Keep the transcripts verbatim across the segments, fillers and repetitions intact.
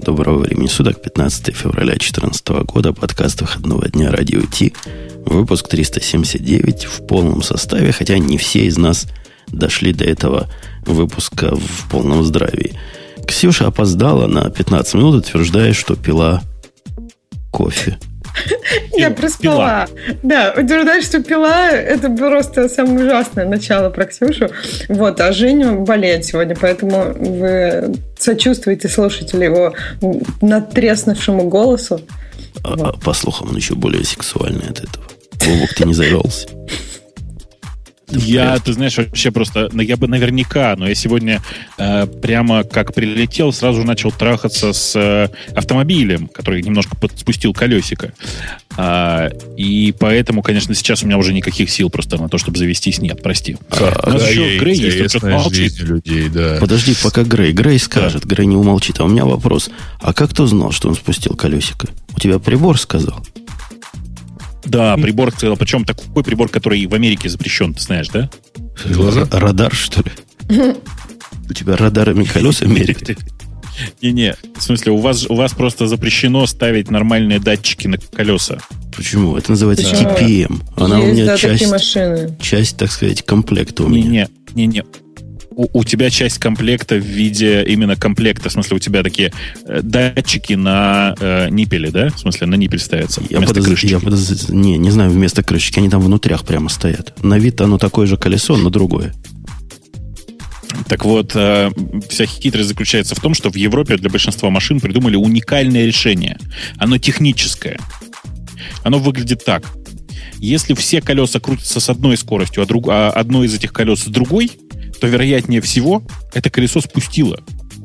Доброго времени суток, пятнадцатое февраля две тысячи четырнадцатого года, подкаст выходного дня Радио Ти, выпуск триста семьдесят девять в полном составе, хотя не все из нас дошли до этого выпуска в полном здравии. Ксюша опоздала на пятнадцать минут, утверждая, что пила кофе. Я проспала. Да, утверждать, что пила, это просто самое ужасное начало про Ксюшу. Вот, а Женя болеет сегодня, поэтому вы сочувствуете слушателю его надтреснувшему голосу. А, вот. По слухам, он еще более сексуальный от этого. Вовок, ты не завелся? Я, ты знаешь, вообще просто, я бы наверняка, но я сегодня э, прямо как прилетел, сразу начал трахаться с э, автомобилем, который немножко спустил колесико. А, и поэтому, конечно, сейчас у меня уже никаких сил просто на то, чтобы завестись, нет, прости. А, у нас да, еще Грей есть, он что-то молчит. Людей, да. Подожди, пока Грей. Грей скажет, да. Грей не умолчит. А у меня вопрос. А как ты узнал, что он спустил колесико? У тебя прибор сказал? Да, прибор сказал. Причем такой прибор, который в Америке запрещен, ты знаешь, да? Глаза? Радар, что ли? У тебя радарами колеса меряют? Не-не, в смысле, у вас, у вас просто запрещено ставить нормальные датчики на колеса. Почему? Это называется да. ти пи эм. Она Есть, у меня да, часть, машины. часть, так сказать, комплекта у меня. Не-не, не-не. У, у тебя часть комплекта в виде именно комплекта, в смысле, у тебя такие э, датчики на э, ниппеле, да? В смысле, на ниппель ставятся. Я подоз... я подоз... Не, не знаю, вместо крышечки. Они там внутрях прямо стоят. На вид оно такое же колесо, но другое. Так вот, э, вся хитрость заключается в том, что в Европе для большинства машин придумали уникальное решение. Оно техническое. Оно выглядит так. Если все колеса крутятся с одной скоростью, а, друг... а одно из этих колес с другой, то, вероятнее всего, это колесо спустило.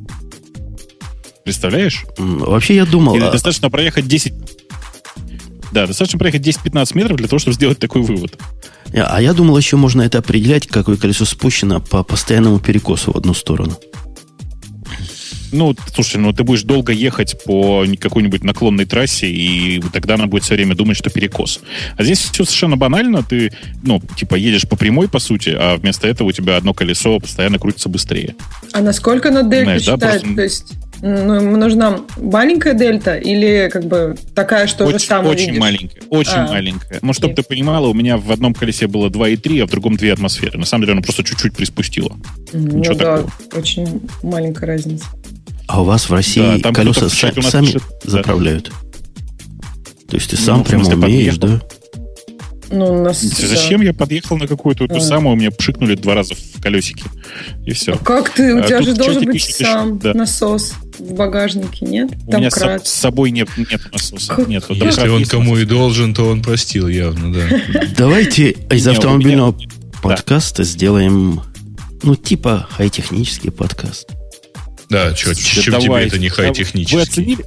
Представляешь? Вообще я думал... Или а... достаточно проехать десять... Да, достаточно проехать десять-пятнадцать метров для того, чтобы сделать такой вывод. А я думал, еще можно это определять, какое колесо спущено по постоянному перекосу в одну сторону. Ну, слушай, ну ты будешь долго ехать по какой-нибудь наклонной трассе, и тогда она будет все время думать, что перекос. А здесь все совершенно банально. Ты, ну, типа, едешь по прямой, по сути, а вместо этого у тебя одно колесо постоянно крутится быстрее. А насколько на дельту Знаешь, считать? да, просто... То есть, ну, нужна маленькая дельта или как бы такая, что очень, уже сам Очень увидишь? маленькая, очень а, маленькая. Ну, чтобы окей. ты понимала, у меня в одном колесе было два и три, а в другом две атмосферы. На самом деле, оно просто чуть-чуть приспустило. Ну, Ничего да, такого. очень маленькая разница. А у вас в России да, колеса са- сами пишет, заправляют? Да. То есть ты сам ну, прямо смысле, умеешь, подъехал. да? Ну, у нас, Зачем да. я подъехал на какую-то ту а. самую, мне пшикнули два раза в колесики. И все. Как ты? У а тебя тут же должен чё-то быть пишет, сам да. насос в багажнике, нет? У Там меня крат. с, с собой нет, нет насоса. Как? Нет, вот Если там он есть кому насос. и должен, то он простил явно, да. Давайте из Не, у автомобильного меня- подкаста сделаем, ну, типа хай-технический подкаст. Да, что, Да чем тебе давайте. это не Вы хай-технический? оценили?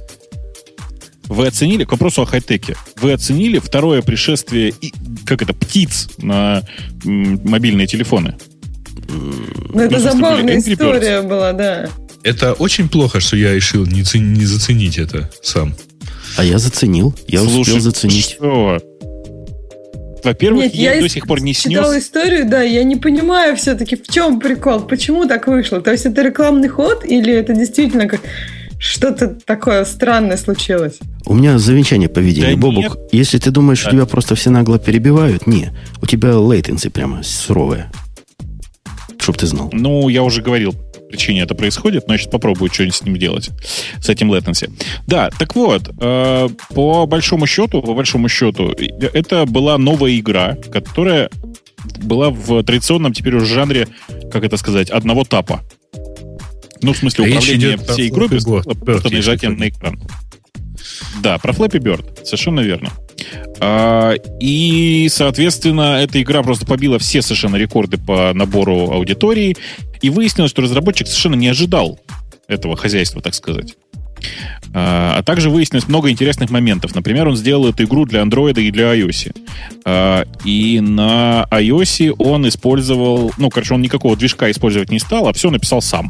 Вы оценили, к вопросу о хай-теке, вы оценили второе пришествие, и, как это, птиц на м, мобильные телефоны? Ну, это Ну, в смысле, забавная были Angry Birds. история была, да. Это очень плохо, что я решил не, цени- не заценить это сам. А я заценил. Я Слушай, успел заценить. Что? Во-первых, Нет, я, я до сих пор не читала снес. историю, да, я не понимаю все-таки, в чем прикол, почему так вышло. То есть это рекламный ход или это действительно как что-то такое странное случилось? У меня замечание по видению, Да Бобук. нет. Если ты думаешь, что Да. тебя просто все нагло перебивают, не. У тебя latency прямо суровая. Чтоб ты знал. Ну, я уже говорил, по причине это происходит, но я сейчас попробую что-нибудь с ним делать, с этим latency. Да, так вот, э, по большому счету, по большому счету, это была новая игра, которая была в традиционном теперь уже жанре, как это сказать, одного тапа. Ну, в смысле, Речь управление идет про всей игрой без Flappy Bird, просто если нажатием что. на экран. Да, про Flappy Bird, совершенно верно. А, и, соответственно, эта игра просто побила все совершенно рекорды по набору аудитории, и выяснилось, что разработчик совершенно не ожидал этого хозяйства, так сказать. А, а также выяснилось много интересных моментов. Например, он сделал эту игру для Android и для iOS. А, и на iOS он использовал... Ну, короче, он никакого движка использовать не стал, а все написал сам.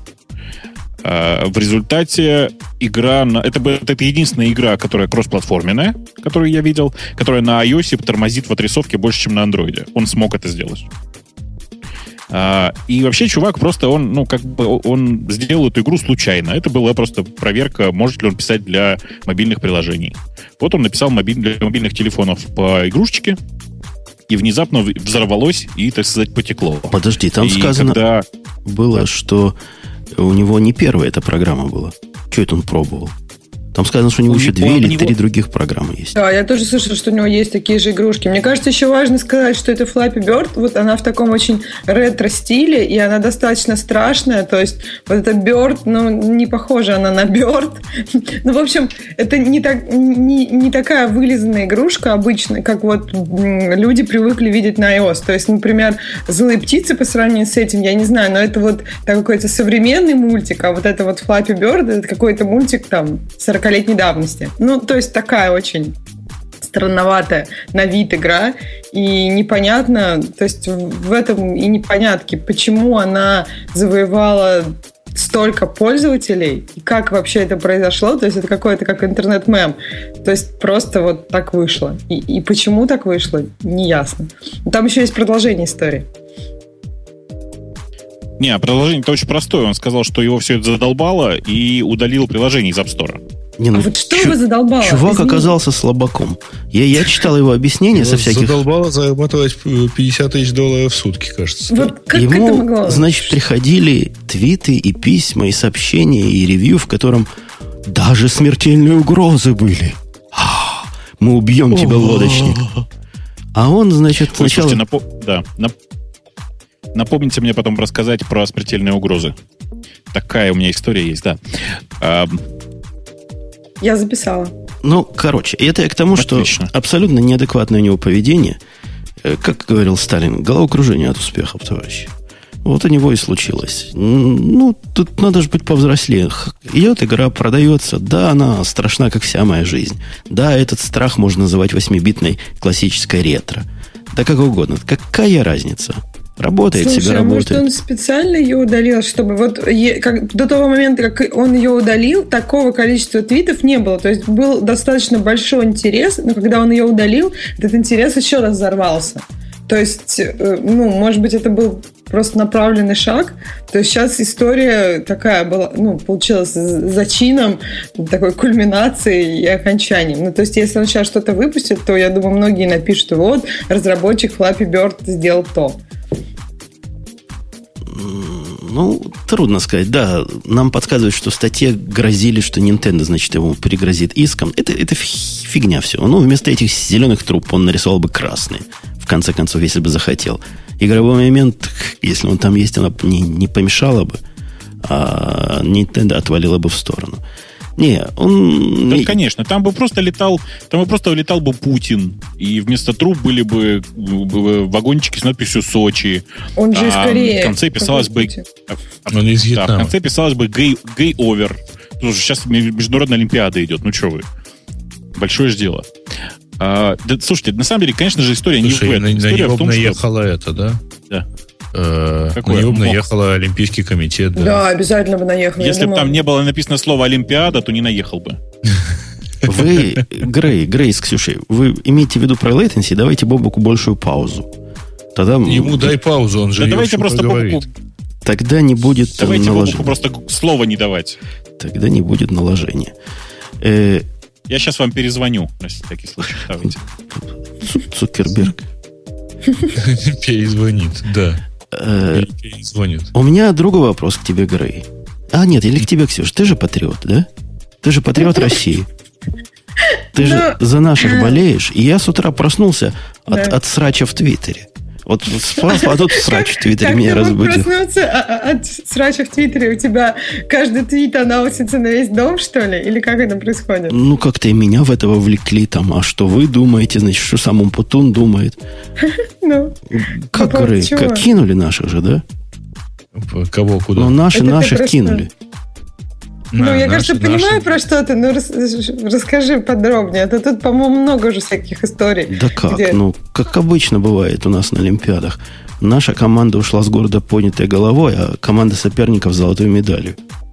В результате игра... На... Это, это единственная игра, которая кроссплатформенная, которую я видел, которая на iOS тормозит в отрисовке больше, чем на Android. Он смог это сделать. А, и вообще чувак просто, он, ну, как бы, он сделал эту игру случайно. Это была просто проверка, может ли он писать для мобильных приложений. Вот он написал мобиль, для мобильных телефонов по игрушечке, и внезапно взорвалось и, так сказать, потекло. Подожди, там и сказано когда... было, что у него не первая эта программа была. Что это он пробовал? Там сказано, что у него у еще него, две или него... три других программы есть. Да, я тоже слышала, что у него есть такие же игрушки. Мне кажется, еще важно сказать, что это Flappy Bird. Вот она в таком очень ретро-стиле, и она достаточно страшная. То есть вот эта Bird, ну, не похожа она на Bird. Ну, в общем, это не, так, не, не такая вылизанная игрушка обычная, как вот люди привыкли видеть на iOS. То есть, например, «Злые птицы» по сравнению с этим, я не знаю, но это вот какой-то современный мультик, а вот это вот Flappy Bird, это какой-то мультик там сорок летней давности. Ну, то есть такая очень странноватая на вид игра, и непонятно, то есть в этом и непонятки, почему она завоевала столько пользователей, и как вообще это произошло, то есть это какой-то как интернет-мем, то есть просто вот так вышло. И, и почему так вышло, не ясно. Там еще есть продолжение истории. Не, продолжение-то очень простое. Он сказал, что его все это задолбало, и удалил приложение из App Store. Не, ну, а вот что чу- его задолбало? Чувак Извини. оказался слабаком. Я, я читал его объяснение со всяких... Задолбало зарабатывать пятьдесят тысяч долларов в сутки, кажется. Вот как Ему, это могло? Значит, приходили твиты и письма, и сообщения, и ревью, в котором даже смертельные угрозы были. Мы убьем тебя, лодочник. А он, значит, Ой, сначала... слушайте, напо- да, нап- напомните мне потом рассказать про смертельные угрозы. Такая у меня история есть, да. А, Я записала. Ну, короче, это я к тому, Отлично. что абсолютно неадекватное у него поведение. Как говорил Сталин, головокружение от успехов, товарищи. Вот у него и случилось. Ну, тут надо же быть повзрослее. Идет игра, продается. Да, она страшна, как вся моя жизнь. Да, этот страх можно называть восьмибитной классической ретро. Да как угодно. Какая разница? Работает Слушай, себе, а работает. может, он специально ее удалил, чтобы вот е, как, до того момента, как он ее удалил, такого количества твитов не было. То есть был достаточно большой интерес, но когда он ее удалил, этот интерес еще раз взорвался. То есть, ну, может быть, это был просто направленный шаг. То есть сейчас история такая была, ну, получилась с зачином, такой кульминацией и окончанием. Ну, то есть, если он сейчас что-то выпустит, то, я думаю, многие напишут, вот, разработчик Flappy Bird сделал то. Ну, трудно сказать. Да, нам подсказывают, что в статье грозили, что Nintendo, значит, ему пригрозит иском. Это, это фигня все. Ну, вместо этих зеленых труб он нарисовал бы красные. В конце концов, если бы захотел. Игровой момент, если он там есть, она не, не помешала бы, а Nintendo отвалила бы в сторону. Не, он... Да, не... конечно, там бы просто летал, там бы просто летал бы Путин, и вместо труб были бы вагончики с надписью «Сочи». Он же из Кореи. В конце писалось бы... Он из да, в конце писалось бы «Гей-овер». Потому что сейчас международная олимпиада идет, ну что вы. Большое же дело. А, да, слушайте, на самом деле, конечно же, история Слушай, не в этом. На, история на в том, наехала что... это, да? Да. Э, на него наехала Олимпийский комитет. Да, да обязательно бы наехал. Если бы там не было написано слово «Олимпиада», то не наехал бы. Вы, Грей, Грей с Ксюшей, вы имеете в виду про latency, давайте Бобуку большую паузу. Тогда... Ему дай паузу, он же да давайте просто Бобуку... Тогда не будет давайте наложения. Бобуку просто слова не давать. Тогда не будет наложения. Э... Я сейчас вам перезвоню, на всякий случай. Давайте. Цукерберг. Перезвонит, да. Перезвонит. У меня другой вопрос к тебе, Грей. А, нет, или к тебе, Ксюш. Ты же патриот, да? Ты же патриот России. Ты же за наших болеешь. И я с утра проснулся от, от срача в Твиттере. Вот спас, а тут срач в Твиттере меня разбудил. Как ты мог проснуться от срача в Твиттере? У тебя каждый твит анаунсится на весь дом, что ли? Или как это происходит? Ну, как-то и меня в это вовлекли там. А что вы думаете? Значит, что сам Умпутун думает? Ну, как, Грей, как кинули наших же, да? Кого, куда? Ну, наши наших кинули. Ну, На, я, наши, кажется, понимаю наши... про что ты, но рас, расскажи подробнее. Это тут, по-моему, много уже всяких историй. Да как? Где... Ну, как обычно бывает у нас на Олимпиадах. Наша команда ушла с гордо поднятой головой, а команда соперников с золотой медалью.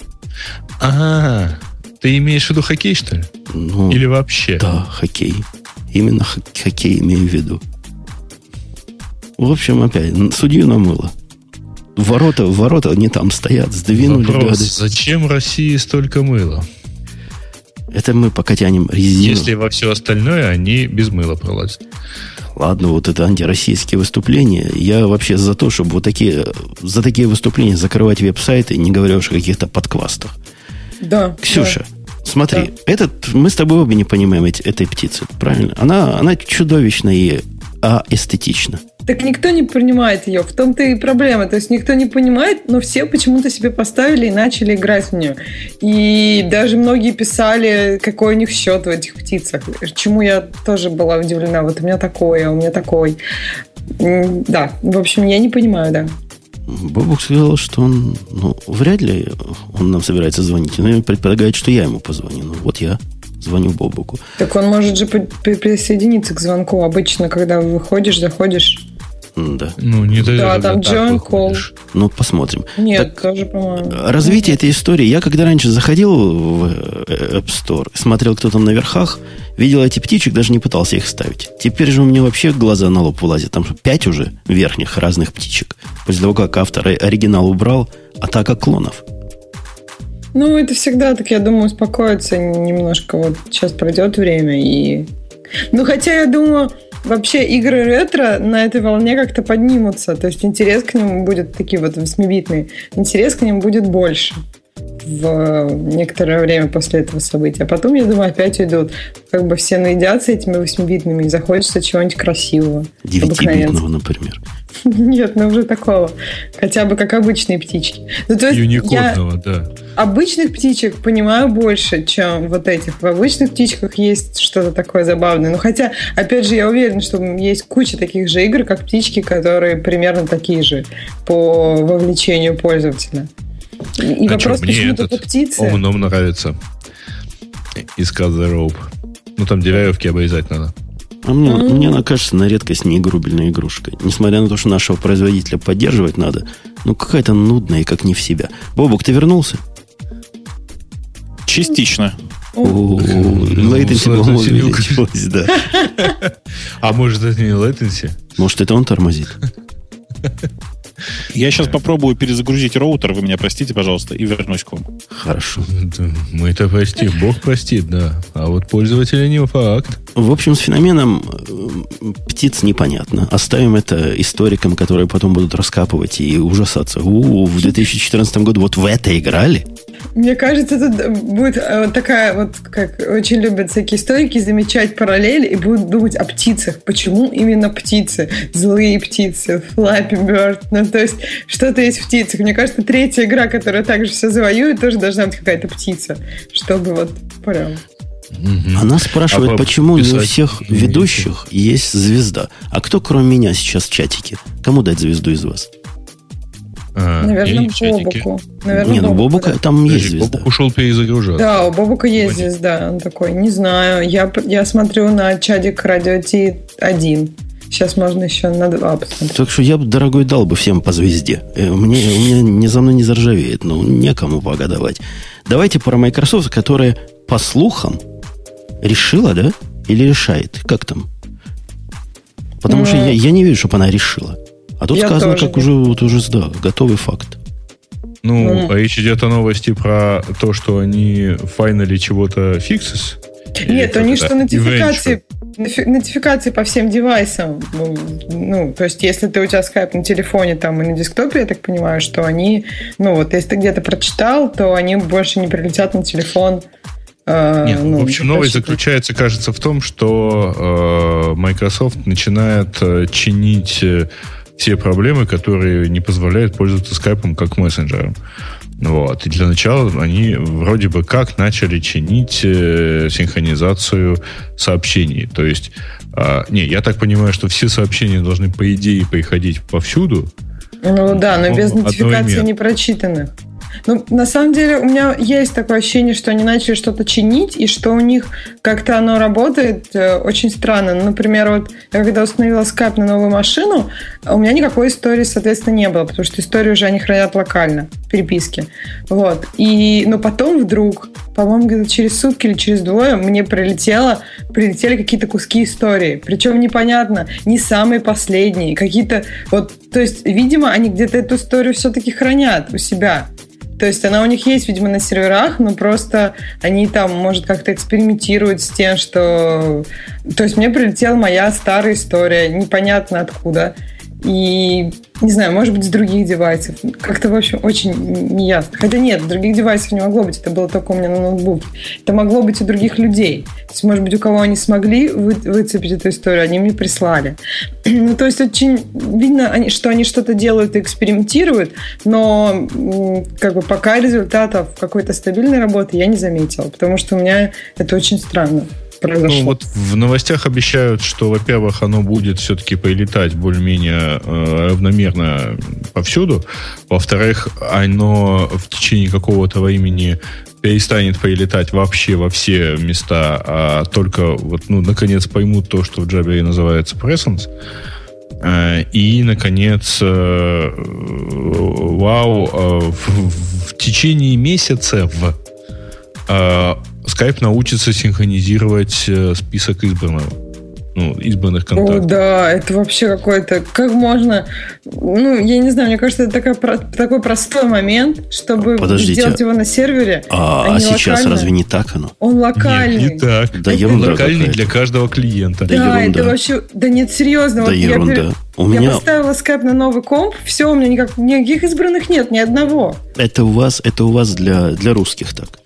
Ага. Ты имеешь в виду хоккей, что ли? Ну, или вообще? Да, хоккей. Именно хоккей имею в виду. В общем, опять, судью намыло. Ворота, ворота не там стоят, сдвинули. Вопрос, гады. зачем России столько мыла? Это мы пока тянем резину. Если во все остальное они без мыла пролазят. Ладно, вот это антироссийские выступления. Я вообще за то, чтобы вот такие, за такие выступления закрывать веб-сайты, не говоря уж о каких-то подквастах. Да. Ксюша, да. смотри, да. этот, мы с тобой обе не понимаем эти, этой птицы, правильно? Она, она чудовищна и аэстетична. Так никто не принимает ее. В том-то и проблема. То есть никто не понимает, но все почему-то себе поставили и начали играть в нее. И даже многие писали, какой у них счет в этих птицах. Чему я тоже была удивлена. Вот у меня такой, а у меня такой. Да, в общем, я не понимаю, да. Бобук сказал, что он, ну, вряд ли он нам собирается звонить. Но предполагает, что я ему позвоню. Ну, вот я звоню Бобуку. Так он может же присоединиться к звонку. Обычно, когда выходишь, заходишь. Да. Ну, не да, там Джон Кол. Ну, посмотрим. Нет, так, тоже, по-моему. Развитие Нет. этой истории. Я когда раньше заходил в App Store, смотрел, кто там на верхах, видел эти птичек, даже не пытался их ставить. Теперь же у меня вообще глаза на лоб вылазят. Там пять уже верхних разных птичек. После того, как автор оригинал убрал, атака клонов. Ну, это всегда так, я думаю, успокоится немножко. Вот сейчас пройдет время и... Ну, хотя я думаю... Вообще игры ретро на этой волне как-то поднимутся. То есть интерес к ним будет, такие вот восьмибитные, интерес к ним будет больше в некоторое время после этого события. А потом, я думаю, опять уйдут. Как бы все наедятся этими восьмибитными и захочется чего-нибудь красивого. Девятибитного, например. Нет, ну уже такого. Хотя бы как обычные птички. Ну, то есть юникодного, да. Обычных птичек понимаю больше, чем вот этих. В обычных птичках есть что-то такое забавное. Но хотя, опять же, я уверена, что есть куча таких же игр, как птички, которые примерно такие же по вовлечению пользователя. И а вопрос, что, почему только птицы? Умном нравится. Из Cut the Rope. Ну, там деревьевки обрезать надо. А мне, mm-hmm. мне она кажется на редкость неигрубельной игрушкой. Несмотря на то, что нашего производителя поддерживать надо, ну, какая-то нудная и как не в себя. Бобук, ты вернулся? Частично. Лейтенси, по-моему, увеличилось, да. А может, это не лейтенси? Может, это он тормозит? Я сейчас попробую перезагрузить роутер, вы меня простите, пожалуйста, и вернусь к вам. Хорошо. Мы это простим, Бог простит, да. А вот пользователя не факт. В общем, с феноменом птиц непонятно. Оставим это историкам, которые потом будут раскапывать и ужасаться. У-у-у, в две тысячи четырнадцатом году вот в это играли? Мне кажется, тут будет такая вот, как очень любят всякие историки, замечать параллель и будут думать о птицах. Почему именно птицы? Злые птицы, Flappy Bird. Ну, то есть, что-то есть в птицах. Мне кажется, третья игра, которая также все завоюет, тоже должна быть какая-то птица. Чтобы вот прям... Она спрашивает, а почему не у всех ведущих есть звезда. А кто, кроме меня, сейчас в чатике? Кому дать звезду из вас? А, наверное, Бобуку. Наверное, не, ну Бобука да. там есть звезда. Бобук ушел перезагружаться. Да, у Бобука есть Вадим. Звезда. Он такой, не знаю. Я, я смотрю на чадик Радио Ти один. Сейчас можно еще на два посмотреть. Так что я бы, дорогой, дал бы всем по звезде. Мне, у меня не за мной не заржавеет. Ну, некому бога давать. Давайте про Microsoft, которая, по слухам, решила, да? Или решает? Как там? Потому ну, что я, я не вижу, чтобы она решила. А тут сказано, как уже, вот уже да, готовый факт. Ну, mm. речь идет о новости про то, что они файнали чего-то фиксис. Нет, они что нотификации, нотификации по всем девайсам. Ну, то есть, если ты у тебя скайп на телефоне там, и на десктопе, я так понимаю, что они, ну вот, если ты где-то прочитал, то они больше не прилетят на телефон. Нет, ну, в общем, новость заключается, кажется, в том, что э, Microsoft начинает э, чинить э, все проблемы, которые не позволяют пользоваться скайпом как мессенджером. Вот. И для начала они вроде бы как начали чинить э, синхронизацию сообщений. То есть, э, не, я так понимаю, что все сообщения должны, по идее, приходить повсюду. Ну да, но, но без нотификации непрочитанных. Ну, на самом деле, у меня есть такое ощущение, что они начали что-то чинить, и что у них как-то оно работает э, очень странно. Ну, например, вот я когда установила скайп на новую машину, у меня никакой истории, соответственно, не было, потому что историю уже они хранят локально, в переписке. Вот. И, но потом вдруг по-моему, где-то через сутки или через двое мне прилетело, прилетели какие-то куски истории. Причем непонятно, не самые последние. Какие-то вот, то есть, видимо, они где-то эту историю все-таки хранят у себя. То есть она у них есть, видимо, на серверах, но просто они там, может, как-то экспериментируют с тем, что... То есть мне прилетела моя старая история, непонятно откуда. И, не знаю, может быть, с других девайсов. Как-то, в общем, очень неясно. Хотя нет, других девайсов не могло быть. Это было только у меня на ноутбуке. Это могло быть у других людей. То есть, может быть, у кого они смогли вы, выцепить эту историю, они мне прислали. Ну, то есть, очень видно, что они что-то делают и экспериментируют, но как бы пока результатов какой-то стабильной работы я не заметила, потому что у меня это очень странно. Ну, вот в новостях обещают, что, во-первых, оно будет все-таки прилетать более-менее э, равномерно повсюду. Во-вторых, оно в течение какого-то времени перестанет прилетать вообще во все места, а только, вот, ну, наконец, поймут то, что в Jabber называется presence. Э, и, наконец, э, вау, э, в, в течение месяца в э, Skype научится синхронизировать э, список избранного. Ну, избранных контактов. О, да, это вообще какой-то... Как можно... Ну, я не знаю, мне кажется, это такой, такой простой момент, чтобы Подождите. сделать его на сервере. А, а, а сейчас локально. Разве не так оно? Он локальный. Нет, не так. Да, это локальный для каждого клиента. Да, да это вообще... Да нет, серьезно. Да вот ерунда. Я, у я меня... поставила Skype на новый комп, все, у меня никак, никаких избранных нет, ни одного. Это у вас, это у вас для, для русских так.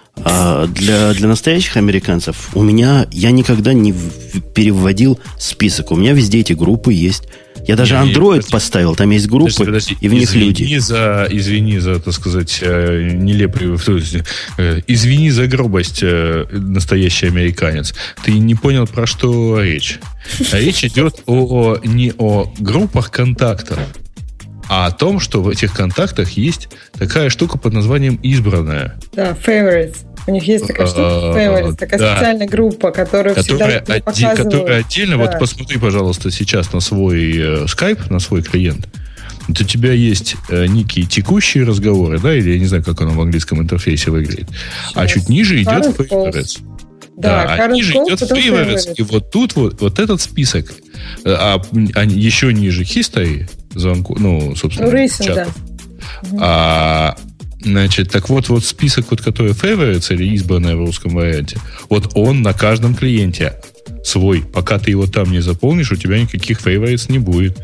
А для, для настоящих американцев у меня, я никогда не в, переводил список. У меня везде эти группы есть. Я даже не, Android не, поставил, там есть группы, подожди, подожди. И в них извини люди. За, извини за, так сказать, нелепый... Извини за грубость, настоящий американец. Ты не понял, про что речь. Речь идет о, не о группах контактов, а о том, что в этих контактах есть такая штука под названием «избранная». Да, favorites. У них есть такая штука favorites, такая да. специальная группа, которая которая всегда оде- показывает. Которая отдельно, да. Вот посмотри, пожалуйста, сейчас на свой э, Skype, на свой клиент. Вот у тебя есть э, некие текущие разговоры, да, или я не знаю, как оно в английском интерфейсе выглядит. Сейчас. А чуть ниже идет favorites. Да, да, а ниже идет favorites, и вот тут вот, вот этот список, а, а еще ниже history, звонку, ну, собственно, Racing, чатов. Да. А, значит, так вот, вот список, вот, который favorites, или избранное в русском варианте, вот он на каждом клиенте свой. Пока ты его там не заполнишь, у тебя никаких favorites не будет.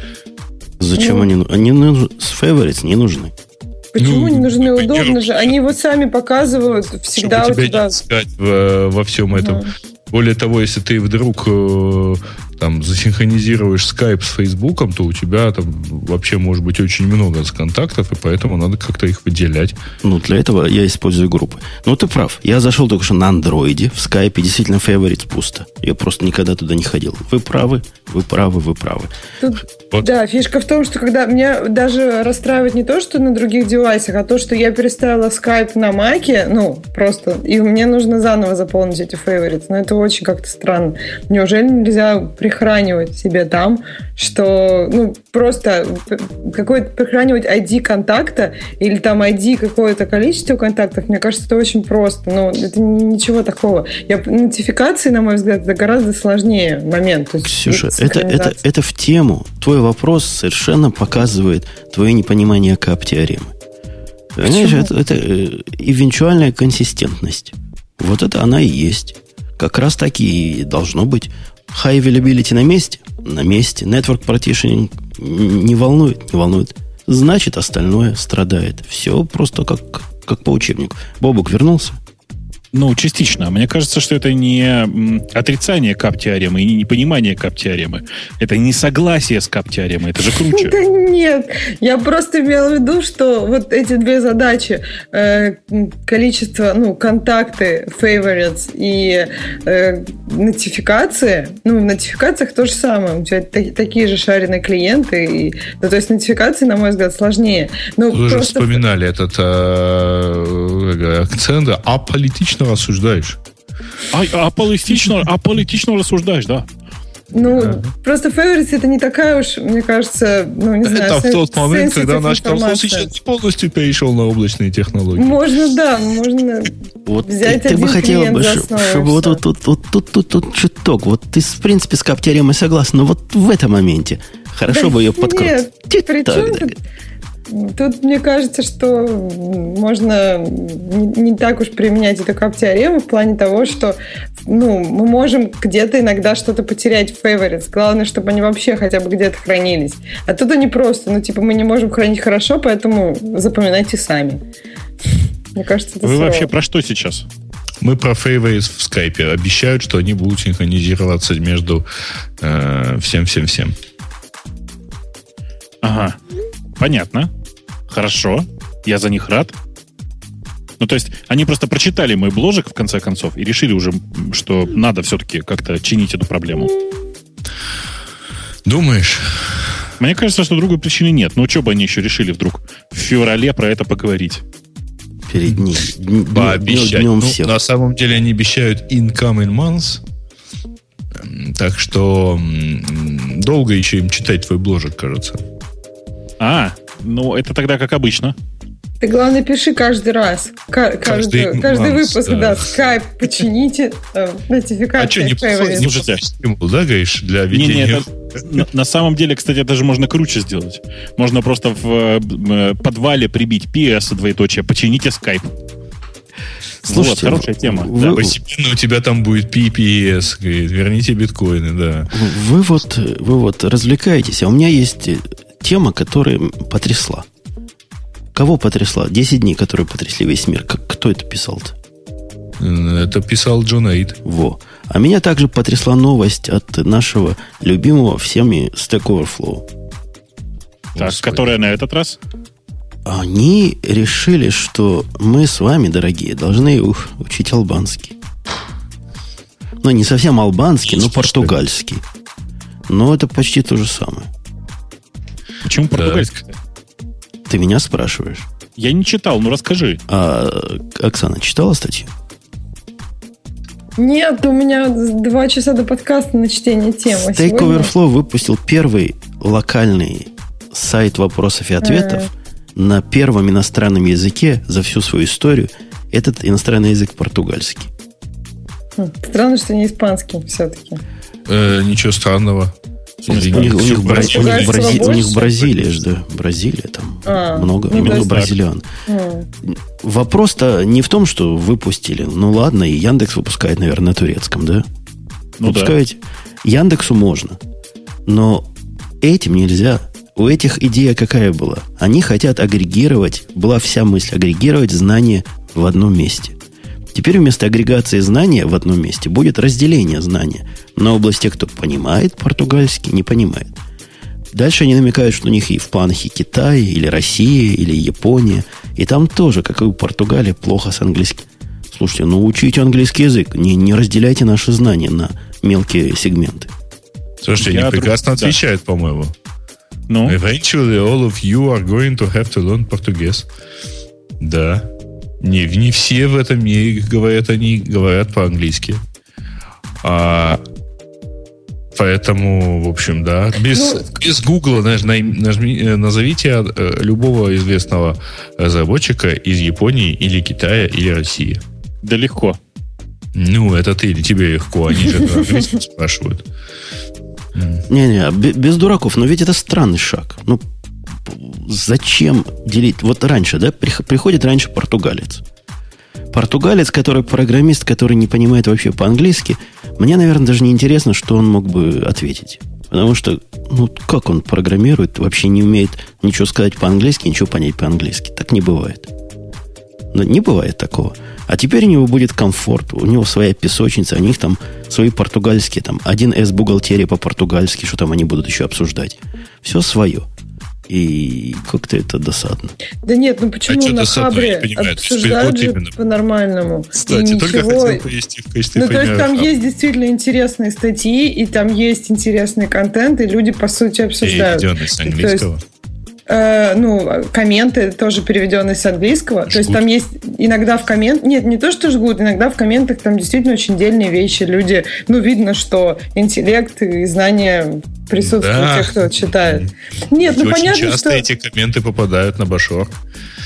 Зачем ну, они? Они нужны, с favorites не нужны. Почему ну, не нужны? ну, Удобно же. Они вот сами показывают всегда чтобы у тебя. Не искать в, во всем этом. Uh-huh. Более того, если ты вдруг э, там засинхронизируешь Skype с Фейсбуком, то у тебя там вообще может быть очень много контактов, и поэтому надо как-то их выделять. Ну, для этого я использую группы. Ну, ты прав. Я зашел только что на андроиде, в Skype, и действительно favorites пусто. Я просто никогда туда не ходил. Вы правы, вы правы, вы правы. Тут, вот. Да, фишка в том, что когда меня даже расстраивает не то, что на других девайсах, а то, что я переставила Skype на Mac'е, ну, просто, и мне нужно заново заполнить эти favorites. Но это очень как-то странно. Неужели нельзя прихранивать себе там, что, ну, просто какой-то прихранивать ай ди контакта или там ай ди какое-то количество контактов, мне кажется, это очень просто. Но это ничего такого. Я, нотификации, на мой взгляд, это гораздо сложнее момент. То есть, Ксюша, это, это, это в тему. Твой вопрос совершенно показывает твое непонимание кап-теоремы. Понимаешь, это, это эвенчуальная консистентность. Вот это она и есть. Как раз таки и должно быть. High availability на месте? На месте. Network partitioning не волнует? Не волнует. Значит, остальное страдает. Все просто как, как по учебнику. Бобук вернулся? Ну, частично. Мне кажется, что это не отрицание кап-теоремы и не непонимание кап-теоремы. Это не согласие с кап-теоремой. Это же круче. Да нет. Я просто имела в виду, что вот эти две задачи, э, количество, ну, контакты, favorites и э, нотификации, ну, в нотификациях то же самое. У тебя т- такие же шаренные клиенты. И, ну, то есть нотификации, на мой взгляд, сложнее. Ну, вы просто... же вспоминали этот э, акцент, аполитично рассуждаешь. А, аполитично, аполитично рассуждаешь, да. Ну, да. Просто favorites это не такая уж, мне кажется, ну, не знаю. Это в тот момент, когда наш колхоз сейчас полностью перешел на облачные технологии. Можно, да, можно Вот взять ты, один ты бы хотела бы, чтобы вот тут вот, вот, тут, тут, тут чуток. Вот ты, в принципе, с кап-теоремой согласна, но вот в этом моменте хорошо да бы ее подкрутить. Нет, причем тут, тут мне кажется, что можно не, не так уж применять эту кап-теорему в плане того, что ну, мы можем где-то иногда что-то потерять в favorites. Главное, чтобы они вообще хотя бы где-то хранились. А тут они просто, ну, типа, мы не можем хранить хорошо, поэтому запоминайте сами. Мне кажется, это Вы сложно. вообще про что сейчас? Мы про favorites в скайпе. Обещают, что они будут синхронизироваться между э, всем-всем-всем. Ага. Понятно. Хорошо. Я за них рад. Ну, то есть, они просто прочитали мой бложек, в конце концов, и решили уже, что надо все-таки как-то чинить эту проблему. Думаешь? Мне кажется, что другой причины нет. Ну, что бы они еще решили вдруг в феврале про это поговорить? Перед ним. Пообещать. Днем ну, всех. На самом деле они обещают incoming months. Так что м, долго еще им читать твой бложек, кажется. А, ну это тогда как обычно. Ты, главное, пиши каждый раз. К- каждый каждый, каждый выпуск, да. да. Скайп почините, там, нотификации. А что, не Слушайте, стимул, да, говоришь, для не, ведения? не, это, на, на самом деле, кстати, это же можно круче сделать. Можно просто в э, подвале прибить пи эс, двоеточие, почините скайп. Слушайте, вот, хорошая тема. Вы, да. Постепенно у тебя там будет пи пи эс, говорит, верните биткоины, да. Вы вот, вы вот развлекаетесь, а у меня есть тема, которая потрясла. Кого потрясла? десять дней, которые потрясли весь мир. Кто это писал-то? Это писал Джон Эйд. Во. А меня также потрясла новость от нашего любимого всеми Stack Overflow. Так, Господи. которая на этот раз? Они решили, что мы с вами, дорогие, должны ух, учить албанский. Ну, не совсем албанский, но португальский. Но это почти то же самое. Почему португальский? Ты меня спрашиваешь? Я не читал, ну расскажи. А Оксана читала статью? Нет, у меня два часа до подкаста на чтение темы. Stack Сегодня... Overflow выпустил первый локальный сайт вопросов и ответов а. на первом иностранном языке за всю свою историю. Этот иностранный язык португальский. Странно, что не испанский все-таки. Э, ничего странного. У них, у, них, у, них Брази... у, них Брази... у них Бразилия же, да. Бразилия, там а, много, ну, много бразильян. А. Вопрос-то не в том, что выпустили. Ну ладно, и Яндекс выпускает, наверное, на турецком, да? Ну, выпускаете? Да. Яндексу можно. Но этим нельзя. У этих идея какая была? Они хотят агрегировать, была вся мысль, агрегировать знания в одном месте. Теперь вместо агрегации знания в одном месте будет разделение знания на область тех, кто понимает португальский, не понимает. Дальше они намекают, что у них и в планах и Китай, или Россия, или Япония. И там тоже, как и у Португалии, плохо с английским. Слушайте, ну учите английский язык. Не, не разделяйте наши знания на мелкие сегменты. Слушайте, они прекрасно друг... отвечают, да. по-моему. Ну? Eventually all of you are going to have to learn Portuguese. Да. Не, не все в этом мире говорят, они говорят по-английски. А, поэтому, в общем, да. Без, ну, без Гугла нажми, нажми, назовите любого известного разработчика из Японии или Китая или России. Да легко. Ну, это ты или тебе легко. Они же английским спрашивают. Не-не, без дураков. Но ведь это странный шаг. Ну, зачем делить? Вот раньше, да, приходит раньше португалец. Португалец, который программист, который не понимает вообще по-английски, мне, наверное, даже не интересно, что он мог бы ответить. Потому что, ну, как он программирует, вообще не умеет ничего сказать по-английски, ничего понять по-английски. Так не бывает. Но не бывает такого. А теперь у него будет комфорт, у него своя песочница, у них там свои португальские, там, один эс бухгалтерия по-португальски, что там они будут еще обсуждать. Все свое. И как-то это досадно. Да нет, ну почему а на Хабре обсуждают же по-нормальному? Кстати, только хотел привести в качестве Ну, примера. то есть там Хабр. есть действительно интересные статьи, и там есть интересный контент, и люди, по сути, обсуждают. Переведенный с английского. Э, ну, комменты тоже переведенные с английского. Жгут. То есть там есть иногда в комментах... Нет, не то, что жгут, иногда в комментах там действительно очень дельные вещи. Люди, ну, видно, что интеллект и знания присутствуют у да. тех, кто читает. Нет, ну, очень понятно, часто что... эти комменты попадают на башор.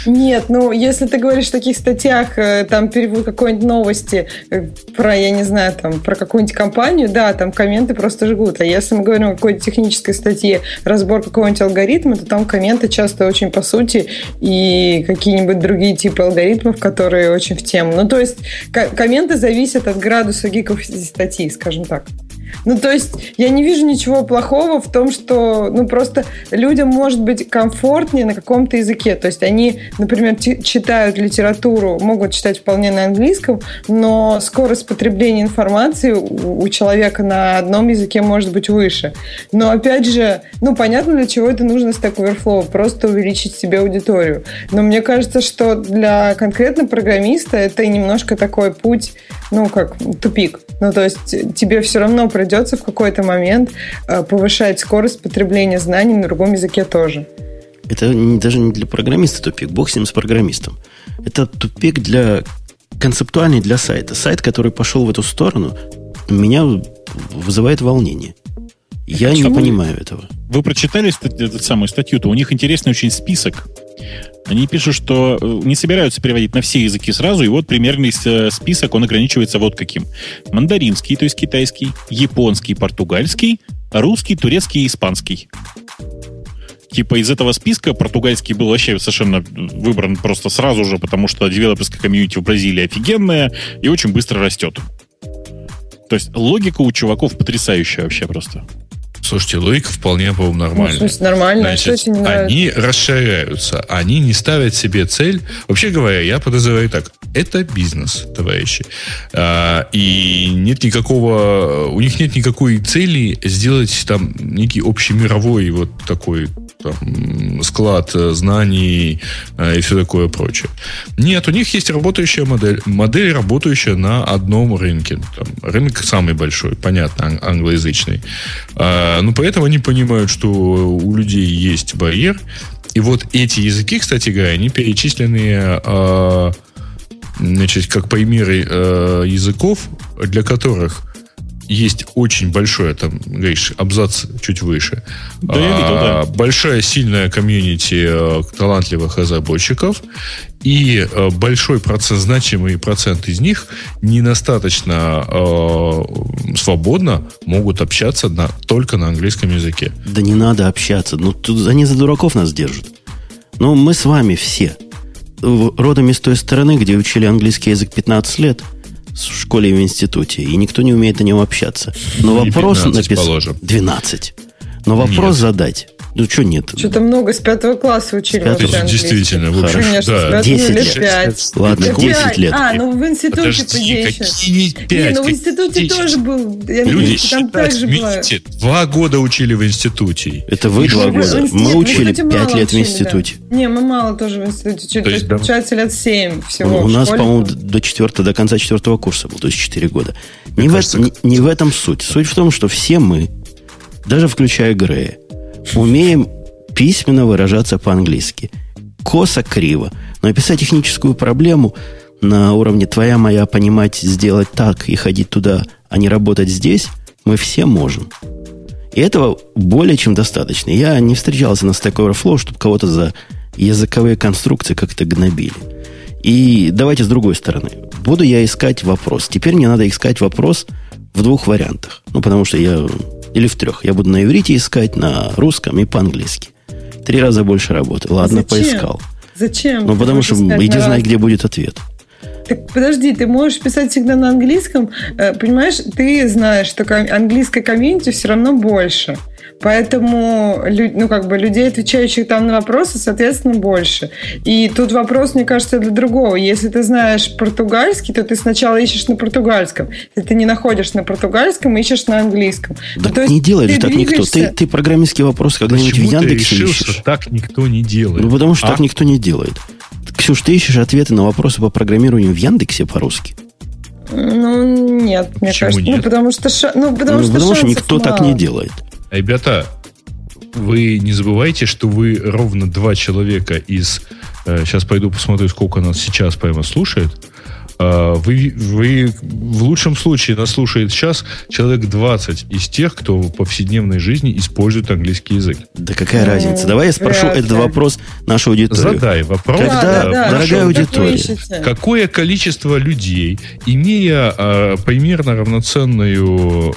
Нет, ну, если ты говоришь в таких статьях, там перевод какой-нибудь новости про, я не знаю, там, про какую-нибудь компанию, да, там комменты просто жгут. А если мы говорим о какой-то технической статье, разбор какого-нибудь алгоритма, то там комменты часто очень по сути и какие-нибудь другие типы алгоритмов, которые очень в тему. Ну, то есть комменты зависят от градуса гиковости статьи, скажем так. Ну, то есть я не вижу ничего плохого в том, что, ну, просто людям может быть комфортнее на каком-то языке. То есть они, например, т- читают литературу, могут читать вполне на английском, но скорость потребления информации у, у человека на одном языке может быть выше. Но, опять же, ну, понятно, для чего это нужно Stack Overflow, просто увеличить себе аудиторию. Но мне кажется, что для конкретно программиста это немножко такой путь, ну, как тупик. Ну, то есть тебе все равно придется в какой-то момент повышать скорость потребления знаний на другом языке тоже. Это не, даже не для программиста тупик, бог с ним с программистом. Это тупик для концептуальный для сайта. Сайт, который пошел в эту сторону, меня вызывает волнение. Я не понимаю этого. Вы прочитали эту самую статью-то? У них интересный очень список. Они пишут, что не собираются переводить на все языки сразу, и вот примерный список, он ограничивается вот каким. Мандаринский, то есть китайский, японский, португальский, русский, турецкий и испанский. Типа из этого списка португальский был вообще совершенно выбран просто сразу же, потому что девелоперская комьюнити в Бразилии офигенная и очень быстро растет. То есть логика у чуваков потрясающая вообще просто. Слушайте, логика вполне, по-моему, нормальная. Ну, в смысле, нормально. Значит, что они расширяются, они не ставят себе цель. Вообще говоря, я подозреваю так. Это бизнес, товарищи. А, и нет никакого... У них нет никакой цели сделать там некий общемировой вот такой там, склад знаний а, и все такое прочее. Нет, у них есть работающая модель. Модель, работающая на одном рынке. Там, рынок самый большой, понятно, англоязычный. А, ну, поэтому они понимают, что у людей есть барьер. И вот эти языки, кстати говоря, они перечислены... А, значит, как примеры э, языков, для которых есть очень большое, там, говоришь, абзац чуть выше. Да, а, я видел, да. Большая, сильная комьюнити э, талантливых разработчиков и э, большой процент, значимый процент из них недостаточно э, свободно могут общаться на, только на английском языке. Да не надо общаться. Ну, тут они за дураков нас держат. Ну, мы с вами все родом из той стороны, где учили английский язык пятнадцать лет в школе и в институте, и никто не умеет на нем общаться. Но не вопрос написан... двенадцать. Но вопрос нет. задать. Ну, что нет? Что-то много с пятого класса учили. Пятого, действительно. Хорошо. Конечно, да. десять лет. пять. Ладно, десять лет. А, ну в институте Подожди, какие пять? Не, ну в институте десять. Тоже был. Люди, там также было. Два года учили в институте. Это вы и два года. Мы нет, учили пять лет учили, в институте. Да. Не, мы мало тоже в институте учили. То есть, да. Получается, лет семь всего. У нас, по-моему, до четвертого, до конца четвертого курса был, то есть четыре года. Не, кажется, в, не, не в этом суть. Суть в том, что все мы, даже включая Грея, умеем письменно выражаться по-английски. Косо, криво. Но описать техническую проблему на уровне твоя, моя, понимать, сделать так и ходить туда, а не работать здесь, мы все можем. И этого более чем достаточно. Я не встречался на Stack Overflow, чтобы кого-то за языковые конструкции как-то гнобили. И давайте с другой стороны. Буду я искать вопрос. Теперь мне надо искать вопрос в двух вариантах. Ну, потому что я... Или в трех. Я буду на иврите искать, на русском и по-английски. Три раза больше работы. Ладно, Зачем? поискал. Зачем? Ну, потому что иди знай, где будет ответ. Так подожди, ты можешь писать всегда на английском. Понимаешь, ты знаешь, что английской комьюнити все равно больше. Поэтому, ну, как бы, людей, отвечающих там на вопросы, соответственно, больше. И тут вопрос, мне кажется, для другого. Если ты знаешь португальский, то ты сначала ищешь на португальском. Если ты не находишь на португальском, ищешь на английском. Да, ну, не делает же так двигаешься... никто. Ты, ты программистский вопрос когда-нибудь Почему в Яндексе ты решил, ищешь? Что так никто не делает? Ну, потому что а? так никто не делает. Ксюш, ты ищешь ответы на вопросы по программированию в Яндексе по-русски? Ну, нет, мне Почему кажется. Нет? Ну, потому что, ша... ну, потому ну, что, потому что никто мало. так не делает. Ребята, вы не забывайте, что вы ровно два человека из... Э, сейчас пойду посмотрю, сколько нас сейчас прямо слушает. Э, вы, вы в лучшем случае нас слушает сейчас человек двадцать из тех, кто в повседневной жизни использует английский язык. Да какая ну, разница? Давай я спрошу вряд этот ли. вопрос нашу аудиторию. Задай вопрос. Когда, да, да, дорогая да, аудитория, какое количество людей, имея э, примерно равноценную,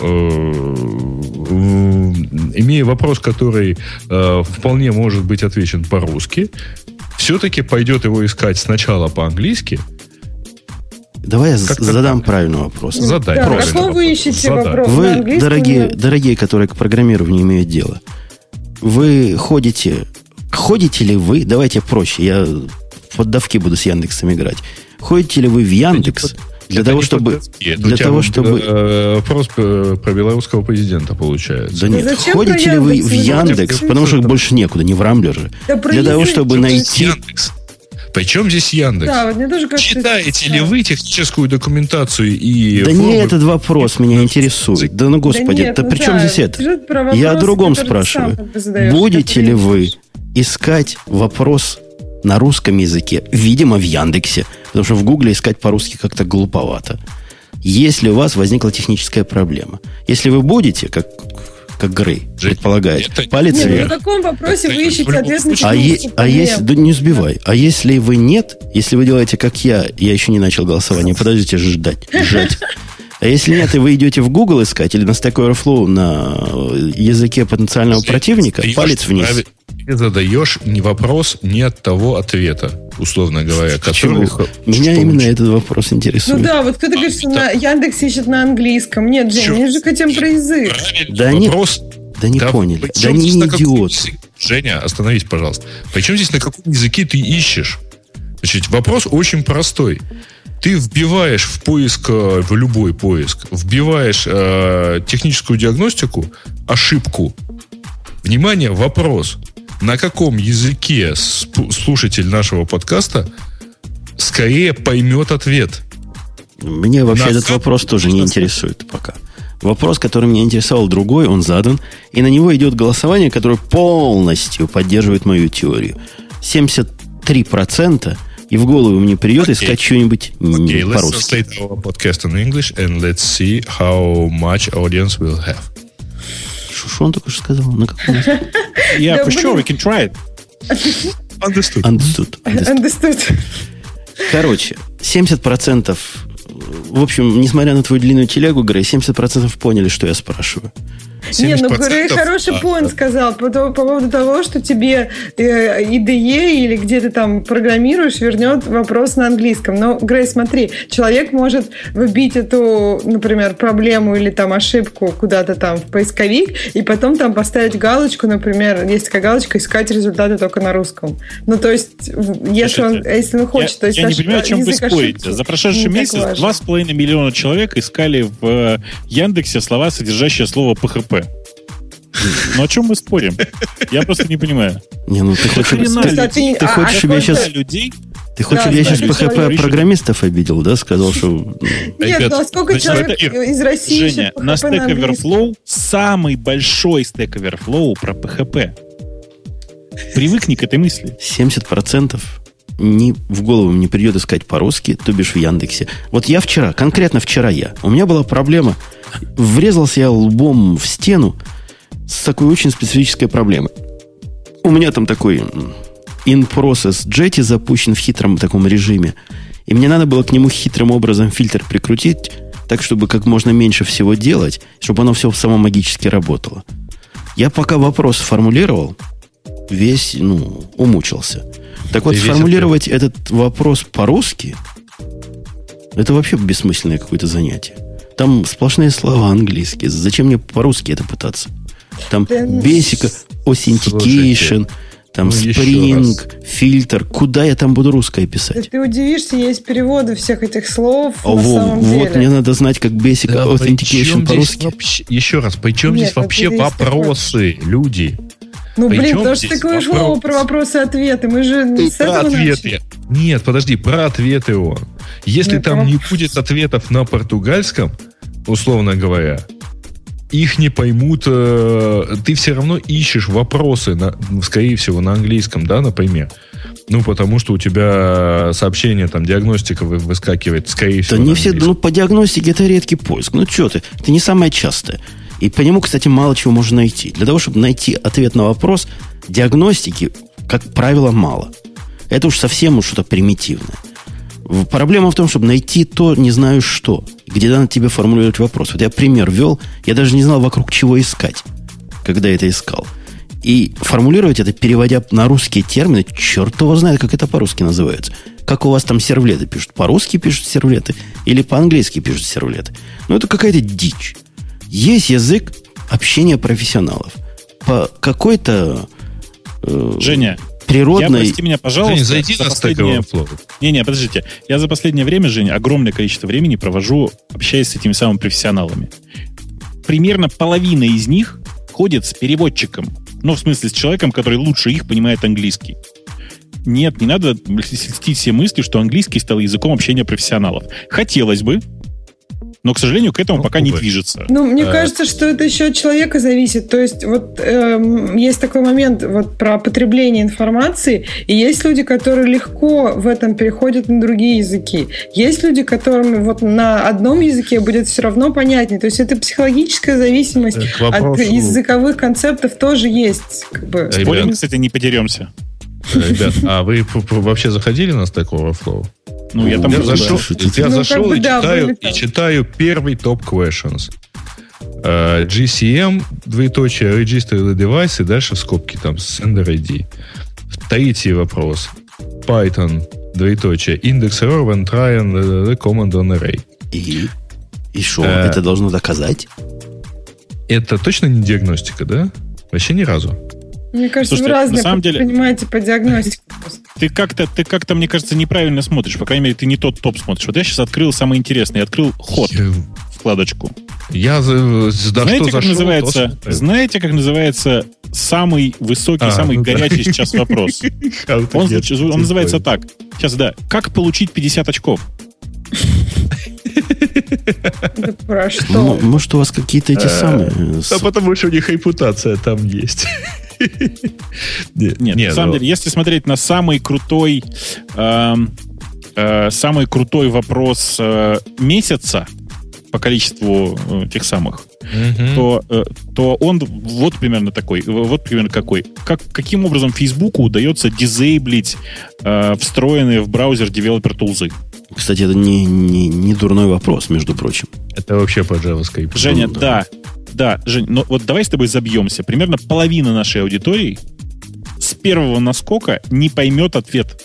э, э, имея вопрос, который э, вполне может быть отвечен по-русски, все-таки пойдет его искать сначала по-английски? Давай я как задам так? правильный вопрос. Задай да, правильный какой вопрос. вы ищете Задай. вопрос? Вы, дорогие, дорогие, которые к программированию имеют дело, вы ходите, ходите ли вы, давайте проще, я в поддавки буду с Яндексом играть. Ходите ли вы в Яндекс для того, чтобы... Для того, чтобы... Вопрос про белорусского президента получается. Да нет, да ходите ли вы в Яндекс, потому что больше некуда, не в Рамблер же, да для того, чтобы найти... Яндекс. Причем здесь Яндекс? Да, вот мне тоже кажется, читаете что... ли вы техническую документацию и... Да не этот вопрос меня интересует. Да ну господи, да нет, да ну при чем да, здесь это? Вопрос, я о другом спрашиваю. Будете ли вы искать вопрос на русском языке? Видимо, в Яндексе. Потому что в Гугле искать по-русски как-то глуповато. Если у вас возникла техническая проблема. Если вы будете, как... как Грей предполагает, это... палец нет, вверх. В каком вопросе это вы ищете ответственность? А, е- а если, да не сбивай, а если вы нет, если вы делаете как я, я еще не начал голосование, подождите, ждать, ждать. А если нет, и вы идете в Google искать или на Stack Overflow на языке потенциального противника, палец вниз. Ты задаешь не вопрос, не от того ответа, условно говоря. Который... Меня именно лучше? Этот вопрос интересует. Ну да, вот кто-то говорит, что на Яндекс ищет на английском. Нет, Жень, мы же хотим про язык. Да вопрос... нет, да не да, поняли. Да не идиот. Женя, остановись, пожалуйста. Причем здесь на каком языке ты ищешь? Значит, вопрос очень простой. Ты вбиваешь в поиск, в любой поиск, вбиваешь э, техническую диагностику, ошибку. Внимание, вопрос. На каком языке слушатель нашего подкаста скорее поймет ответ? Мне вообще на этот как... вопрос тоже не интересует пока. Вопрос, который меня интересовал другой, он задан. И на него идет голосование, которое полностью поддерживает мою теорию. семьдесят три процента и в голову мне придет okay. искать что-нибудь okay, по-русски. Let's translate our podcast in English and let's see how much audience we'll have. Что он только что сказал? На каком языке? Yeah, for sure, we can try it. Understood. Understood. Understood. Короче, семьдесят процентов... В общем, несмотря на твою длинную телегу, Грей, семьдесят процентов поняли, что я спрашиваю. Не, ну Грей хороший а, поинт сказал по, по поводу того, что тебе э, ай ди и или где ты там программируешь, вернет вопрос на английском. Но, Грей, смотри, человек может вбить эту, например, проблему или там ошибку куда-то там в поисковик, и потом там поставить галочку, например, есть такая галочка, искать результаты только на русском. Ну, то есть, если он, если он хочет... Я, то есть, я не понимаю, о чем вы спорите. За прошедший месяц два с половиной миллиона человек искали в Яндексе слова, содержащие слово пэ хэ пэ. Ну, о чем мы спорим? Я просто не понимаю. Не, ну ты хочешь, ты, ты хочешь, чтобы я сейчас людей? Ты хочешь, чтобы я сейчас пэ хэ пэ программистов обидел, да? Сказал, что... Нет, ну а сколько человек из России Женя, на Stack Overflow самый большой Stack Overflow про пэ хэ пэ. Привыкни к этой мысли. семьдесят процентов ни в голову не придет искать по-русски, то бишь в Яндексе. Вот я вчера, конкретно вчера я, у меня была проблема, врезался я лбом в стену с такой очень специфической проблемой. У меня там такой in-process Jetty запущен в хитром таком режиме, и мне надо было к нему хитрым образом фильтр прикрутить, так, чтобы как можно меньше всего делать, чтобы оно все само магически работало. Я пока вопрос сформулировал, весь, ну, умучился. Так вот, сформулировать этот вопрос по-русски, это вообще бессмысленное какое-то занятие. Там сплошные слова английские. Зачем мне по-русски это пытаться? Там basic, authentication, там ну, spring, фильтр. Куда я там буду русское писать? Да ты удивишься, есть переводы всех этих слов а, на во, самом вот деле. Мне надо знать, как basic да, authentication по-русски. Вообще, еще раз, причем Нет, здесь вообще вопросы, люди? Ну, блин, Причем потому что ты говоришь вопрос... про вопросы-ответы. Мы же ты с этого ответы. Нет, подожди, про ответы он. Если Нет, там про... не будет ответов на португальском, условно говоря, их не поймут. Э, ты все равно ищешь вопросы, на, скорее всего, на английском, да, например. Ну, потому что у тебя сообщение, там, диагностика выскакивает, скорее всего. Да не все, ну, по диагностике это редкий поиск. Ну, что ты, это не самое частое. И по нему, кстати, мало чего можно найти. Для того, чтобы найти ответ на вопрос, диагностики, как правило, мало. Это уж совсем уж что-то примитивное. Проблема в том, чтобы найти то, не знаю что, где надо тебе формулировать вопрос. Вот я пример ввел, я даже не знал, вокруг чего искать, когда это искал. И формулировать это, переводя на русские термины, черт его знает, как это по-русски называется. Как у вас там сервлеты пишут? По-русски пишут сервлеты или по-английски пишут сервлеты? Ну, это какая-то дичь. Есть язык общения профессионалов. По какой-то... Э, Женя, природной... я, прости меня, пожалуйста. Жень, зайди за на последнее... Не-не, подождите. Я за последнее время, Женя, огромное количество времени провожу, общаясь с этими самыми профессионалами. Примерно половина из них ходит с переводчиком. Ну, в смысле, с человеком, который лучше их понимает английский. Нет, не надо льстить все мысли, что английский стал языком общения профессионалов. Хотелось бы, но, к сожалению, к этому ну, пока не движется. Ну, мне а... кажется, что это еще от человека зависит. То есть, вот э, есть такой момент вот про потребление информации, и есть люди, которые легко в этом переходят на другие языки. Есть люди, которым вот на одном языке будет все равно понятнее. То есть, это психологическая зависимость от языковых концептов тоже есть. Как бы. Спорим, кстати, не подеремся. Ребят, а вы вообще заходили на Stack Overflow? Ну, я там я зашел, я ну, зашел как бы, и, да, читаю, и читаю первый топ questions. Uh, джи си эм, двоеточие, register the device, и дальше в скобки там sender ай ди. Третий вопрос. Python, двоеточие, index error when trying the command on array. И? И что? Uh, это должно доказать? Это точно не диагностика, да? Вообще ни разу. Мне кажется, Слушайте, вы разные на самом деле, понимаете по диагностике. Ты как-то, ты как-то, мне кажется, неправильно смотришь. По крайней мере, ты не тот топ смотришь. Вот я сейчас открыл самое интересное. Я открыл ход, я... вкладочку. Я за, за знаете, что как зашел, называется, знаете, как называется самый высокий, а, самый ну горячий да. сейчас вопрос? Он, звуч, он называется так. Сейчас, да. Как получить пятьдесят очков? Про что? Может, у вас какие-то эти самые... Да потому что у них репутация там есть. Нет, нет, на самом но... деле, если смотреть на самый крутой, э, э, самый крутой вопрос э, месяца по количеству э, тех самых, mm-hmm. то, э, то он вот примерно такой, вот примерно какой. Как, каким образом Фейсбуку удается дизейблить э, встроенные в браузер Developer Tools? Кстати, это не, не, не дурной вопрос, между прочим. Это вообще по JavaScript. Женя, ну, да. Да, Жень, но вот давай с тобой забьемся. Примерно половина нашей аудитории с первого наскока не поймет ответ.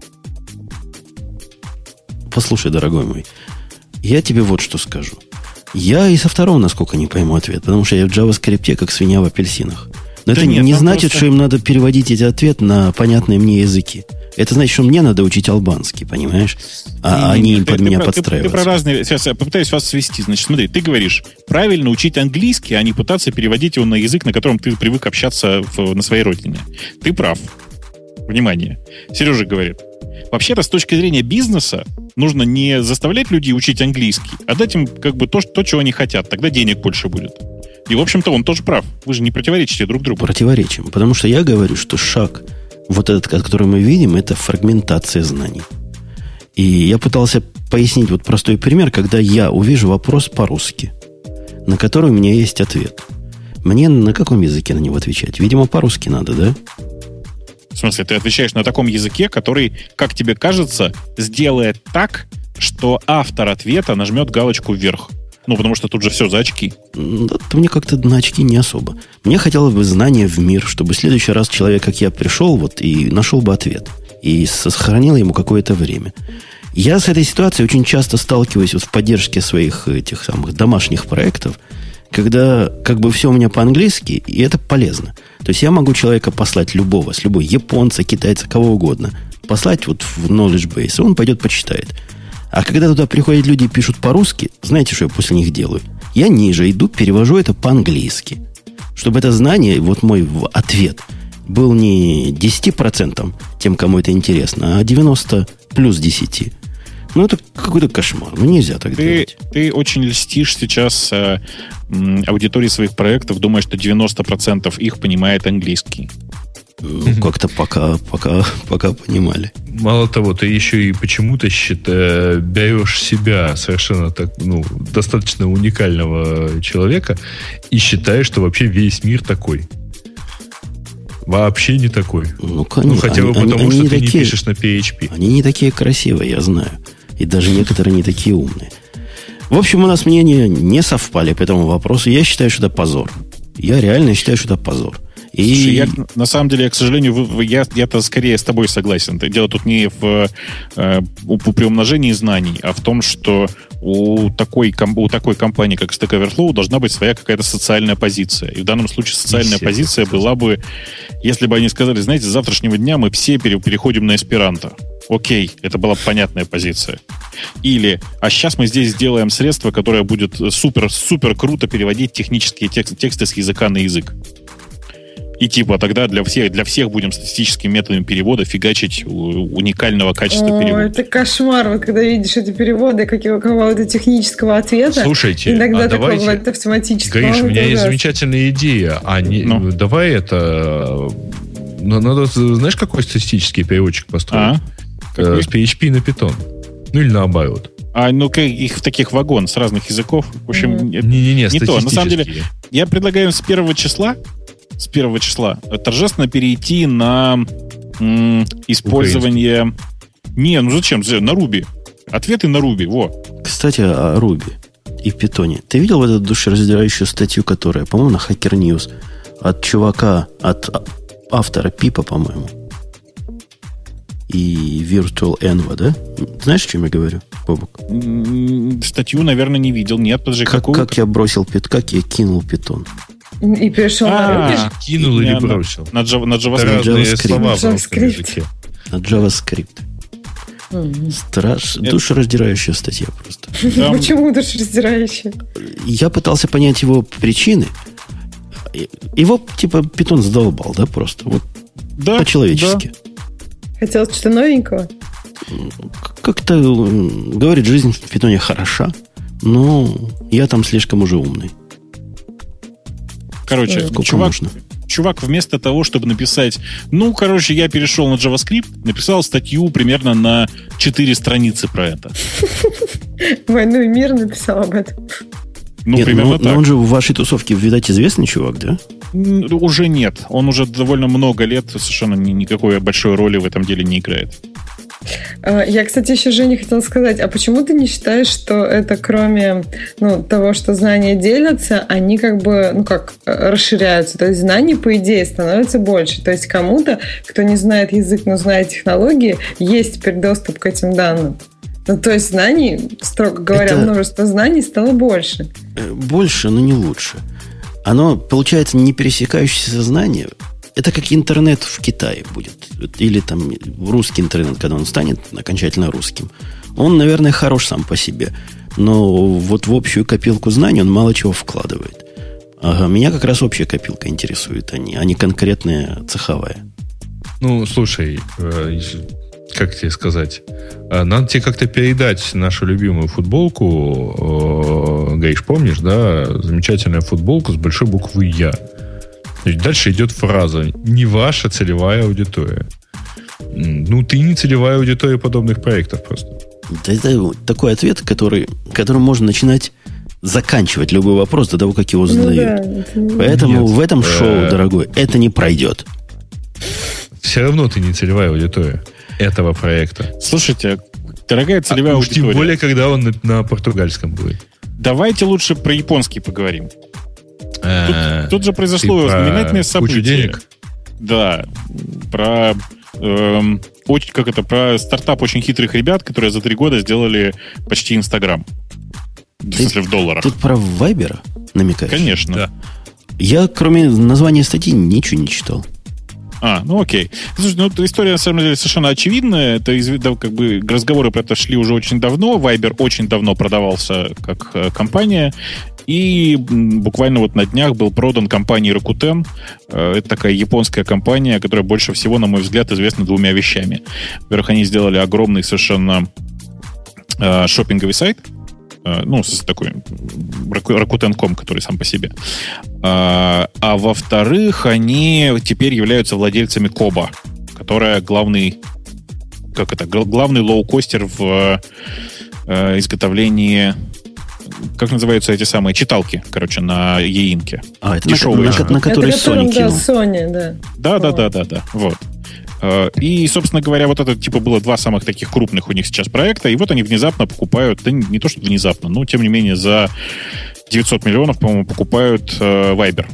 Послушай, дорогой мой, я тебе вот что скажу. Я и со второго наскока не пойму ответ, потому что я в JavaScript как свинья в апельсинах. Но да это нет, не значит, просто... что им надо переводить эти ответы на понятные мне языки. Это значит, что мне надо учить албанский, понимаешь? А не, они не, под ты, меня ты, подстраиваются. Ты, ты про разные... Сейчас я попытаюсь вас свести. Значит, смотри, ты говоришь, правильно учить английский, а не пытаться переводить его на язык, на котором ты привык общаться в, на своей родине. Ты прав. Внимание. Сережа говорит, вообще-то с точки зрения бизнеса нужно не заставлять людей учить английский, а дать им как бы то, то, чего они хотят. Тогда денег больше будет. И, в общем-то, он тоже прав. Вы же не противоречите друг другу. Противоречим. Потому что я говорю, что шаг... Вот этот, который мы видим, это фрагментация знаний. И я пытался пояснить вот простой пример, когда я увижу вопрос по-русски, на который у меня есть ответ. Мне на каком языке на него отвечать? Видимо, по-русски надо, да? В смысле, ты отвечаешь на таком языке, который, как тебе кажется, сделает так, что автор ответа нажмет галочку вверх. Ну, потому что тут же все за очки. Это мне как-то на очки не особо. Мне хотелось бы знания в мир, чтобы в следующий раз человек, как я, пришел вот и нашел бы ответ. И сохранил ему какое-то время. Я с этой ситуацией очень часто сталкиваюсь вот в поддержке своих этих самых домашних проектов, когда как бы все у меня по-английски, и это полезно. То есть я могу человека послать любого, с любой японца, китайца, кого угодно, послать вот в knowledge base, и он пойдет почитает. А когда туда приходят люди и пишут по-русски, знаете, что я после них делаю? Я ниже иду, перевожу это по-английски. Чтобы это знание, вот мой ответ, был не десять процентов тем, кому это интересно, а девяносто плюс десять. Ну, это какой-то кошмар. Ну, нельзя так ты, делать. Ты очень льстишь сейчас э, аудитории своих проектов, думая, что девяносто процентов их понимает английский. Ну, как-то пока, пока, пока понимали. Мало того, ты еще и почему-то считай, берешь себя совершенно так, ну, достаточно уникального человека и считаешь, что вообще весь мир такой. Вообще не такой. Ну, конечно. Ну, хотя бы они, потому, они что не ты такие, не пишешь на пи эйч пи. Они не такие красивые, я знаю. И даже некоторые не такие умные. В общем, у нас мнения не совпали по этому вопросу. Я считаю, что это позор. Я реально считаю, что это позор. И... Слушай, я, на самом деле, я, к сожалению, я, я-то скорее с тобой согласен. Дело тут не в э, приумножении знаний, а в том, что у такой, у такой компании, как Stack Overflow, должна быть своя какая-то социальная позиция. И в данном случае социальная все позиция была бы, если бы они сказали, знаете, с завтрашнего дня мы все переходим на эсперанто. Окей, это была бы понятная позиция. Или, а сейчас мы здесь сделаем средство, которое будет супер-супер круто переводить технические тексты, тексты с языка на язык. И типа тогда для всех, для всех будем статистическим методом перевода фигачить уникального качества О, перевода. Это кошмар. Вот когда видишь эти переводы какого-то технического ответа. Слушайте, иногда а такое давайте, бывает автоматически. Гриш, у меня есть замечательная идея. А не, ну. Давай это... Надо, знаешь, какой статистический переводчик построить? А? С пи эйч пи на Python. Ну или наоборот. А, ну, их в таких вагон с разных языков. В общем, mm-hmm. не-не-не, не то. На самом деле, я предлагаю с первого числа с первого числа торжественно перейти на м, использование... Украинский. Не, ну зачем? На Ruby. Ответы на Ruby, во. Кстати, о Ruby и Python. Ты видел вот эту душераздирающую статью, которая, по-моему, на Hacker News от чувака, от автора Пипа, по-моему, и Virtual Envo, да? Знаешь, о чем я говорю, Бобок? Статью, наверное, не видел. Нет, подожди, как, какую? Как я бросил Python, как я кинул Python. И перешел на Ruby? Кинул или бросил? На, Java, на JavaScript. На JavaScript. На JavaScript. Mm-hmm. Страш... Это... Душераздирающая статья просто. Там... Почему душераздирающая? Я пытался понять его причины. Его, типа, Python задолбал, да, просто? Вот да, по-человечески. Да. Хотелось что-то новенького? Как-то, говорит, жизнь в Python хороша, но я там слишком уже умный. Короче, Сколько чувак, можно? чувак вместо того, чтобы написать, ну, короче, я перешел на JavaScript, написал статью примерно на четыре страницы про это. «Войну и мир» написал об этом. Ну, нет, примерно но, так. Но он же в вашей тусовке, видать, известный чувак, да? Уже нет. Он уже довольно много лет совершенно никакой большой роли в этом деле не играет. Я, кстати, еще Жене хотела сказать, а почему ты не считаешь, что это кроме ну, того, что знания делятся, они как бы, ну как, расширяются? То есть знаний, по идее, становится больше. То есть кому-то, кто не знает язык, но знает технологии, есть теперь доступ к этим данным. Ну, то есть знаний, строго говоря, это... множество знаний стало больше. Больше, но не лучше. Оно, получается, не пересекающееся знание. Это как интернет в Китае будет. Или там русский интернет, когда он станет окончательно русским. Он, наверное, хорош сам по себе. Но вот в общую копилку знаний он мало чего вкладывает. Ага, меня как раз общая копилка интересует, а не, а не конкретная цеховая. Ну, слушай, как тебе сказать? Надо тебе как-то передать нашу любимую футболку. Гриш, помнишь, да? Замечательная футболка с большой буквы «Я». Дальше идет фраза «Не ваша целевая аудитория». Ну, ты не целевая аудитория подобных проектов просто. Это такой ответ, который, которым можно начинать заканчивать любой вопрос до того, как его задают. Ну, да. Поэтому Нет. в этом шоу, дорогой, это не пройдет. Все равно ты не целевая аудитория этого проекта. Слушайте, дорогая целевая а аудитория. Тем более, когда он на, на португальском будет. Давайте лучше про японский поговорим. Тут, тут же произошло знаменательное событие. Кучу денег? Да. Про, эм, очень, как это, про стартап очень хитрых ребят, которые за три года сделали почти Инстаграм. В смысле, в долларах. Тут про Вайбера намекаешь? Конечно. Да. Я, кроме названия статьи, ничего не читал. А, ну окей. Слушай, ну история, на самом деле, совершенно очевидная. Это как бы разговоры про это шли уже очень давно. Вайбер очень давно продавался как э, компания. И буквально вот на днях был продан компанией Rakuten. Это такая японская компания, которая больше всего, на мой взгляд, известна двумя вещами. Во-первых, они сделали огромный совершенно э, шопинговый сайт. Ну, с такой Rakuten точка ком, который сам по себе. А, а во-вторых, они теперь являются владельцами Коба, которая главный, как это, главный лоукостер в э, изготовлении, как называются эти самые читалки, короче, на Еинке. А, это дешевые, на, на, на которые Sony кинул. Да, Sony, да. Да, да, да, да, да, вот. И, собственно говоря, вот это, типа, было два самых таких крупных у них сейчас проекта, и вот они внезапно покупают, да не то, что внезапно, но, тем не менее, за девятьсот миллионов, по-моему, покупают э, Viber.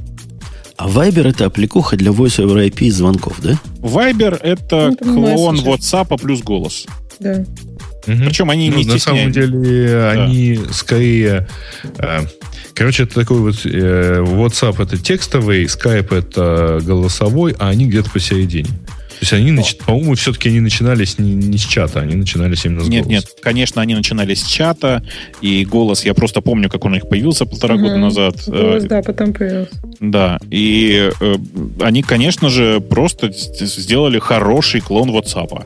А Viber — это аппликуха для Voice over ай пи звонков, да? Viber — это ну, клон WhatsApp плюс голос. Да. Угу. Причем они ну, не на самом деле, да. они скорее... Э, короче, это такой вот... Э, WhatsApp — это текстовый, Skype — это голосовой, а они где-то посередине. То есть они, нач... по-моему, все-таки они начинались не, не с чата, они начинались именно с нет, голоса. Нет, нет, конечно, они начинались с чата, и голос, я просто помню, как он у них появился полтора угу. года назад. Голос, да, потом появился. Да, и э, они, конечно же, просто сделали хороший клон WhatsApp.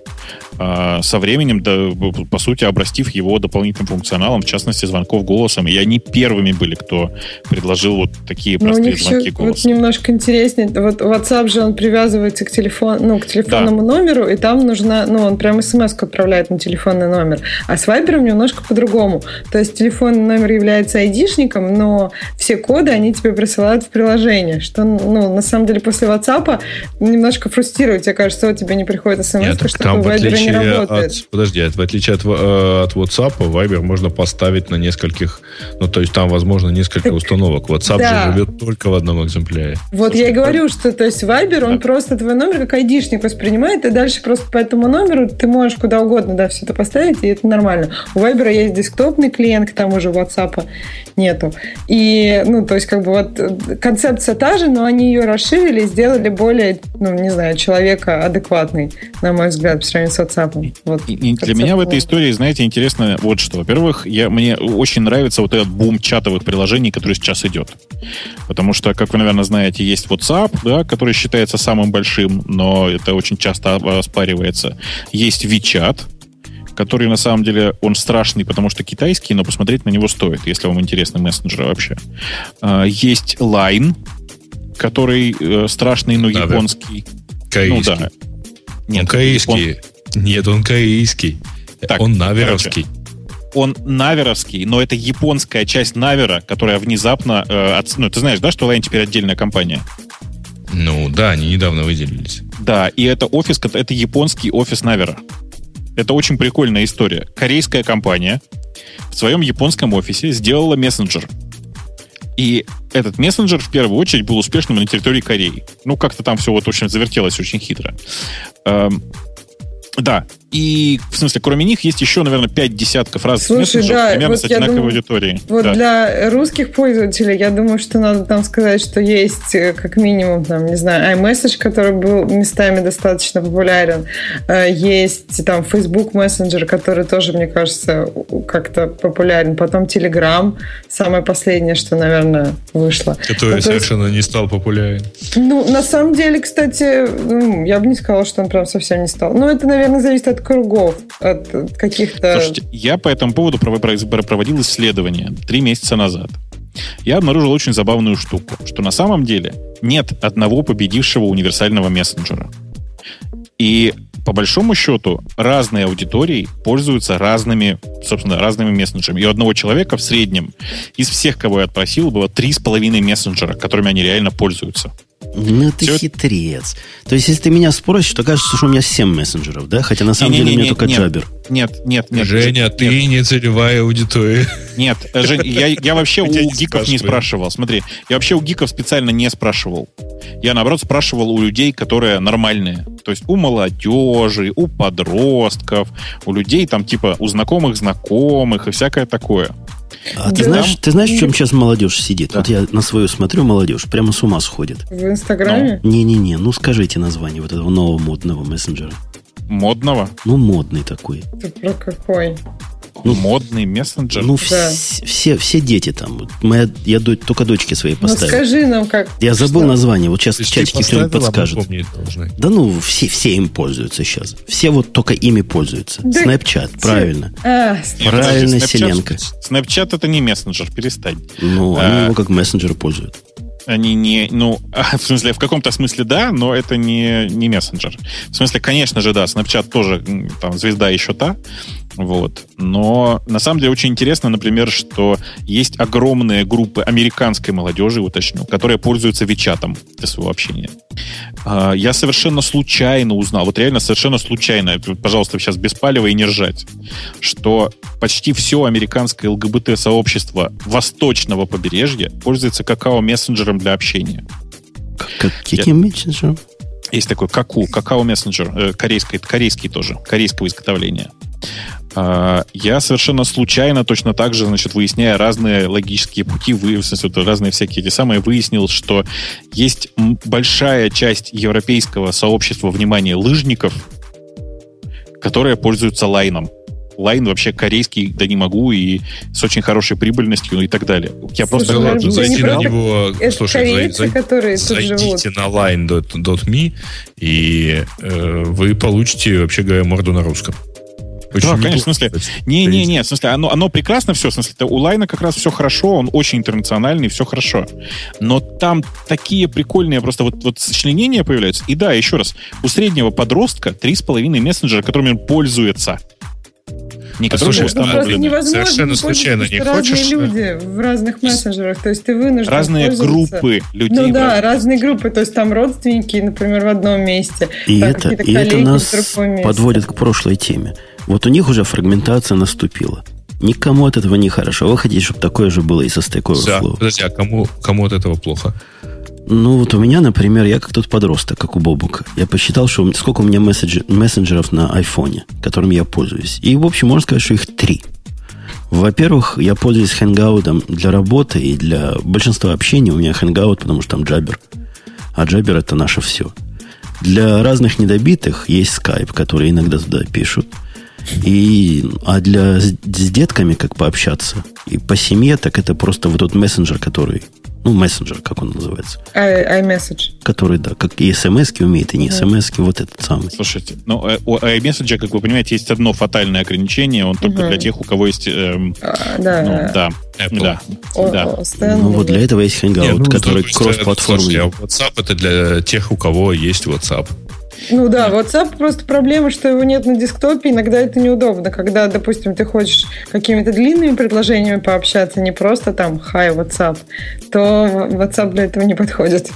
Э, со временем, да, по сути, обрастив его дополнительным функционалом, в частности, звонков голосом. И они первыми были, кто предложил вот такие Но простые звонки голосом. Вот немножко интереснее. Вот WhatsApp же, он привязывается к телефону, ну, к телефону телефонному да. номеру, и там нужна, ну, он прям смс-ку отправляет на телефонный номер. А с Viber немножко по-другому. То есть телефонный номер является айдишником, но все коды они тебе присылают в приложение, что, ну, на самом деле после WhatsApp немножко фрустрирует. Тебе кажется, что тебе не приходит смс, что там, в Viber не работает. От, подожди, в отличие от, от WhatsApp, Viber можно поставить на нескольких, ну, то есть там, возможно, несколько так, установок. WhatsApp да. же живет только в одном экземпляре. Вот Слушай, я и говорю, что, то есть Viber, он да. просто твой номер как айдишник воспринимает, и дальше просто по этому номеру ты можешь куда угодно, да, все это поставить, и это нормально. У Viber есть десктопный клиент, к тому же WhatsApp нету. И, ну, то есть, как бы вот концепция та же, но они ее расширили и сделали более, ну, не знаю, человека адекватный, на мой взгляд, по сравнению с WhatsApp. Вот, и, и для меня в этой истории, знаете, интересно вот что. Во-первых, я, мне очень нравится вот этот бум чатовых приложений, который сейчас идет. Потому что, как вы, наверное, знаете, есть WhatsApp, да, который считается самым большим, но это очень часто оспаривается. Есть WeChat, который, на самом деле, он страшный, потому что китайский, но посмотреть на него стоит, если вам интересны мессенджеры вообще. Есть Line, который страшный, но японский. Корейский. Ну, да. Нет, он корейский. Япон... Нет, он корейский. Так, он наверовский. Короче, он наверовский, но это японская часть навера, которая внезапно... Э, от... Ну, ты знаешь, да, что Line теперь отдельная компания? Ну, да, они недавно выделились. Да, и это офис, это японский офис навера. Это очень прикольная история. Корейская компания в своем японском офисе сделала мессенджер. И этот мессенджер в первую очередь был успешным на территории Кореи. Ну, как-то там все вот очень завертелось очень хитро. Эм, да. И, в смысле, кроме них есть еще, наверное, пять десятков разных Слушай, мессенджеров, да, примерно вот с одинаковой думаю, аудиторией. Вот да. для русских пользователей, я думаю, что надо там сказать, что есть как минимум, там, не знаю, iMessage, который был местами достаточно популярен. Есть там Facebook Messenger, который тоже, мне кажется, как-то популярен. Потом Telegram, самое последнее, что, наверное, вышло. Который ну, совершенно есть... не стал популярен. Ну, на самом деле, кстати, ну, я бы не сказала, что он прям совсем не стал. Но это, наверное, зависит от кругов, от каких-то... Слушайте, я по этому поводу проводил исследование три месяца назад. Я обнаружил очень забавную штуку, что на самом деле нет одного победившего универсального мессенджера. И по большому счету разные аудитории пользуются разными, собственно, разными мессенджерами. И у одного человека в среднем из всех, кого я отпросил, было три с половиной мессенджера, которыми они реально пользуются. Ну, ты Все... хитрец. То есть, если ты меня спросишь, то кажется, что у меня семь мессенджеров, да? Хотя на самом не, не, деле не, у меня не, только нет, Jabber. Нет, нет, нет. Женя, нет, ты нет. не целевая аудитория. Нет, Жень, я, я вообще у гиков не спрашивал. Смотри, я вообще у гиков специально не спрашивал. Я, наоборот, спрашивал у людей, которые нормальные. То есть у молодежи, у подростков, у людей там типа у знакомых знакомых и всякое такое. А ты, знаешь, ты знаешь, в чем сейчас молодежь сидит? Да. Вот я на свою смотрю, молодежь прямо с ума сходит. В Инстаграме? Ну. Не-не-не, ну скажите название вот этого нового модного мессенджера. Модного? Ну, модный такой. Ты про какой? Ну, модный мессенджер. Ну, да. вс- все, все дети там. Моя, я до, только дочке своей поставил. Ну, скажи нам, как... Я забыл что? название. Вот сейчас в чатике кто-нибудь подскажет. Да ну, все, все им пользуются сейчас. Все вот только ими пользуются. Да, Snapchat, те... правильно. А, правильно, Snapchat, Селенко. Snapchat это не мессенджер, перестань. Ну, а, они его как мессенджер пользуют. Они не, ну, в смысле, в каком-то смысле да, но это не, не мессенджер. В смысле, конечно же, да, Snapchat тоже там звезда еще та, вот. Но на самом деле очень интересно, например, что есть огромные группы американской молодежи, уточню, которые пользуются Вичатом для своего общения. Я совершенно случайно узнал, вот реально совершенно случайно, пожалуйста, сейчас без палева и не ржать, что почти все американское ЛГБТ-сообщество восточного побережья пользуется какао-мессенджером для общения. Как, каким Я... мессенджером? Есть такой каку, какао-мессенджер, корейский, корейский тоже, корейского изготовления. Я совершенно случайно, точно так же, значит, выясняя разные логические пути, вы, в смысле, разные всякие эти самые, выяснил, что есть большая часть европейского сообщества, внимания, лыжников, которые пользуются лайном. Лайн вообще корейский, да не могу, и с очень хорошей прибыльностью, ну и так далее. Я Слушай, просто... Ладно, зайди на него, слушай, корейцы, зай, которые зайдите на line точка ми, и э, вы получите, вообще говоря, морду на русском. Очень да, конечно, в смысле, не-не-не, в смысле, оно, оно прекрасно все, в смысле, у Лайна как раз все хорошо, он очень интернациональный, все хорошо. Но там такие прикольные просто вот, вот сочленения появляются. И да, еще раз, у среднего подростка три с половиной мессенджера, которыми он пользуется. Не а слушай, невозможно совершенно случайно не разные хочешь. люди в разных мессенджерах, то есть ты вынужден разные группы людей. Ну да, разные группы, то есть там родственники, например, в одном месте. И это, и это нас подводит к прошлой теме. Вот у них уже фрагментация наступила. Никому от этого не хорошо. Вы хотите, чтобы такое же было и со Stack Overflow? Да, подожди, а кому, кому от этого плохо? Ну, вот у меня, например, я как тот подросток, как у Бобука. Я посчитал, что сколько у меня месседж, мессенджеров на айфоне, которым я пользуюсь. И, в общем, можно сказать, что их три. Во-первых, я пользуюсь Hangout для работы и для большинства общения. У меня Hangout, потому что там Jabber. А Jabber — это наше все. Для разных недобитых есть Skype, который иногда туда пишут. И, а для с, с детками как пообщаться и по семье, так это просто вот тот мессенджер, который... Ну, мессенджер, как он называется? iMessage. Который, да, как и смс-ки умеет, и не смс-ки, вот этот самый. Слушайте, ну, у iMessage, как вы понимаете, есть одно фатальное ограничение, он только uh-huh. для тех, у кого есть... Эм, а, да. Ну, да. Apple. Да. О, да. О, ну, вот для этого есть Hangout, Нет, ну, который кросс-платформенный. А WhatsApp — это для тех, у кого есть WhatsApp. Ну да, WhatsApp просто проблема, что его нет на десктопе, иногда это неудобно, когда, допустим, ты хочешь какими-то длинными предложениями пообщаться, не просто там «Hi, WhatsApp», то WhatsApp для этого не подходит.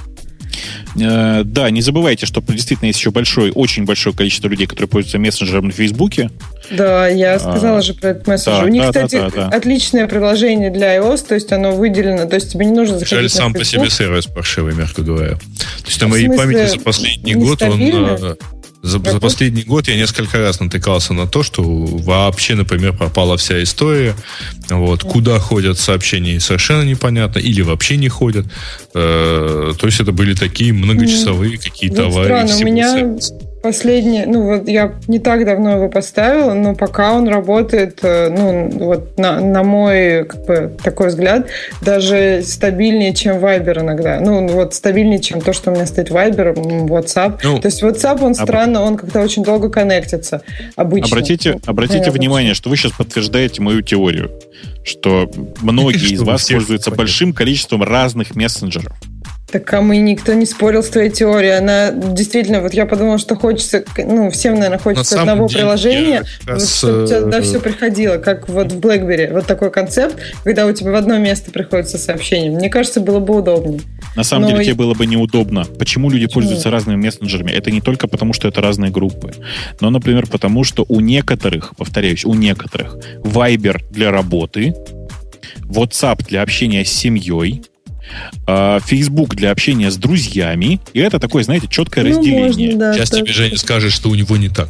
Э, да, не забывайте, что действительно есть еще большое, очень большое количество людей, которые пользуются мессенджером на Фейсбуке. Да, я сказала а, же про этот мессенджер. Да, У них, да, кстати, да, да, да. отличное приложение для iOS, то есть оно выделено, то есть тебе не нужно заходить Жаль, на сам Facebook. по себе сервис паршивый, мягко говоря. То есть на моей памяти за последний год он... За, за последний год я несколько раз натыкался на то, что вообще, например, пропала вся история. Вот, куда ходят сообщения, совершенно непонятно, или вообще не ходят. Э, то есть это были такие многочасовые какие-то вот аварии. Странно, у меня последнее, ну вот я не так давно его поставила, но пока он работает, ну вот на, на мой как бы такой взгляд, даже стабильнее, чем Viber иногда. Ну вот стабильнее, чем то, что у меня стоит Viber, WhatsApp. Ну, то есть WhatsApp, он странно, он как-то очень долго коннектится обычно. Обратите, ну, обратите внимание, что вы сейчас подтверждаете мою теорию, что многие из вас пользуются большим количеством разных мессенджеров. Так, а мы никто не спорил с твоей теорией. Она действительно, вот я подумала, что хочется, ну, всем, наверное, хочется На одного приложения, вот, чтобы у тебя туда все приходило, как вот в BlackBerry. Вот такой концепт, когда у тебя в одно место приходится сообщение. Мне кажется, было бы удобнее. На самом Но... деле, тебе было бы неудобно. Почему люди Почему? пользуются разными мессенджерами? Это не только потому, что это разные группы, но, например, потому, что у некоторых, повторяюсь, у некоторых Viber для работы, WhatsApp для общения с семьей, Facebook для общения с друзьями, и это такое, знаете, четкое ну, разделение. Можно, да, Сейчас так. тебе Женя скажет, что у него не так.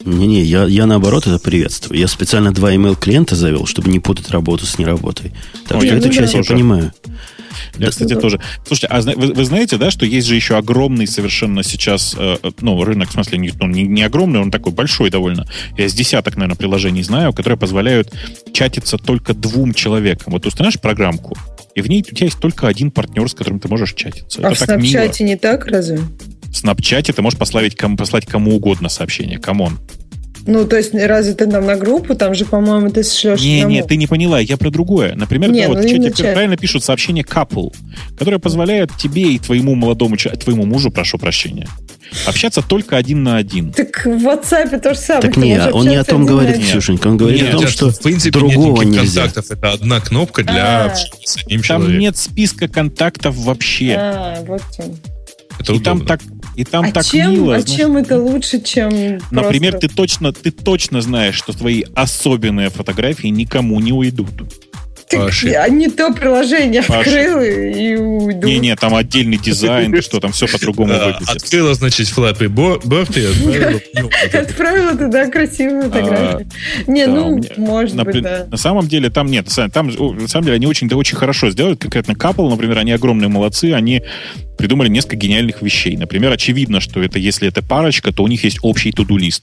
Не-не, я, я наоборот это приветствую. Я специально два email-клиента завел, чтобы не путать работу с неработой. Так О, что эту часть я понимаю. Я, да, кстати, да. тоже. Слушайте, а вы, вы знаете, да, что есть же еще огромный совершенно сейчас, э, ну, рынок, в смысле, не, ну, не, не огромный, он такой большой довольно. Я с десяток, наверное, приложений знаю, которые позволяют чатиться только двум человекам. Вот ты установишь программку, и в ней у тебя есть только один партнер, с которым ты можешь чатиться. А это в Снапчате не так, разве? В Снапчате ты можешь послать кому, послать кому угодно сообщение. Камон. Ну, то есть, разве ты там на группу, там же, по-моему, ты шлешь... Не, не, ты не поняла, я про другое. Например, не, да, ну, вот в чате чат. правильно пишут сообщение couple, которое позволяет тебе и твоему молодому, твоему мужу, прошу прощения, общаться только один на один. Так в WhatsApp то же самое. Так не, он не о том говорит, Ксюшенька, он говорит нет, о том, что в принципе другого нет нельзя. Контактов, это одна кнопка для общения с одним человеком. Там нет списка контактов вообще. А, вот он. Это и там так, и там а так чем, мило. А знаешь, чем это лучше, чем например, просто... ты точно, ты точно знаешь, что твои особенные фотографии никому не уйдут. А не то приложение открыл и уйду. Не-не, там отдельный дизайн, что там все по-другому выглядит. Открыла, значит, Flappy Bird и отправила. Отправила туда красивую фотографию. Не, ну, может быть, да. На самом деле там нет. Там, на самом деле, они очень, да, очень хорошо сделают. Конкретно Couple, например, они огромные молодцы. Они придумали несколько гениальных вещей. Например, очевидно, что это, если это парочка, то у них есть общий to-do-лист.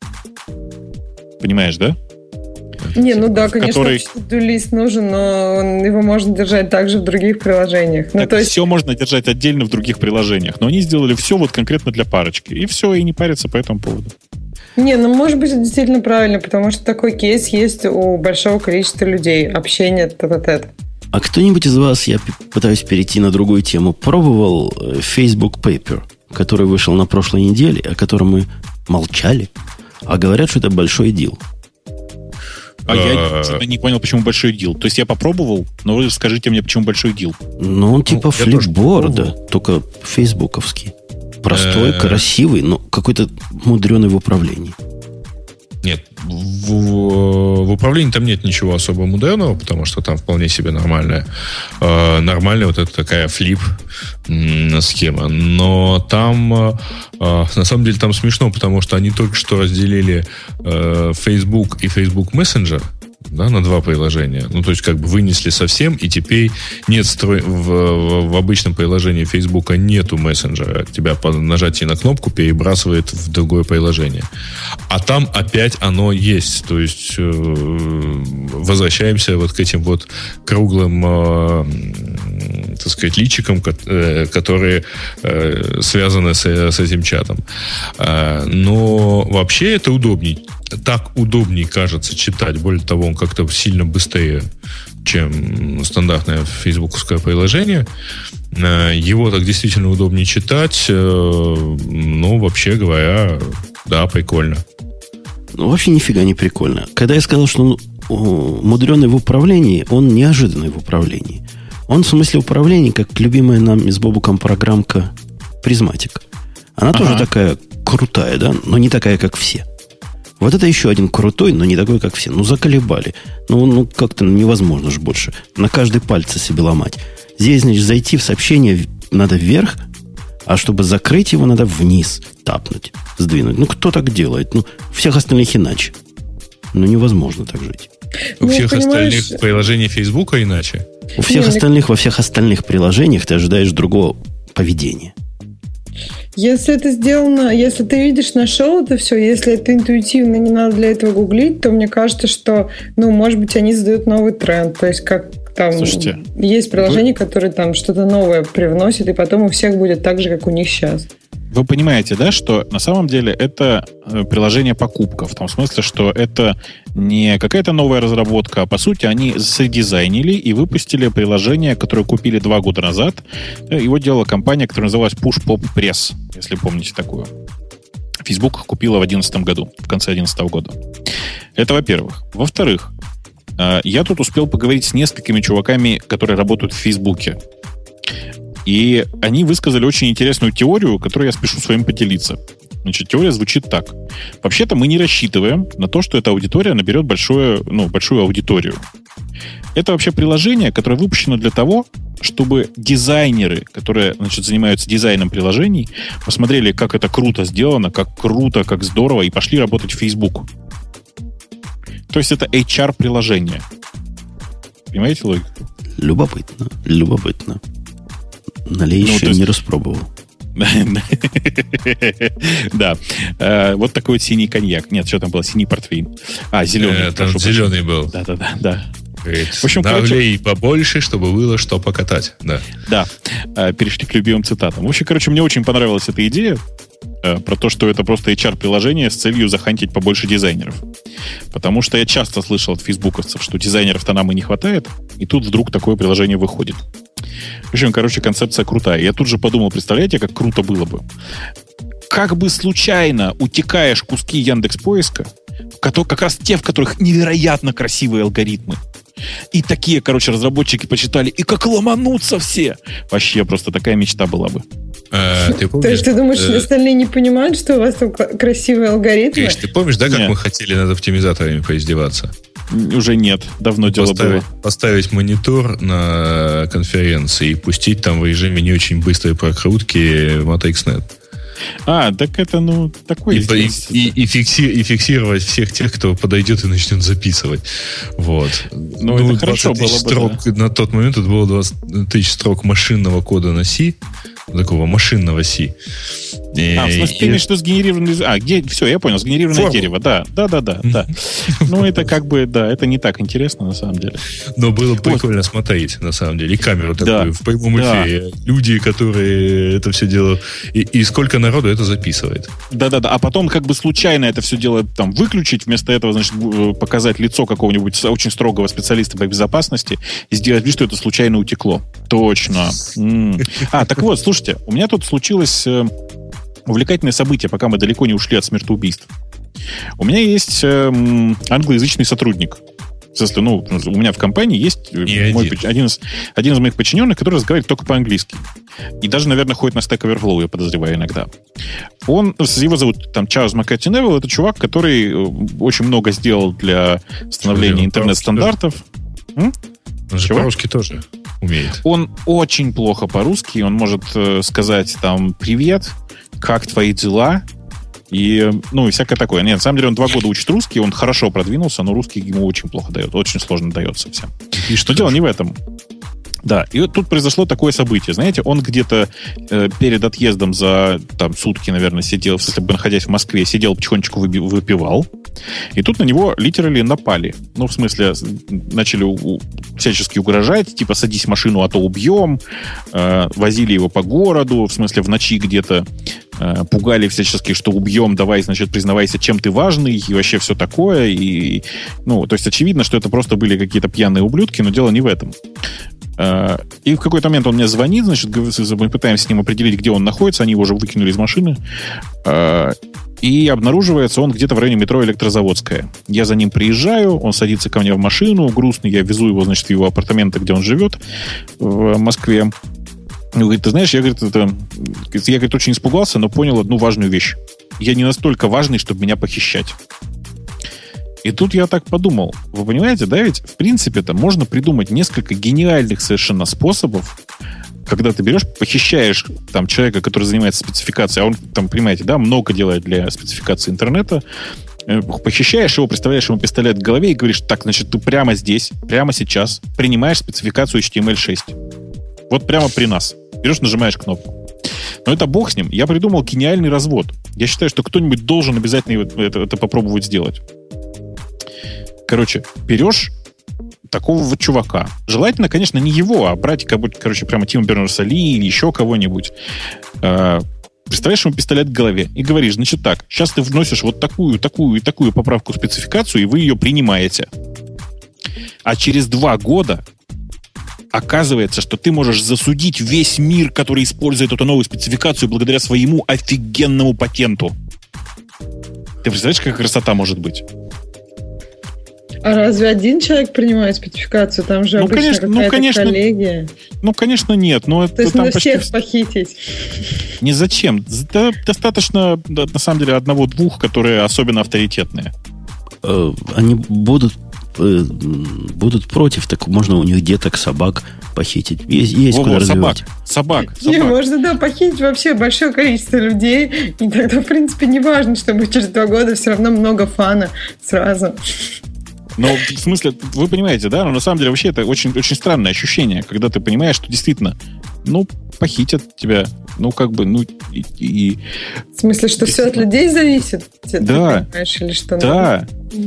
Понимаешь, да? Не, ну да, конечно, который... to-do-лист нужен, но он, его можно держать также в других приложениях. Ну, так то есть... все можно держать отдельно в других приложениях, но они сделали все вот конкретно для парочки. И все, и не парятся по этому поводу. Не, ну может быть это действительно правильно, потому что такой кейс есть у большого количества людей. Общение тет-а-тет. А кто-нибудь из вас, я пытаюсь перейти на другую тему, пробовал Facebook Paper, который вышел на прошлой неделе, о котором мы молчали, а говорят, что это большой дил. А я что-то не понял, почему большой дил. То есть я попробовал, но вы скажите мне, почему большой дил. Ну, он типа ну, флипборда, только фейсбуковский. Простой, красивый, но какой-то мудреный в управлении. Нет, в, в, в управлении там нет ничего особо мудреного, потому что там вполне себе нормальная, э, нормальная вот эта такая флип-схема. Но там, э, на самом деле, там смешно, потому что они только что разделили э, Facebook и Facebook Messenger, да, на два приложения. Ну, то есть, как бы вынесли совсем, и теперь нет строй... в, в, в обычном приложении Фейсбука нету мессенджера. Тебя по нажатии на кнопку перебрасывает в другое приложение. А там опять оно есть. То есть, э, возвращаемся вот к этим вот круглым, э, так сказать, личикам, э, которые э, связаны с, с этим чатом. Э, но вообще это удобней. Так удобнее, кажется, читать. Более того, он как-то сильно быстрее, чем стандартное фейсбуковское приложение. Его так действительно удобнее читать. Ну, вообще говоря, да, прикольно. Ну, вообще нифига не прикольно. Когда я сказал, что он мудреный в управлении, он неожиданный в управлении. Он в смысле управления, как любимая нам с Бобуком программка Призматик. Она ага. тоже такая крутая, да, но не такая, как все. Вот это еще один крутой, но не такой, как все. Ну, заколебали. Ну, ну как-то невозможно же больше. На каждый пальцы себе ломать. Здесь, значит, зайти в сообщение надо вверх, а чтобы закрыть его, надо вниз тапнуть, сдвинуть. Ну, кто так делает? Ну, всех остальных иначе. Ну, невозможно так жить. У ну, всех понимаешь... остальных приложений Фейсбука иначе? У всех не, остальных, не... во всех остальных приложениях ты ожидаешь другого поведения. Если это сделано, если ты видишь, нашел это все, если это интуитивно, не надо для этого гуглить, то мне кажется, что, ну, может быть, они задают новый тренд. То есть, как там Слушайте, есть приложения, вы... которые там что-то новое привносят, и потом у всех будет так же, как у них сейчас. Вы понимаете, да, что на самом деле это приложение покупка, в том смысле, что это не какая-то новая разработка, а по сути они средизайнили и выпустили приложение, которое купили два года назад. Его делала компания, которая называлась Push Pop Press, если помните такую. Facebook купила в две тысячи одиннадцатом году, в конце две тысячи одиннадцатого года. Это во-первых. Во-вторых, я тут успел поговорить с несколькими чуваками, которые работают в Фейсбуке. И они высказали очень интересную теорию, которую я спешу с вами поделиться. Значит, теория звучит так. Вообще-то мы не рассчитываем на то, что эта аудитория наберет большое, ну, большую аудиторию. Это вообще приложение, которое выпущено для того, чтобы дизайнеры, которые, значит, занимаются дизайном приложений, посмотрели, как это круто сделано, как круто, как здорово, и пошли работать в Facebook. То есть это эйч ар-приложение. Понимаете логику? Любопытно, любопытно. Налей еще ну, не распробовал. Да. Вот такой вот синий коньяк. Нет, что там было? Синий портвейн. А, зеленый. Там зеленый был. Да-да-да. да. В общем, налей побольше, чтобы было что покатать. Да. Да. Перешли к любимым цитатам. В общем, короче, мне очень понравилась эта идея про то, что это просто эйч ар-приложение с целью захантить побольше дизайнеров. Потому что я часто слышал от фейсбуковцев, что дизайнеров-то нам и не хватает, и тут вдруг такое приложение выходит. В общем, короче, концепция крутая. Я тут же подумал, представляете, как круто было бы. Как бы случайно утекаешь куски Яндекс.Поиска, как раз те, в которых невероятно красивые алгоритмы. И такие, короче, разработчики почитали, и как ломанутся все. Вообще, просто такая мечта была бы. А, ты помнишь, То есть ты думаешь, э... остальные не понимают, что у вас там красивые алгоритмы? Конечно, ты помнишь, да, как нет. мы хотели над оптимизаторами поиздеваться? Уже нет, давно дело поставить, было. Поставить монитор на конференции и пустить там в режиме не очень быстрой прокрутки Mata икс нет. А, так это, ну, такой... И, и, и, и, фикси, и фиксировать всех тех, кто подойдет и начнет записывать. Вот. Ну, ну это хорошо было бы, строк, да. На тот момент это было двадцать тысяч строк машинного кода на C, такого машинного C. И, а, в смысле, и... ты имеешь в виду сгенерированное... А, где... все, я понял, сгенерированное Форму. дерево, да, да, да, да, да. Ну, это как бы, да, это не так интересно, на самом деле. Но было прикольно смотреть, на самом деле, и камеру такую в прямом эфире. Люди, которые это все делают, и сколько народу это записывает. Да-да-да, а потом как бы случайно это все дело там выключить, вместо этого, значит, показать лицо какого-нибудь очень строгого специалиста по безопасности и сделать вид, что это случайно утекло. Точно. А, так вот, слушайте, у меня тут случилось... увлекательное событие, пока мы далеко не ушли от смертоубийств. У меня есть э, англоязычный сотрудник. В смысле, ну, у меня в компании есть мой, один. Один, из, один из моих подчиненных, который разговаривает только по-английски. И даже, наверное, ходит на Stack Overflow, я подозреваю иногда. Он, его зовут там Чарльз Маккарти Невилл, это чувак, который очень много сделал для становления интернет-стандартов. Он же Чего? По-русски тоже умеет. Он очень плохо по-русски, он может э, сказать там «Привет», «Как твои дела?» и, ну, и всякое такое. Нет, на самом деле он два года учит русский, он хорошо продвинулся, но русский ему очень плохо дает, очень сложно дается всем. И что дело не в этом. Да, и вот тут произошло такое событие. Знаете, он где-то э, перед отъездом за там, сутки, наверное, сидел, в смысле, находясь в Москве, сидел, потихонечку выби- выпивал. И тут на него литерали напали. Ну, в смысле, начали у- всячески угрожать, типа, садись в машину, а то убьем. Э, возили его по городу, в смысле, в ночи где-то э, пугали всячески, что убьем, давай, значит, признавайся, чем ты важный, и вообще все такое. И, ну, то есть, очевидно, что это просто были какие-то пьяные ублюдки, но дело не в этом. И в какой-то момент он мне звонит, значит, мы пытаемся с ним определить, где он находится, они его уже выкинули из машины, и обнаруживается он где-то в районе метро Электрозаводская. Я за ним приезжаю, он садится ко мне в машину, грустный, я везу его, значит, в его апартаменты, где он живет, в Москве. Он говорит, ты знаешь, я, говорит, это... я говорит, очень испугался, но понял одну важную вещь. Я не настолько важный, чтобы меня похищать. И тут я так подумал, вы понимаете, да, ведь в принципе-то можно придумать несколько гениальных совершенно способов, когда ты берешь, похищаешь там человека, который занимается спецификацией, а он там, понимаете, да, много делает для спецификации интернета, похищаешь его, представляешь ему пистолет в голове и говоришь, так, значит, ты прямо здесь, прямо сейчас принимаешь спецификацию эйч ти эм эль шесть. Вот прямо при нас. Берешь, нажимаешь кнопку. Но это бог с ним. Я придумал гениальный развод. Я считаю, что кто-нибудь должен обязательно это, это попробовать сделать. Короче, берешь такого вот чувака. Желательно, конечно, не его, а брать, короче, прямо Тима Бернерса-Ли или еще кого-нибудь. Представляешь ему пистолет в голове и говоришь, значит так, сейчас ты вносишь вот такую, такую и такую поправку в спецификацию, и вы ее принимаете. А через два года оказывается, что ты можешь засудить весь мир, который использует эту новую спецификацию благодаря своему офигенному патенту. Ты представляешь, какая красота может быть? А разве один человек принимает спецификацию? Там же ну, обычно конечно, какая-то ну, конечно, коллегия. Ну, конечно, нет. Но То есть там на почти... всех похитить? Не зачем. Да, достаточно, да, на самом деле, одного-двух, которые особенно авторитетные. Они будут, будут против, так можно у них деток, собак похитить. Есть, есть Во-во, куда собак, развивать. собак, собак. Не, можно, да, похитить вообще большое количество людей, и тогда, в принципе, не важно, чтобы через два года все равно много фана сразу. Но в смысле, вы понимаете, да? Но на самом деле вообще это очень, очень странное ощущение, когда ты понимаешь, что действительно, ну, похитят тебя, ну, как бы, ну, и... и... В смысле, что все от людей зависит? Ты да. понимаешь, или что? Да.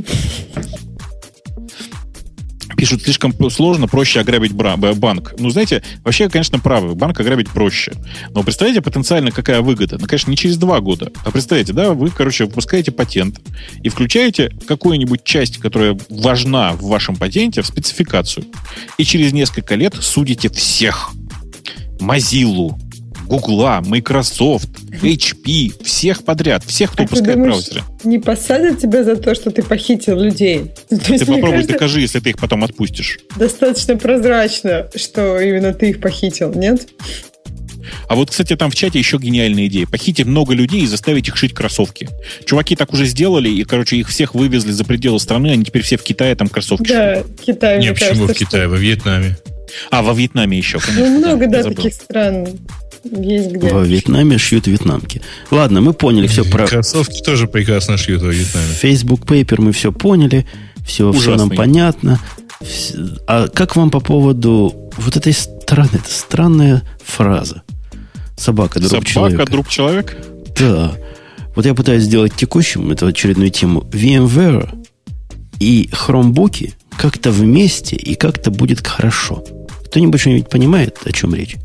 Пишут, слишком сложно, проще ограбить банк. Ну, знаете, вообще, конечно, правы. Банк ограбить проще. Но представляете, потенциально какая выгода? Ну, конечно, не через два года. А представляете, да, вы, короче, выпускаете патент и включаете какую-нибудь часть, которая важна в вашем патенте, в спецификацию. И через несколько лет судите всех. Mozilla, Google, Microsoft, эйч пи, всех подряд, всех, кто а выпускает думаешь, браузеры. Не посадят тебя за то, что ты похитил людей? Ты попробуй кажется, докажи, если ты их потом отпустишь. Достаточно прозрачно, что именно ты их похитил, нет? А вот, кстати, там в чате еще гениальная идея. Похитить много людей и заставить их шить кроссовки. Чуваки так уже сделали, и, короче, их всех вывезли за пределы страны, они теперь все в Китае там кроссовки да, шьют. Да, Китай. Не, почему в Китае? Во Вьетнаме. А, во Вьетнаме еще, конечно. Ну, много, да, да таких стран есть где. Во Вьетнаме шьют вьетнамки. Ладно, мы поняли все про... Кроссовки тоже прекрасно шьют во Вьетнаме. Facebook Paper мы все поняли, все, все нам понятно. А как вам по поводу вот этой странной, это странная фраза? Собака, друг Собака, человека. Собака, друг человек? Да. Вот я пытаюсь сделать текущим, это очередную тему, VMware и хромбуки как-то вместе и как-то будет хорошо. Кто-нибудь что-нибудь понимает, о чем речь?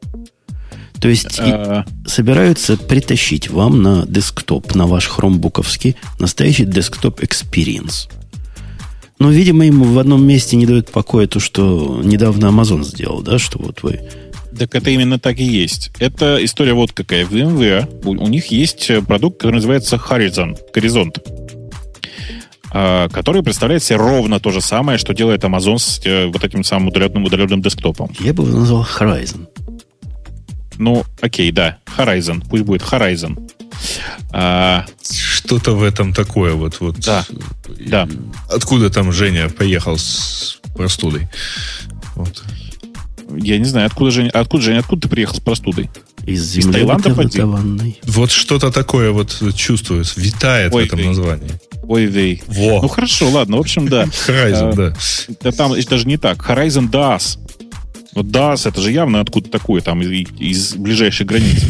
То есть а... собираются притащить вам на десктоп, на ваш хромбуковский, настоящий десктоп experience. Но, видимо, ему в одном месте не дает покоя то, что недавно Amazon сделал, да, что вот вы... Так это именно так и есть. Это история вот какая. В VMware у, у них есть продукт, который называется Horizon, Горизонт, который представляет себе ровно то же самое, что делает Amazon с вот этим самым удаленным, удаленным десктопом. Я бы его назвал Horizon. Ну, окей, да. Horizon. Пусть будет Horizon. А... Что-то в этом такое. Вот, вот. Да. да. Откуда там Женя поехал с простудой? Вот. Я не знаю, откуда Женя, откуда, Женя, откуда ты приехал с простудой? Из, Из Таиланда, поди? Вот что-то такое вот чувствуется, витает Ой, в этом ты. названии. Ой, вей. Во. Ну, хорошо, ладно, в общем, да. Horizon, да. Да. Там даже не так. Horizon даас. Вот даас, это же явно откуда такое, там, из, из ближайшей границы.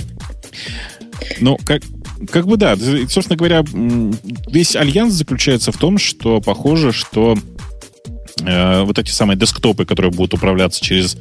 Ну, как, как бы да, собственно говоря, весь альянс заключается в том, что похоже, что э, вот эти самые десктопы, которые будут управляться через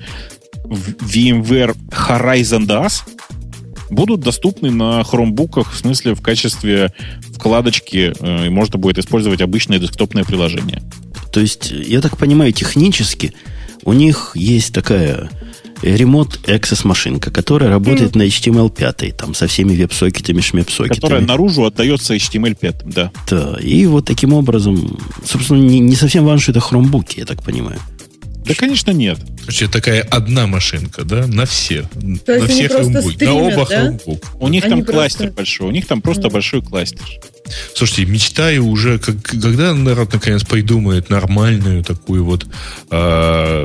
VMware Horizon даас, будут доступны на хромбуках, в смысле в качестве вкладочки, э, и можно будет использовать обычное десктопное приложение. То есть, я так понимаю, технически у них есть такая Remote Access машинка, которая работает mm. на эйч ти эм эл пять, там, со всеми веб-сокетами, шмеп-сокетами. Которая наружу отдается эйч ти эм эл пять, да. Да, и вот таким образом, собственно, не, не совсем важно, что это хромбуки, я так понимаю. Да, конечно, нет. Короче, такая одна машинка, да, на все. То на все хромбуки, на оба да? хромбук. У них Они там просто... кластер большой, у них там просто mm. большой кластер. Слушайте, мечтаю уже, как, когда народ наконец придумает нормальную такую вот, э,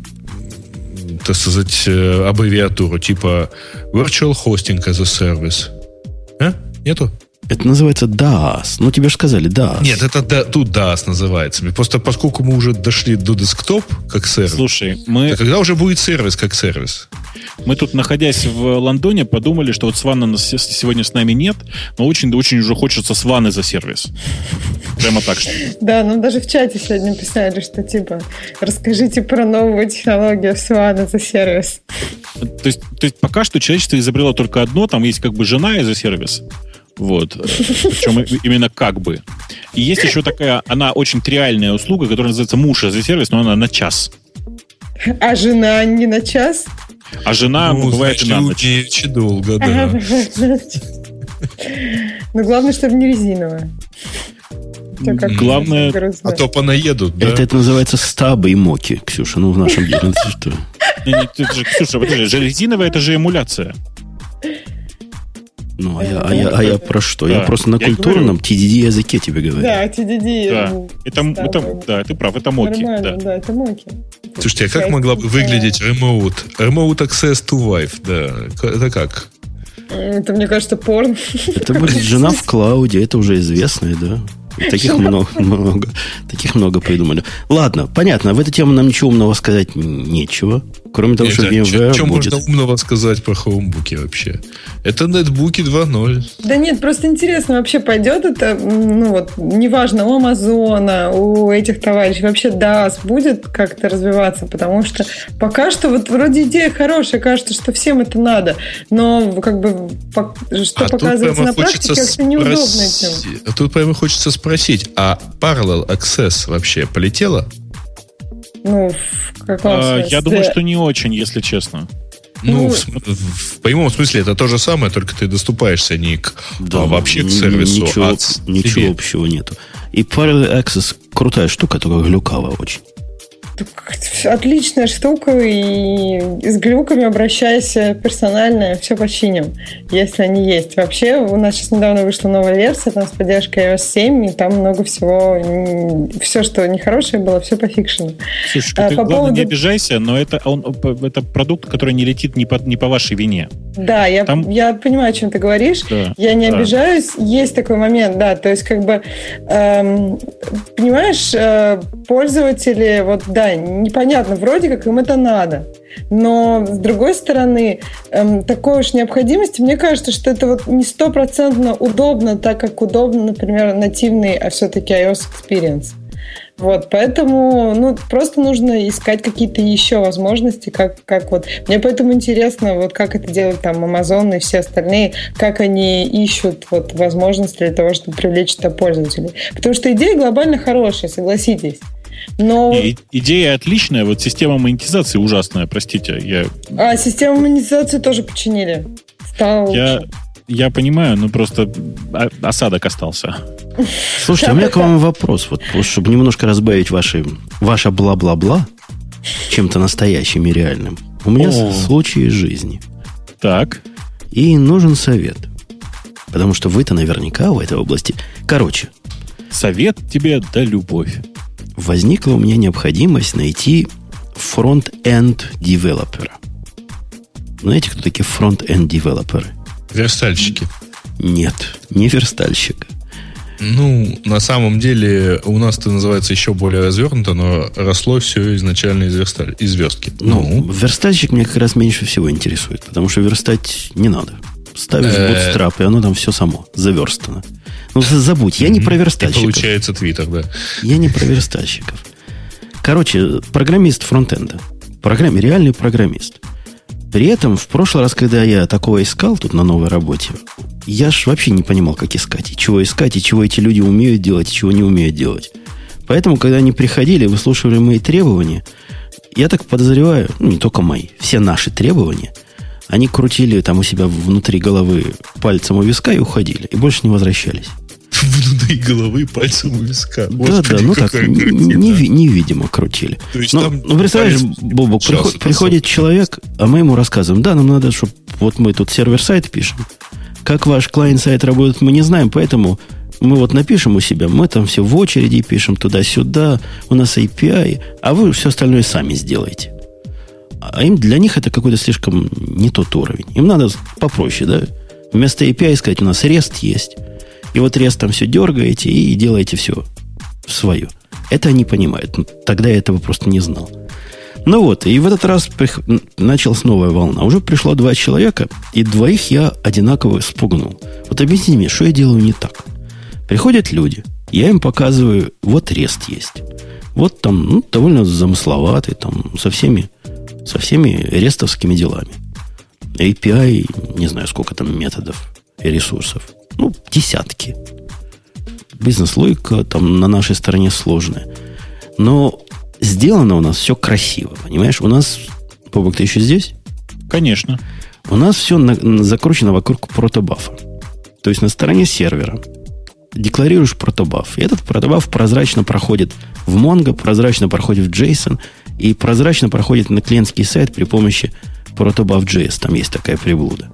так сказать, аббревиатуру, типа Virtual Hosting as a Service. А? Нету? Это называется даас. Ну, тебе же сказали даас. Нет, это да, тут даас называется. Просто поскольку мы уже дошли до десктоп как сервис. Слушай, мы... А когда уже будет сервис как сервис? Мы тут, находясь в Лондоне, подумали, что вот Свана сегодня с нами нет, но очень-очень уже хочется Сваны за сервис. Прямо так что. Да, нам даже в чате сегодня писали, что типа расскажите про новую технологию Свана за сервис. То есть, то есть пока что человечество изобрело только одно, там есть как бы жена и за сервис. Вот. Причем именно как бы. И есть еще такая, она очень триальная услуга, которая называется муж за сервис, но она на час. А жена не на час? А жена ну, бывает значит, и на ночь. Очень долго, да. Но главное, чтобы не резиновая. Главное... А то понаедут, да? Это, это называется стабы и моки, Ксюша, ну в нашем деле. Ксюша, подожди, же резиновая это же эмуляция. Ну, а я, а, я, а я про что? Да. Я просто на я культурном ти ди ди языке тебе говорю. Да, ти ди ди. Да, это, это, да, ты прав, это моки. Нормально, да. да, это моки. Слушайте, а как могла бы выглядеть Remote? Remote Access to Wife, да. Это как? Это, мне кажется, порно. Это будет жена в клауде, это уже известное, да. Таких много, много, таких много придумали. Ладно, понятно, в эту тему нам ничего умного сказать нечего. Кроме того, Нет, что а VMware что будет... можно умного сказать про хромбуки вообще? Это нетбуки два ноль. Да нет, просто интересно, вообще пойдет это, ну вот, неважно, у Амазона, у этих товарищей, вообще дас будет как-то развиваться, потому что пока что вот вроде идея хорошая, кажется, что всем это надо, но как бы что а показывается на практике, как-то неудобно этим. А тут прямо хочется спросить, а Parallel Access вообще полетело? Ну, в каком а, смысле? Я думаю, что не очень, если честно. Ну, ну в, в, в прямом смысле это то же самое, только ты доступаешься не к, да, а вообще к сервису. Ничего, а ничего общего нету. И Parallel Access крутая штука, только глюкавая очень. Отличная штука, и с глюками обращайся персонально, все починим, если они есть. Вообще, у нас сейчас недавно вышла новая версия, там с поддержкой ай о эс семь, и там много всего, все, что нехорошее было, все пофикшено. Слушай, а, ты, по главное, поводу... не обижайся, но это, он, это продукт, который не летит не по, не по вашей вине. Да, я, там... я понимаю, о чем ты говоришь, да, я не да. обижаюсь, есть такой момент, да, то есть как бы, эм, понимаешь, э, пользователи, вот да, непонятно, вроде как им это надо. Но, с другой стороны, эм, такой уж необходимости, мне кажется, что это вот не стопроцентно удобно, так как удобно, например, нативный, а все-таки iOS Experience. Вот, поэтому, ну, просто нужно искать какие-то еще возможности, как, как вот... Мне поэтому интересно, вот как это делают там Amazon и все остальные, как они ищут вот возможности для того, чтобы привлечь туда пользователей. Потому что идея глобально хорошая, согласитесь. Но... И, идея отличная, вот система монетизации ужасная, простите. Я... А, систему монетизации тоже починили. Стало я, лучше. Я понимаю, но просто осадок остался. Слушайте, а у меня к вам вопрос, вот, чтобы немножко разбавить ваши, ваше бла-бла-бла чем-то настоящим и реальным. У меня О. случай из жизни. Так. И нужен совет. Потому что вы-то наверняка в этой области. Короче. Совет тебе да любовь. Возникла у меня необходимость найти фронт-энд девелопера. Знаете, кто такие фронт-энд девелоперы? Верстальщики. Нет, не верстальщик. Ну, на самом деле, у нас это называется еще более развернуто, но росло все изначально из, версталь... из верстки. Ну, ну, верстальщик меня как раз меньше всего интересует, потому что верстать не надо. Ставишь Bootstrap, и оно там все само заверстано. Ну, забудь, я не про верстальщиков. И получается Твиттер, да. Я не про верстальщиков. Короче, программист фронтенда. Программ... Реальный программист. При этом, в прошлый раз, когда я такого искал тут на новой работе, я ж вообще не понимал, как искать, и чего искать, и чего эти люди умеют делать, и чего не умеют делать. Поэтому, когда они приходили, выслушивали мои требования, я так подозреваю, ну, не только мои, все наши требования, они крутили там у себя внутри головы пальцем у виска и уходили, и больше не возвращались. Внутри головы пальцем у виска. Да, да, ну так, неви- невидимо крутили. Но, ну, представляешь, Бобок, приход, приходит человек, а мы ему рассказываем, да, нам надо, чтобы вот мы тут сервер-сайт пишем. Как ваш клиент-сайт работает, мы не знаем, поэтому мы вот напишем у себя, мы там все в очереди пишем туда-сюда, у нас эй пи ай, а вы все остальное сами сделаете. А им для них это какой-то слишком не тот уровень. Им надо попроще, да? Вместо эй пи ай сказать, у нас REST есть. И вот REST там все дергаете и делаете все свое. Это они понимают. Тогда я этого просто не знал. Ну вот, и в этот раз прих... началась новая волна. Уже пришло два человека, и двоих я одинаково спугнул. Вот объясните мне, что я делаю не так? Приходят люди, я им показываю, вот REST есть. Вот там, ну, довольно замысловатый, там, со всеми, со всеми рестовскими делами. эй пи ай, не знаю, сколько там методов и ресурсов. Ну, десятки. Бизнес-логика там на нашей стороне сложная. Но сделано у нас все красиво, понимаешь? У нас, Бобок, ты еще здесь? Конечно. У нас все на, на, закручено вокруг протобафа. То есть на стороне сервера декларируешь протобаф. И этот протобаф прозрачно проходит в Mongo, прозрачно проходит в JSON и прозрачно проходит на клиентский сайт при помощи протобаф.js. Там есть такая приблуда.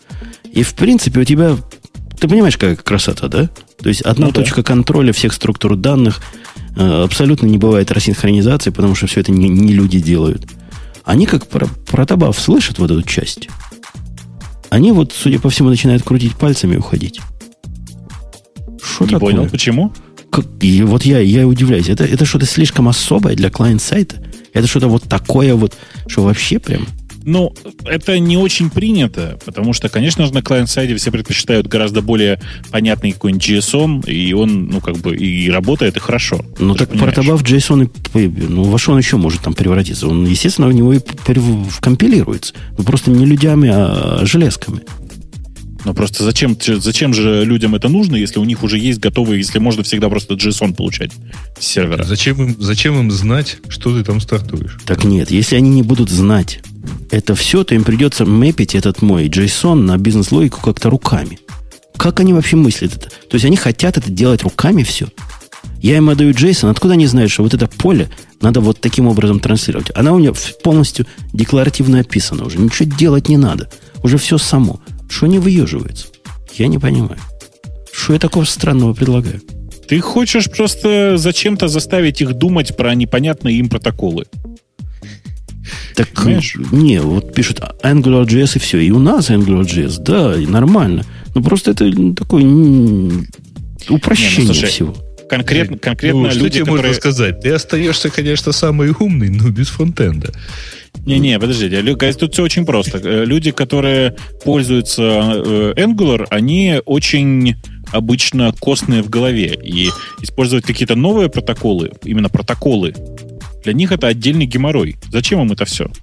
И в принципе у тебя... Ты понимаешь, какая красота, да? То есть одна ну, точка да. контроля всех структур данных. абсолютно не бывает рассинхронизации, потому что все это не, не люди делают. Они как про, протобаф слышат вот эту часть. Они вот, судя по всему, начинают крутить пальцами и уходить. Что не такое? Понял, почему? Как, и вот я, я удивляюсь. Это, это что-то слишком особое для клиент-сайта? Это что-то вот такое вот, что вообще прям... Ну, это не очень принято, потому что, конечно же, на клиент-сайде все предпочитают гораздо более понятный какой-нибудь JSON, и он, ну, как бы, и работает, и хорошо. Ну, так протобаф JSON, ну, во что он еще может там превратиться? Он, естественно, в него и вкомпилируется. Ну, просто не людьми, а железками. Ну, просто зачем, зачем же людям это нужно, если у них уже есть готовый, если можно всегда просто JSON получать с сервера? Зачем им, зачем им знать, что ты там стартуешь? Так нет, если они не будут знать это все, то им придется мэпить этот мой JSON на бизнес-логику как-то руками. Как они вообще мыслят это? То есть они хотят это делать руками все. Я им отдаю JSON, откуда они знают, что вот это поле надо вот таким образом транслировать? Она у меня полностью декларативно описана уже. Ничего делать не надо. Уже все само. Что они выеживаются? Я не понимаю. Что я такого странного предлагаю? Ты хочешь просто зачем-то заставить их думать про непонятные им протоколы. Так, понимаешь? Не, вот пишут AngularJS и все. И у нас AngularJS, да, и нормально. Но просто это такое упрощение не, ну, слушай, всего. Конкретно, конкретно ну, что люди, тебе которые... можно сказать? Ты остаешься, конечно, самый умный, но без фронтенда. Не-не, подождите, тут все очень просто. Люди, которые пользуются Angular, они очень обычно костные в голове. И использовать какие-то новые протоколы, именно протоколы, для них это отдельный геморрой. Зачем им это все?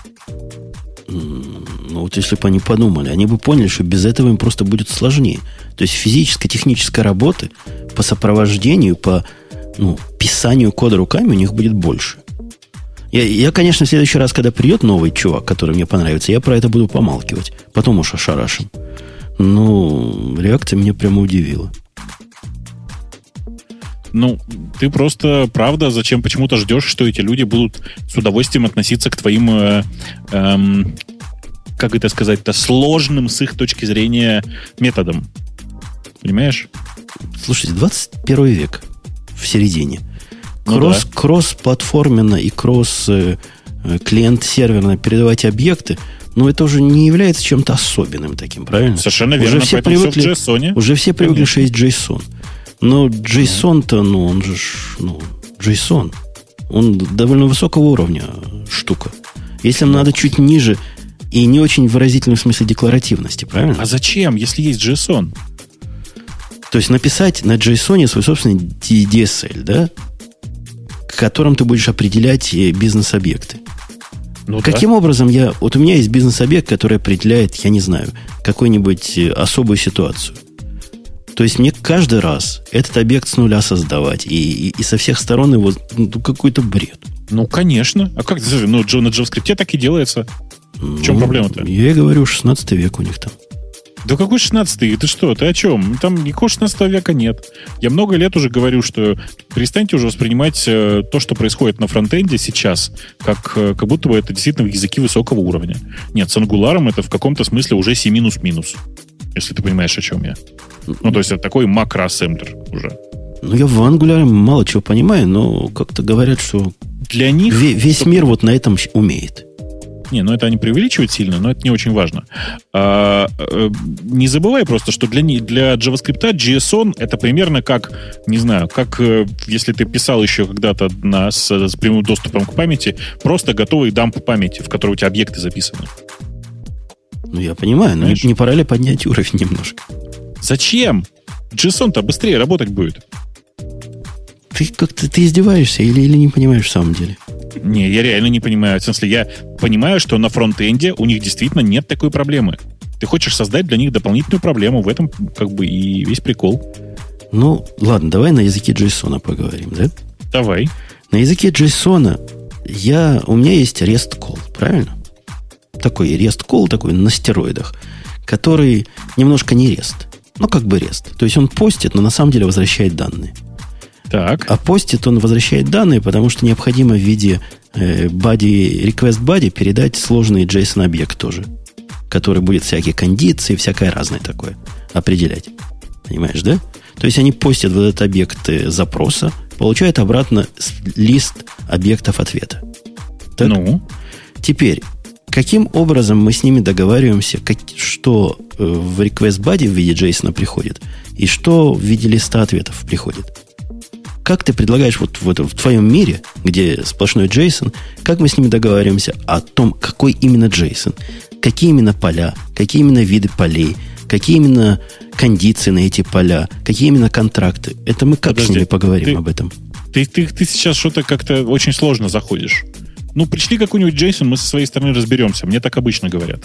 Ну, вот если бы они подумали, они бы поняли, что без этого им просто будет сложнее. То есть физическо-технической работы по сопровождению, по ну, писанию кода руками у них будет больше. Я, я, конечно, в следующий раз, когда придет новый чувак, который мне понравится, я про это буду помалкивать. Потом уж ошарашим. Ну, реакция меня прямо удивила. Ну, ты просто, правда, зачем почему-то ждешь, что эти люди будут с удовольствием относиться к твоим, э, эм, как это сказать-то, сложным с их точки зрения методам. Понимаешь? Слушайте, двадцать первый век в середине. Ну кросс, да. Кросс-платформенно и кросс-клиент-серверно передавать объекты, но это уже не является чем-то особенным таким, правильно? Совершенно верно. Уже все привыкли, все в JSON. Уже все привыкли, что есть JSON. Но JSON-то, ну, он же, ну, JSON. Он довольно высокого уровня штука. Если нам надо чуть ниже и не очень выразительно в смысле декларативности, правильно? А зачем, если есть JSON? То есть написать на JSON свой собственный ди эс эл, да? К которым ты будешь определять бизнес-объекты. Ну, Каким да. образом я... Вот у меня есть бизнес-объект, который определяет, я не знаю, какую-нибудь особую ситуацию. То есть мне каждый раз этот объект с нуля создавать и, и, и со всех сторон его... Ну, какой-то бред. Ну, конечно. А как? Ну, на JavaScript так и делается. В чем ну, проблема-то? Я и говорю, шестнадцатый век у них там. Да какой шестнадцатый? Ты что? Ты о чем? Там никакого шестнадцатого века нет. Я много лет уже говорю, что перестаньте уже воспринимать э, то, что происходит на фронтенде сейчас, как, э, как будто бы это действительно языки высокого уровня. Нет, с Angular это в каком-то смысле уже C минус-минус. Если ты понимаешь, о чем я. Ну, то есть это такой макроассемблер уже. Ну, я в Angular мало чего понимаю, но как-то говорят, что для них весь, весь что... мир вот на этом умеет. Не, ну это они преувеличивают сильно, но это не очень важно. А, а, не забывай просто, что для, для JavaScript JSON это примерно как, не знаю, как если ты писал еще когда-то на, с, с прямым доступом к памяти, просто готовый дамп памяти, в которой у тебя объекты записаны. Ну, я понимаю, но не пора ли поднять уровень немножко? Зачем? JSON-то быстрее работать будет. Ты как-то ты издеваешься или, или не понимаешь в самом деле? Не, я реально не понимаю. В смысле, я понимаю, что на фронт-энде у них действительно нет такой проблемы. Ты хочешь создать для них дополнительную проблему. В этом как бы и весь прикол. Ну, ладно, давай на языке JSON поговорим, да? Давай. На языке JSON я, у меня есть REST call, правильно? Такой REST call, такой на стероидах, который немножко не REST, но как бы REST. То есть он постит, но на самом деле возвращает данные. Так. А постит он возвращает данные, потому что необходимо в виде э, body, request body передать сложный JSON-объект тоже, который будет всякие кондиции, всякое разное такое определять. Понимаешь, да? То есть они постят вот этот объект запроса, получает обратно лист объектов ответа. Так? Ну? Теперь, каким образом мы с ними договариваемся, как, что в request body в виде JSON приходит, и что в виде листа ответов приходит? Как ты предлагаешь вот в, этом, в твоем мире, где сплошной JSON, как мы с ними договариваемся о том, какой именно JSON, какие именно поля, какие именно виды полей, какие именно кондиции на эти поля, какие именно контракты? Это мы как Подожди, с ними поговорим ты, об этом? Ты, ты, ты сейчас что-то как-то очень сложно заходишь. Ну, пришли какой-нибудь JSON, мы со своей стороны разберемся. Мне так обычно говорят.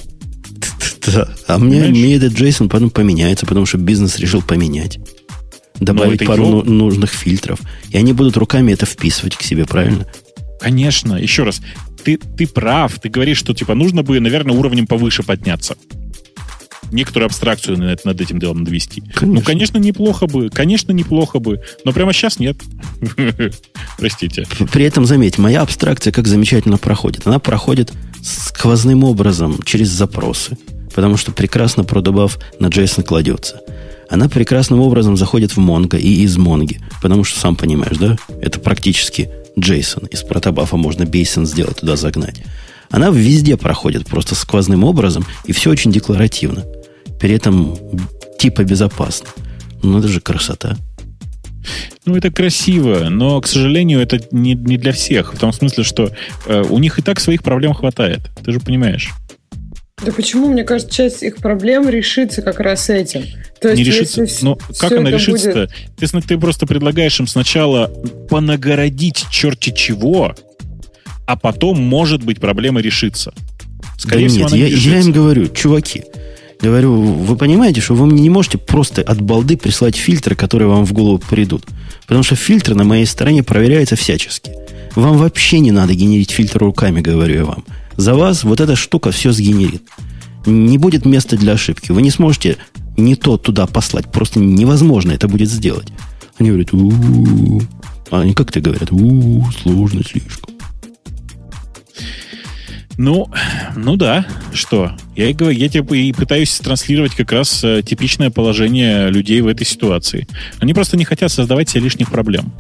Да, а мне, мне этот JSON потом поменяется, потому что бизнес решил поменять. Добавить пару его... нужных фильтров. И они будут руками это вписывать к себе, правильно? Конечно. Еще раз. Ты, ты прав. Ты говоришь, что типа нужно бы, наверное, уровнем повыше подняться. Некоторую абстракцию над, над этим делом довести. Конечно. Ну, конечно, неплохо бы. Конечно, неплохо бы. Но прямо сейчас нет. Простите. При этом, заметь, моя абстракция как замечательно проходит. Она проходит сквозным образом через запросы. Потому что прекрасно продабав на JSON кладется. Она прекрасным образом заходит в Mongo и из Mongo. Потому что, сам понимаешь, да? Это практически JSON. Из протобафа можно бейсон сделать, туда загнать. Она везде проходит просто сквозным образом, и все очень декларативно. При этом типа безопасно. Ну, это же красота. Ну, это красиво, но, к сожалению, это не, не для всех. В том смысле, что э, у них и так своих проблем хватает. Ты же понимаешь. Да почему? Мне кажется, часть их проблем решится как раз этим. То есть, не решится. Но как она решится-то? Будет... Ты, ты просто предлагаешь им сначала понагородить черти чего, а потом, может быть, проблема решится. Скорее да всего, нет, она не я, я им говорю, чуваки, говорю, вы понимаете, что вы мне не можете просто от балды прислать фильтры, которые вам в голову придут. Потому что фильтры на моей стороне проверяются всячески. Вам вообще не надо генерить фильтры руками, говорю я вам. За вас вот эта штука все сгенерит. Не будет места для ошибки. Вы не сможете не то туда послать. Просто невозможно это будет сделать. Они говорят, у-у-у. А они как-то говорят, у-у-у, сложно слишком. Ну, ну да, что? Я, и, я тебе и пытаюсь транслировать как раз э, типичное положение людей в этой ситуации. Они просто не хотят создавать себе лишних проблем.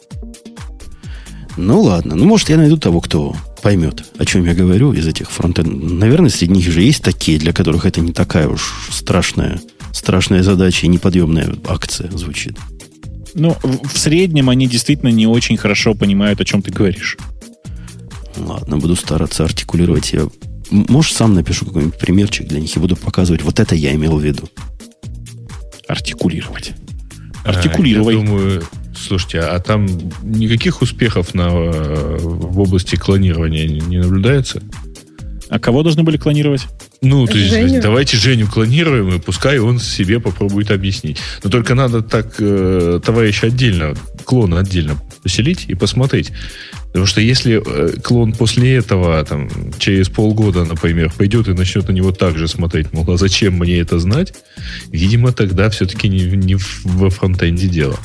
Ну ладно, ну может я найду того, кто поймет, о чем я говорю из этих фронтенд. Наверное, среди них же есть такие, для которых это не такая уж страшная, страшная задача и неподъемная акция звучит. Ну, в, в среднем они действительно не очень хорошо понимают, о чем ты говоришь. Ладно, буду стараться артикулировать себя. Может, сам напишу какой-нибудь примерчик для них и буду показывать, вот это я имел в виду. Артикулировать. Артикулировать. А, я думаю, слушайте, а там никаких успехов на, в области клонирования не наблюдается? А кого должны были клонировать? Ну, то есть, Женю. Давайте Женю клонируем, и пускай он себе попробует объяснить. Но только надо так э, товарища отдельно, клона отдельно поселить и посмотреть. Потому что если э, клон после этого, там, через полгода, например, пойдет и начнет на него так же смотреть, мол, а зачем мне это знать, видимо, тогда все-таки не, не во фронтенде дело.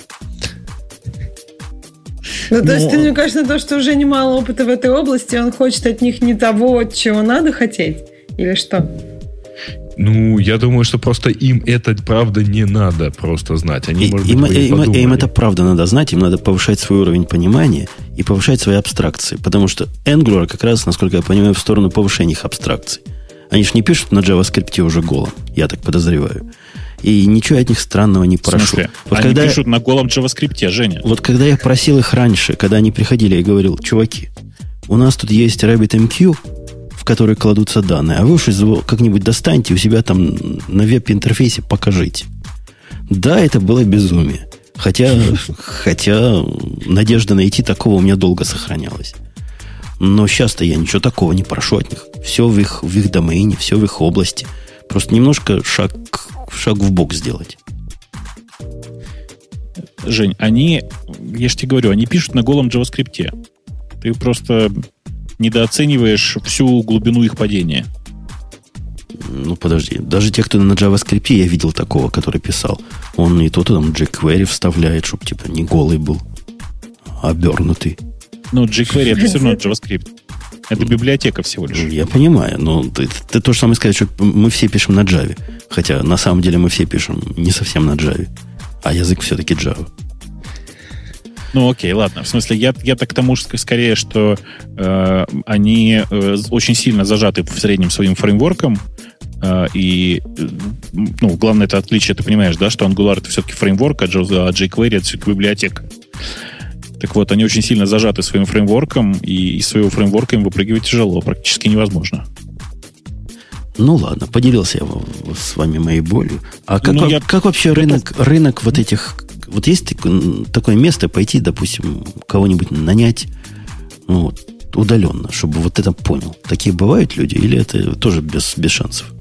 Ну, то Но... есть, мне кажется, то, что уже немало опыта в этой области, он хочет от них не того, чего надо хотеть? Или что? Ну, я думаю, что просто им это, правда, не надо просто знать. Они, и, может быть, им, им, им это правда надо знать, им надо повышать свой уровень понимания и повышать свои абстракции. Потому что Angular как раз, насколько я понимаю, в сторону повышения их абстракций. Они же не пишут на JavaScript уже голом, я так подозреваю. И ничего от них странного не прошу. В смысле? Вот они когда пишут я, на голом JavaScript, Женя. Вот когда я просил их раньше, когда они приходили, я говорил, чуваки, у нас тут есть RabbitMQ, в который кладутся данные, а вы уж его как-нибудь достаньте, у себя там на веб-интерфейсе покажите. Да, это было безумие. Хотя, хотя надежда найти такого у меня долго сохранялась. Но сейчас-то я ничего такого не прошу от них. Все в их, в их домене, все в их области. Просто немножко шаг, шаг в бок сделать. Жень, они, я же тебе говорю, они пишут на голом JavaScript. Ты просто недооцениваешь всю глубину их падения. Ну, подожди. Даже те, кто на JavaScript, я видел такого, который писал. Он и то там jQuery вставляет, чтобы типа не голый был, а обернутый. Ну, jQuery это все равно JavaScript. Это библиотека всего лишь. Я понимаю, но ты, ты то же самое сказать, что мы все пишем на Java. Хотя на самом деле мы все пишем не совсем на Java. А язык все-таки Java. Ну, окей, ладно. В смысле, я, я так к тому, что скорее, что э, они э, очень сильно зажаты в среднем своим фреймворком, э, и, ну, главное, это отличие, ты понимаешь, да, что Angular — это все-таки фреймворк, а jQuery — это все-таки библиотека. Так вот, они очень сильно зажаты своим фреймворком, и из своего фреймворка им выпрыгивать тяжело, практически невозможно. Ну ладно, поделился я с вами моей болью. А как, ну, во, я... как вообще рынок, рынок вот этих... Вот есть такое место пойти, допустим, кого-нибудь нанять, ну, вот, удаленно, чтобы вот это понял. Такие бывают люди или это тоже без, без шансов?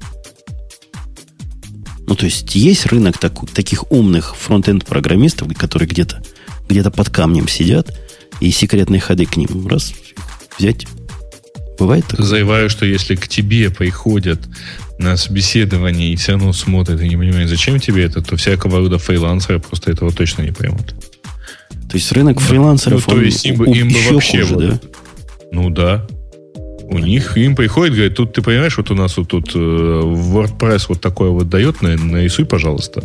Ну, то есть есть рынок так, таких умных фронт-энд-программистов, которые где-то где-то под камнем сидят, и секретные ходы к ним раз взять. Бывает такое? Заявляю, что если к тебе приходят на собеседование и все равно смотрят и не понимают, зачем тебе это, то всякого рода фрилансеры просто этого точно не поймут. То есть рынок фрилансеров, ну, то есть им, им бы еще вообще хуже, вот, да? Ну да. У них, им приходит, говорит, тут ты понимаешь, вот у нас вот тут э, WordPress вот такое вот дает, нарисуй, пожалуйста.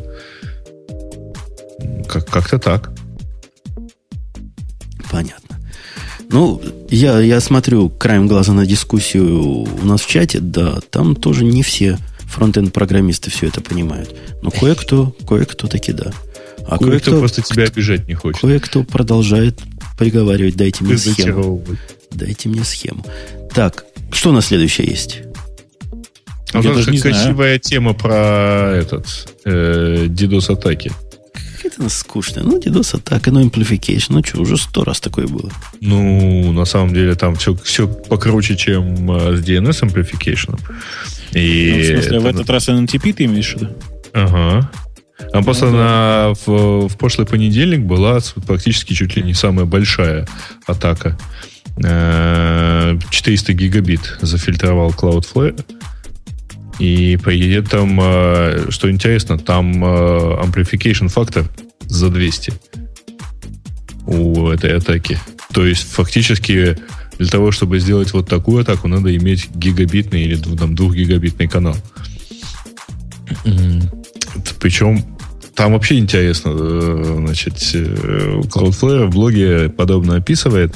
Как- как-то так. Понятно. Ну, я, я смотрю краем глаза на дискуссию у нас в чате, да, там тоже не все фронт-энд-программисты все это понимают. Но кое-кто, кое-кто таки да. А кое-кто, кое-кто просто тебя обижать не хочет. Кое-кто продолжает приговаривать, дайте мне схему. Дайте мне схему. Так, что на следующее есть? А у нас красивая тема про этот э, DDoS-атаки. Это скучно. Ну, DDoS-атака, ну, amplification. Ну, что, уже сто раз такое было. Ну, на самом деле, там все, все покруче, чем с ди эн эс amplification. И ну, в смысле, это... в этот раз эн эн ти пи ты имеешь в виду? Ага. А просто на, в, в прошлый понедельник была практически чуть ли не самая большая атака. четыреста гигабит зафильтровал Cloudflare. И по идее там, что интересно, там amplification фактор за двести у этой атаки. То есть фактически для того, чтобы сделать вот такую атаку, надо иметь гигабитный или там, двухгигабитный канал. Причем там вообще интересно, значит, Cloudflare в блоге подобно описывает,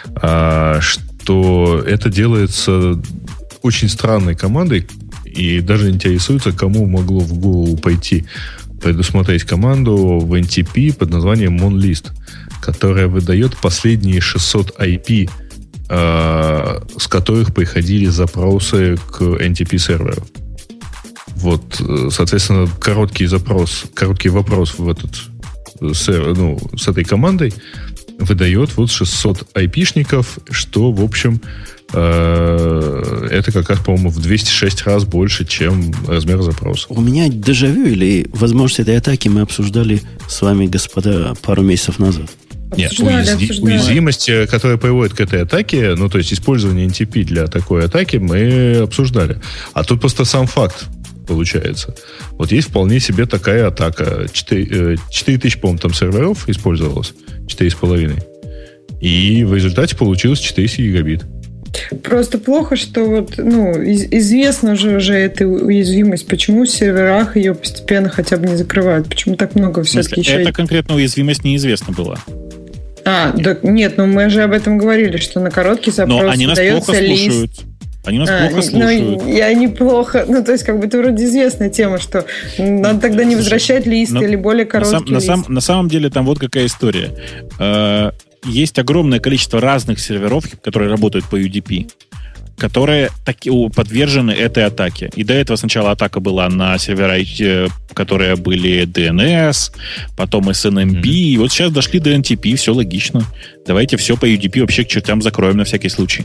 что это делается очень странной командой, и даже интересуется, кому могло в голову пойти предусмотреть команду в эн ти пи под названием monlist, которая выдает последние шестьсот ай пи, э, с которых приходили запросы к эн ти пи-серверу. Вот, соответственно, короткий запрос, короткий вопрос в этот сервер, ну, с этой командой выдает вот шестьсот айпишников, что, в общем, э, это как раз, по-моему, в двести шесть раз больше, чем размер запроса. У меня дежавю или возможность этой атаки мы обсуждали с вами, господа, пару месяцев назад? Нет, уязви- уязвимости, которые приводят к этой атаке, ну, то есть использование эн ти пи для такой атаки, мы обсуждали. А тут просто сам факт получается. Вот есть вполне себе такая атака. четыре тысячи, по-моему, там серверов использовалось. четыре с половиной. И в результате получилось четыреста гигабит. Просто плохо, что вот, ну, известно же уже эта уязвимость. Почему в серверах ее постепенно хотя бы не закрывают? Почему так много все-таки еще... Это конкретно уязвимость неизвестна была. А, да, нет, ну мы же об этом говорили, что на короткий запрос Но они нас плохо лист. слушают. Они нас а, плохо слушают. Ну, я неплохо. Ну, то есть, как бы, это вроде известная тема, что надо тогда не возвращать лист но, или более короткий на сам, лист. На, сам, на самом деле, там вот какая история. Э, есть огромное количество разных серверов, которые работают по ю ди пи, которые таки, подвержены этой атаке. И до этого сначала атака была на сервера, которые были ди эн эс, потом эс эн эм пи, mm-hmm. и вот сейчас дошли до эн ти пи, все логично. Давайте все по ю ди пи вообще к чертям закроем на всякий случай.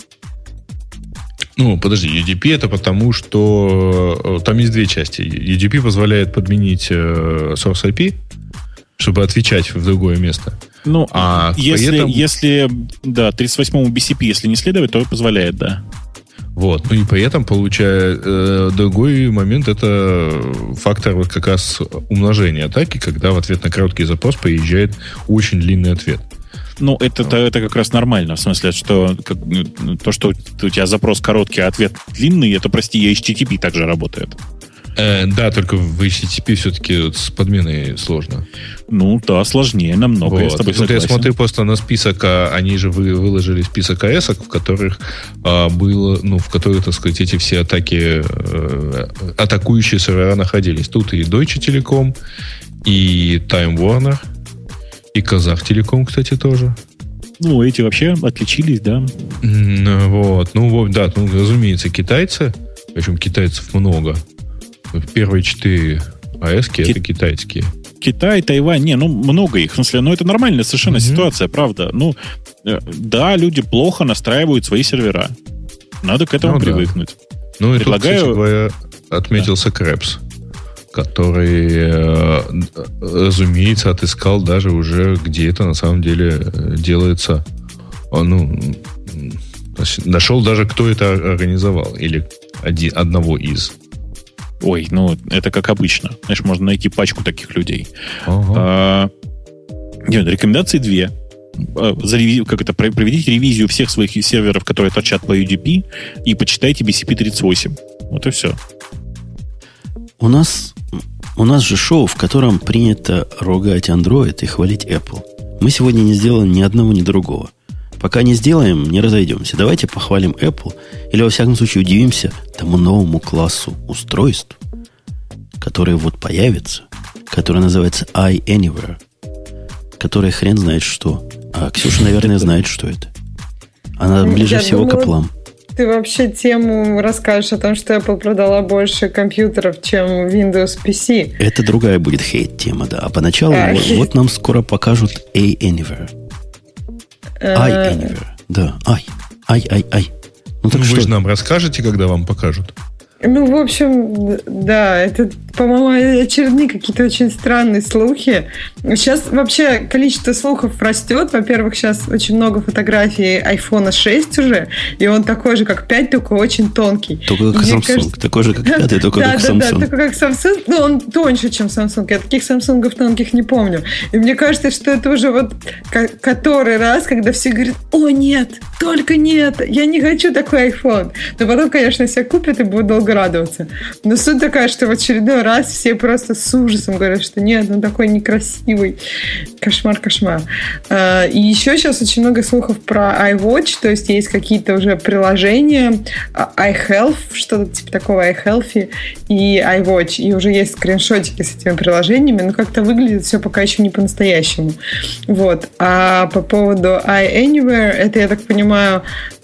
Ну, подожди, ю ди пи это потому, что там есть две части. ю ди пи позволяет подменить source ай пи, чтобы отвечать в другое место. Ну, а если, этом... если, да, тридцать восьмому би си пи, если не следовать, то позволяет, да. Вот, ну и при этом, получая э, другой момент, это фактор вот как раз умножения атаки, когда в ответ на короткий запрос приезжает очень длинный ответ. Ну, это, это, это как раз нормально, в смысле, что как, то, что у тебя запрос короткий, а ответ длинный, это, прости, эйч ти ти пи также работает. Э, да, только в эйч ти ти пи все-таки вот с подменой сложно. Ну да, сложнее намного. Вот. Я с тобой согласен. Я смотрю просто на список, а, они же вы, выложили список эй эс, в которых а, было, ну, в которых, так сказать, эти все атаки, а, атакующие сервера находились. Тут и Deutsche Telekom, и Time Warner, и Казахтелеком, кстати, тоже. Ну, эти вообще отличились, да? Вот. Ну, да, ну, разумеется, китайцы, причем китайцев много. Первые четыре АЭСки Ки... это китайские. Китай, Тайвань, не, ну много их. В смысле, ну это нормальная совершенно mm-hmm. ситуация, правда. Ну, да, люди плохо настраивают свои сервера. Надо к этому ну, привыкнуть. Да. Ну и Предлагаю... тут, кстати говоря, отметился да. Krebs, который, разумеется, отыскал даже уже, где это на самом деле делается. Ну, нашел даже, кто это организовал. Или один, одного из. Ой, ну, это как обычно. Знаешь, можно найти пачку таких людей. Ага. А, нет, рекомендации две. За реви... как это, проведите ревизию всех своих серверов, которые торчат по ю ди пи, и почитайте би си пи тридцать восемь. Вот и все. У нас, у нас же шоу, в котором принято ругать Android и хвалить Apple. Мы сегодня не сделаем ни одного, ни другого. Пока не сделаем, не разойдемся. Давайте похвалим Apple или, во всяком случае, удивимся тому новому классу устройств, которые вот появятся, который называется iAnywhere, который хрен знает что. А Ксюша, наверное, знает, что это. Она ближе Я всего думала, к Apple'ам. Ты вообще тему расскажешь о том, что Apple продала больше компьютеров, чем Windows пи си. Это другая будет хейт-тема, да. А поначалу а, вот, вот нам скоро покажут iAnywhere. iAnywhere. Да, ай. Ай, ай, ай. Ну, так ну что? Вы же нам расскажете, когда вам покажут. Ну, в общем, да, это, по-моему, очередные какие-то очень странные слухи. Сейчас вообще количество слухов растет. Во-первых, сейчас очень много фотографий айфон шесть уже, и он такой же, как пять, только очень тонкий. Только как Samsung. Кажется... Такой же, как пятый, только да, как да, Samsung. Да, только как Samsung, но он тоньше, чем Samsung. Я таких Samsung тонких не помню. И мне кажется, что это уже вот который раз, когда все говорят: о, нет, только нет, я не хочу такой iPhone. Но потом, конечно, все купят и будут долго радоваться. Но суть такая, что в очередной раз все просто с ужасом говорят, что нет, он такой некрасивый. Кошмар, кошмар. И еще сейчас очень много слухов про iWatch, то есть есть какие-то уже приложения iHealth, что-то типа такого iHealthy и iWatch, и уже есть скриншотики с этими приложениями, но как-то выглядит все пока еще не по-настоящему. Вот. А по поводу iAnywhere, это, я так понимаю,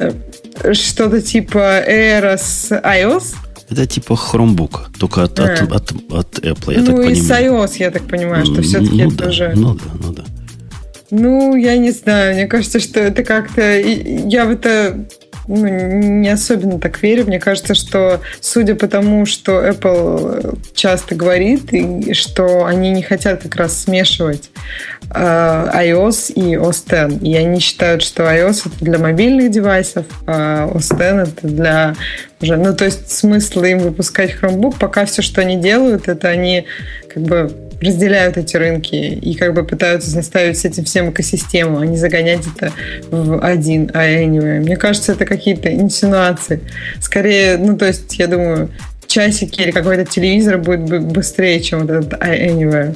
что-то типа Air с iOS. Это типа Chromebook, только от, а. от, от, от Apple, я ну, так понимаю. Ну, и с iOS, я так понимаю, что все-таки ну, это да, уже... Ну да, ну да. Ну, я не знаю, мне кажется, что это как-то... Я в это ну, не особенно так верю. Мне кажется, что судя по тому, что Apple часто говорит, и что они не хотят как раз смешивать э, iOS и о эс X. И они считают, что iOS это для мобильных девайсов, а о эс X это для уже... Ну, то есть смысл им выпускать Chromebook, пока все, что они делают, это они как бы разделяют эти рынки и как бы пытаются заставить с этим всем экосистему, а не загонять это в один iAnywhere. Мне кажется, это какие-то инсинуации. Скорее, ну, то есть, я думаю, часики или какой-то телевизор будет быстрее, чем вот этот iAnywhere.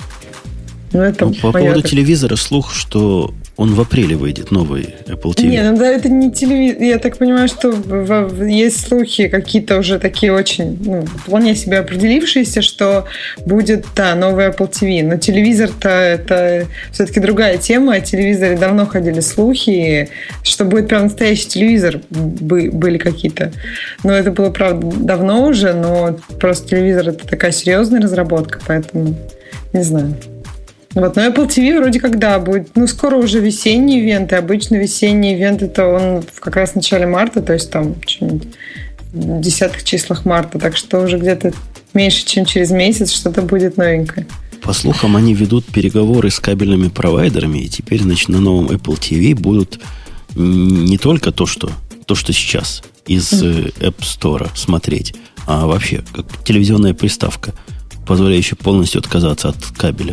Ну, это ну, по поводу так... телевизора слух, что он в апреле выйдет, новый Apple ти ви. Нет, ну да, это не телевизор. Я так понимаю, что в, в, есть слухи какие-то уже такие очень, ну, вполне себе определившиеся, что будет, да, новый Apple ти ви. Но телевизор-то это все-таки другая тема. О телевизоре давно ходили слухи, что будет прям настоящий телевизор, были какие-то. Но это было, правда, давно уже, но просто телевизор это такая серьезная разработка, поэтому не знаю. Вот, но Apple ти ви вроде как, да, будет, ну, скоро уже весенний ивент, и обычно весенний ивент это он как раз в начале марта, то есть там в десятых числах марта, так что уже где-то меньше, чем через месяц что-то будет новенькое. По слухам, они ведут переговоры с кабельными провайдерами, и теперь, значит, на новом Apple ти ви будут не только то, что, то, что сейчас из App Store смотреть, а вообще как телевизионная приставка, позволяющая полностью отказаться от кабеля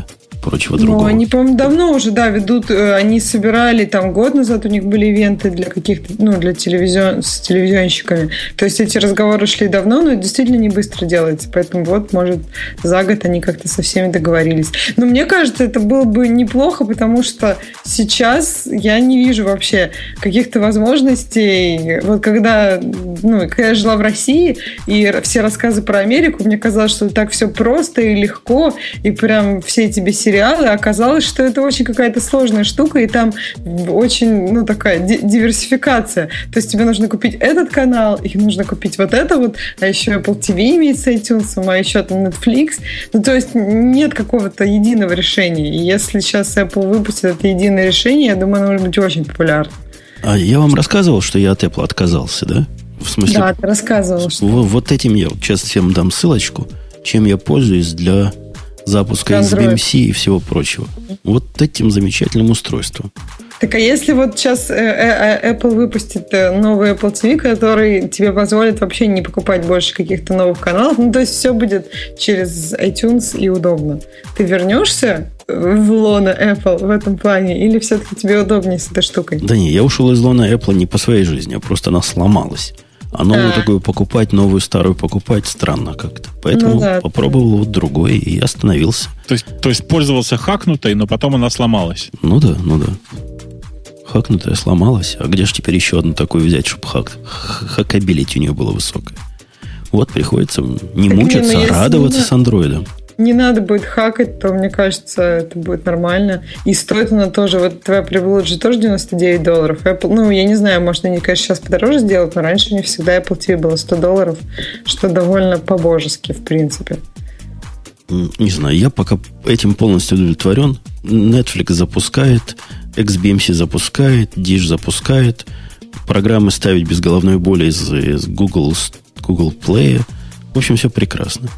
прочего другого. Ну, они, по-моему, давно уже, да, ведут, они собирали там год назад, у них были ивенты для каких-то, ну, для телевизион, с телевизионщиками. То есть эти разговоры шли давно, но это действительно не быстро делается. Поэтому вот, может, за год они как-то со всеми договорились. Но мне кажется, это было бы неплохо, потому что сейчас я не вижу вообще каких-то возможностей. Вот когда, ну, когда я жила в России, и все рассказы про Америку, мне казалось, что так все просто и легко, и прям все тебе сериалы, оказалось, что это очень какая-то сложная штука, и там очень, ну, такая диверсификация. То есть тебе нужно купить этот канал, и нужно купить вот это вот, а еще Apple ти ви имеет с iTunes, а еще там Netflix. Ну, то есть нет какого-то единого решения. И если сейчас Apple выпустит это единое решение, я думаю, оно может быть очень популярным. А я вам рассказывал, что я от Apple отказался, да? В смысле, да, ты рассказывал. Что... Вот этим я сейчас всем дам ссылочку, чем я пользуюсь для запуска эс би эм си и всего прочего. Вот этим замечательным устройством. Так а если вот сейчас Apple выпустит новый Apple ти ви, который тебе позволит вообще не покупать больше каких-то новых каналов, ну то есть все будет через iTunes и удобно. Ты вернешься в лоно Apple в этом плане или все-таки тебе удобнее с этой штукой? Да не, я ушел из лона Apple не по своей жизни, а просто она сломалась. А новую а. такую покупать, новую старую покупать странно как-то. Поэтому ну, да, попробовал да. вот другой и остановился. То есть, то есть пользовался хакнутой, но потом она сломалась? Ну да, ну да. Хакнутая сломалась. А где же теперь еще одну такую взять, чтобы хак, хакабилити у нее было высокое? Вот приходится не так мучиться, а радоваться с андроидом. Не надо будет хакать, то, мне кажется, это будет нормально. И стоит она тоже, вот твоя приблуда же тоже девяносто девять долларов. Apple, ну, я не знаю, может, они, конечно, сейчас подороже сделают, но раньше мне всегда Apple ти ви было сто долларов, что довольно по-божески, в принципе. Не знаю, я пока этим полностью удовлетворен. Netflix запускает, икс би эм си запускает, Dish запускает. Программы ставить без головной боли из, из Google, Google Play. В общем, все прекрасно.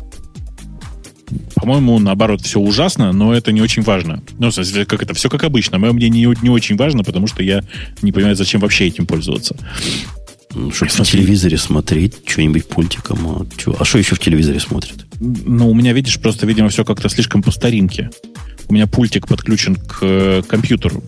По-моему, наоборот, все ужасно, но это не очень важно. Ну, как это, все как обычно. Мое мнение не, не очень важно, потому что я не понимаю, зачем вообще этим пользоваться. Ну, чтобы на телевизоре смотреть что-нибудь пультиком. А что а что еще в телевизоре смотрят? Ну, у меня, видишь, просто, видимо, все как-то слишком по старинке. У меня пультик подключен к э, компьютеру.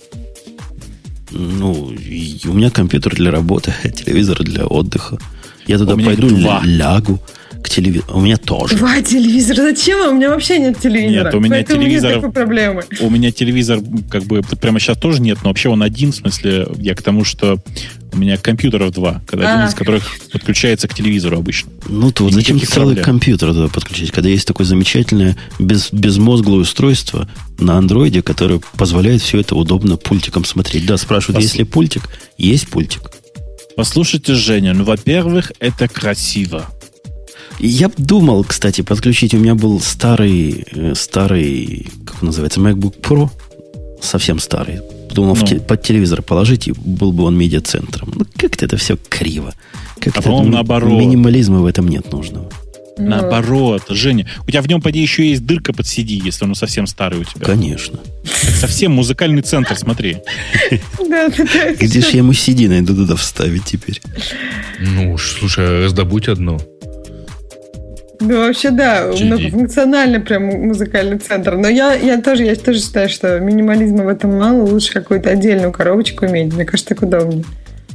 Ну, у меня компьютер для работы, а телевизор для отдыха. Я туда пойду, лягу к телевизору. У меня тоже. Два телевизора. Зачем? У меня вообще нет телевизора. Нет, у меня телевизор... нет такой проблемы. У меня телевизор, как бы, прямо сейчас тоже нет, но вообще он один. В смысле, я к тому, что у меня компьютеров два, когда а. один из которых подключается к телевизору обычно. Ну, то вот зачем целый проблем. компьютер туда подключить, когда есть такое замечательное без, безмозглое устройство на андроиде, которое позволяет все это удобно пультиком смотреть. Да, спрашивают, Пос... есть ли пультик? Есть пультик. Послушайте, Женя, ну, во-первых, это красиво. Я думал, кстати, подключить. У меня был старый, старый, как он называется, MacBook Pro, совсем старый. Думал, ну. в те, под телевизор положить, и был бы он медиацентром. Ну, как-то это все криво. Как-то а наоборот. Минимализма в этом нет нужного. Наоборот, Женя, у тебя в нем, поди, еще есть дырка под си ди, если он совсем старый у тебя. Конечно. Это совсем музыкальный центр, смотри. Где же я ему си ди найду туда вставить теперь? Ну, слушай, раздобудь одно. Ну, вообще, да, многофункциональный прям музыкальный центр. Но я, я, тоже, я тоже считаю, что минимализма в этом мало. Лучше какую-то отдельную коробочку иметь. Мне кажется, так удобнее.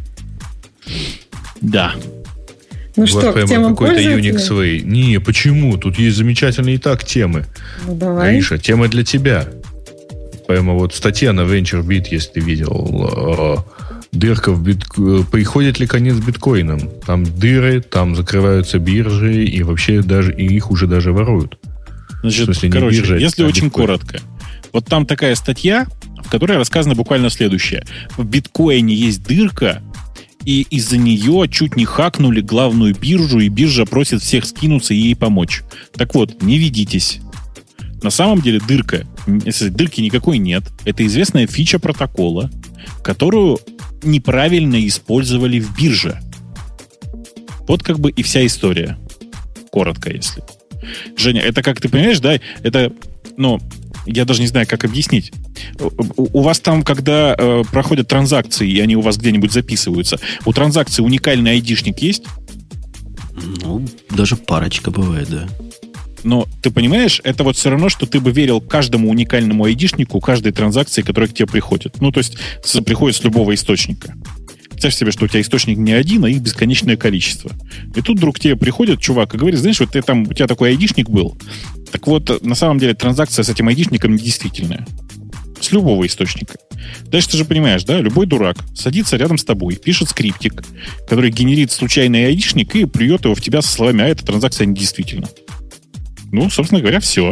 Да. Ну что, к темам какой-то Unix-way. Не, почему? Тут есть замечательные и так темы. Ну, давай. Гриша, тема для тебя. Прямо вот статья на VentureBeat, если ты видел. Дырка в бит... Приходит ли конец биткоинам? Там дыры, там закрываются биржи, и вообще даже и их уже даже воруют. Значит, смысле, короче, биржа, если а очень биткоин. Коротко. Вот там такая статья, в которой рассказано буквально следующее. В биткоине есть дырка, и из-за нее чуть не хакнули главную биржу, и биржа просит всех скинуться и ей помочь. Так вот, не ведитесь. На самом деле дырка, если дырки никакой нет, это известная фича протокола, которую неправильно использовали в бирже. Вот как бы и вся история. Коротко, если. Женя, это как ты понимаешь, да? Это, ну, я даже не знаю, как объяснить. У, у вас там, когда э, проходят транзакции, и они у вас где-нибудь записываются, у транзакции уникальный айдишник есть? Ну, даже парочка бывает, да. Но ты понимаешь, это вот все равно, что ты бы верил каждому уникальному айдишнику, каждой транзакции, которая к тебе приходит. Ну, то есть с, приходит с любого источника. Представь себе, что у тебя источник не один, а их бесконечное количество. И тут вдруг к тебе приходит чувак и говорит, знаешь, вот ты там, у тебя такой айдишник был. Так вот, на самом деле транзакция с этим айдишником недействительная. С любого источника. Дальше ты же понимаешь, да? Любой дурак садится рядом с тобой, пишет скриптик, который генерит случайный айдишник и плюет его в тебя со словами, а эта транзакция недействительна. Ну, собственно говоря, все.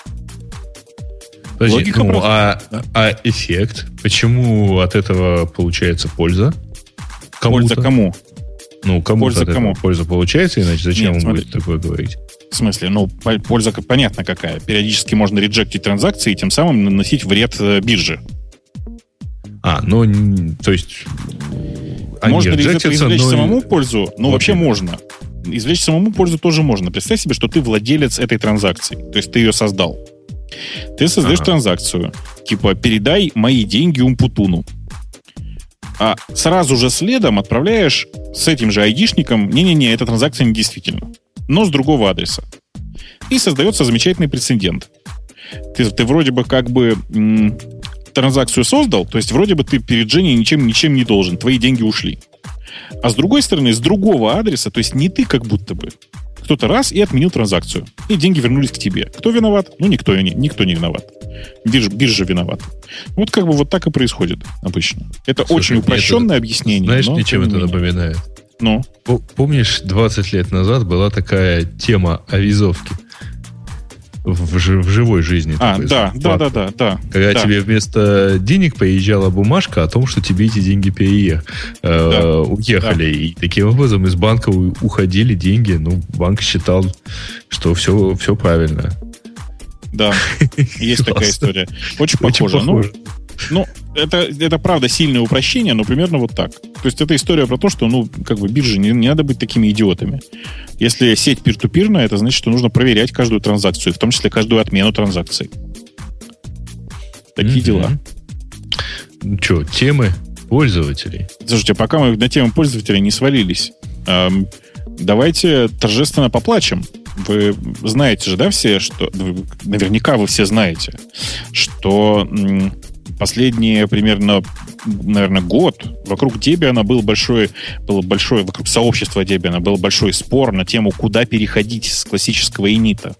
Подожди, Логика ну, а, а эффект? Почему от этого получается польза? Кому-то? Польза кому? Ну, кому-то польза от этого кому? Польза получается, иначе зачем Нет, он смотри. будет такое говорить? В смысле? Ну, польза понятно какая. Периодически можно реджектить транзакции и тем самым наносить вред бирже. А, ну, то есть... Можно ли из этого извлечь но... самому пользу? Ну, вот вообще именно. Можно. Извлечь самому пользу тоже можно. Представь себе, что ты владелец этой транзакции. То есть ты ее создал. Ты создаешь ага. транзакцию. Типа, передай мои деньги Умпутуну. А сразу же следом отправляешь с этим же айдишником не-не-не, эта транзакция недействительна. Но с другого адреса. И создается замечательный прецедент. Ты, ты вроде бы как бы м, транзакцию создал, то есть вроде бы ты перед Женей ничем, ничем не должен, твои деньги ушли. А с другой стороны, с другого адреса, то есть не ты как будто бы, кто-то раз и отменил транзакцию. И деньги вернулись к тебе. Кто виноват? Ну, никто не, никто не виноват. Биржа, биржа виновата. Вот как бы вот так и происходит обычно. Это Слушай, очень упрощенное это, объяснение. Знаешь, мне чем это напоминает? Ну? Помнишь, двадцать лет назад была такая тема авизовки? В, в живой жизни. А, да, да, да, да, да. Когда да. тебе вместо денег приезжала бумажка о том, что тебе эти деньги переехали, да. э, уехали. Да. И таким образом из банка уходили деньги. Ну, банк считал, что все, все правильно. Да, есть такая история. Очень похоже. Ну, ну это, это правда сильное упрощение, но примерно вот так. То есть это история про то, что, ну, как бы бирже не, не надо быть такими идиотами. Если сеть пир-ту-пирная, это значит, что нужно проверять каждую транзакцию, в том числе каждую отмену транзакций. Такие mm-hmm. дела. Ну что, темы пользователей? Слушайте, пока мы на тему пользователей не свалились, эм, давайте торжественно поплачем. Вы знаете же, да, все, что... Наверняка вы все знаете, что м, последние примерно, наверное, год вокруг Debian был большой, было большое, вокруг сообщества Debian был большой спор на тему, куда переходить с классического инита.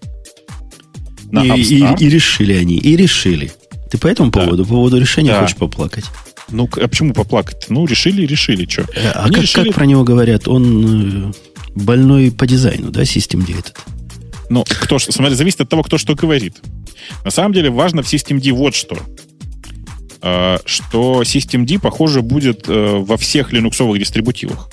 На и, и, и решили они, и решили. Ты по этому поводу, да. по поводу решения да. хочешь поплакать? Ну, а почему поплакать? Ну, решили и решили, что? А как, решили... как про него говорят? Он... больной по дизайну, да, системд этот? Ну, кто, смотри, зависит от того, кто что говорит. На самом деле важно в системд вот что. Э, что системд, похоже, будет э, во всех линуксовых дистрибутивах.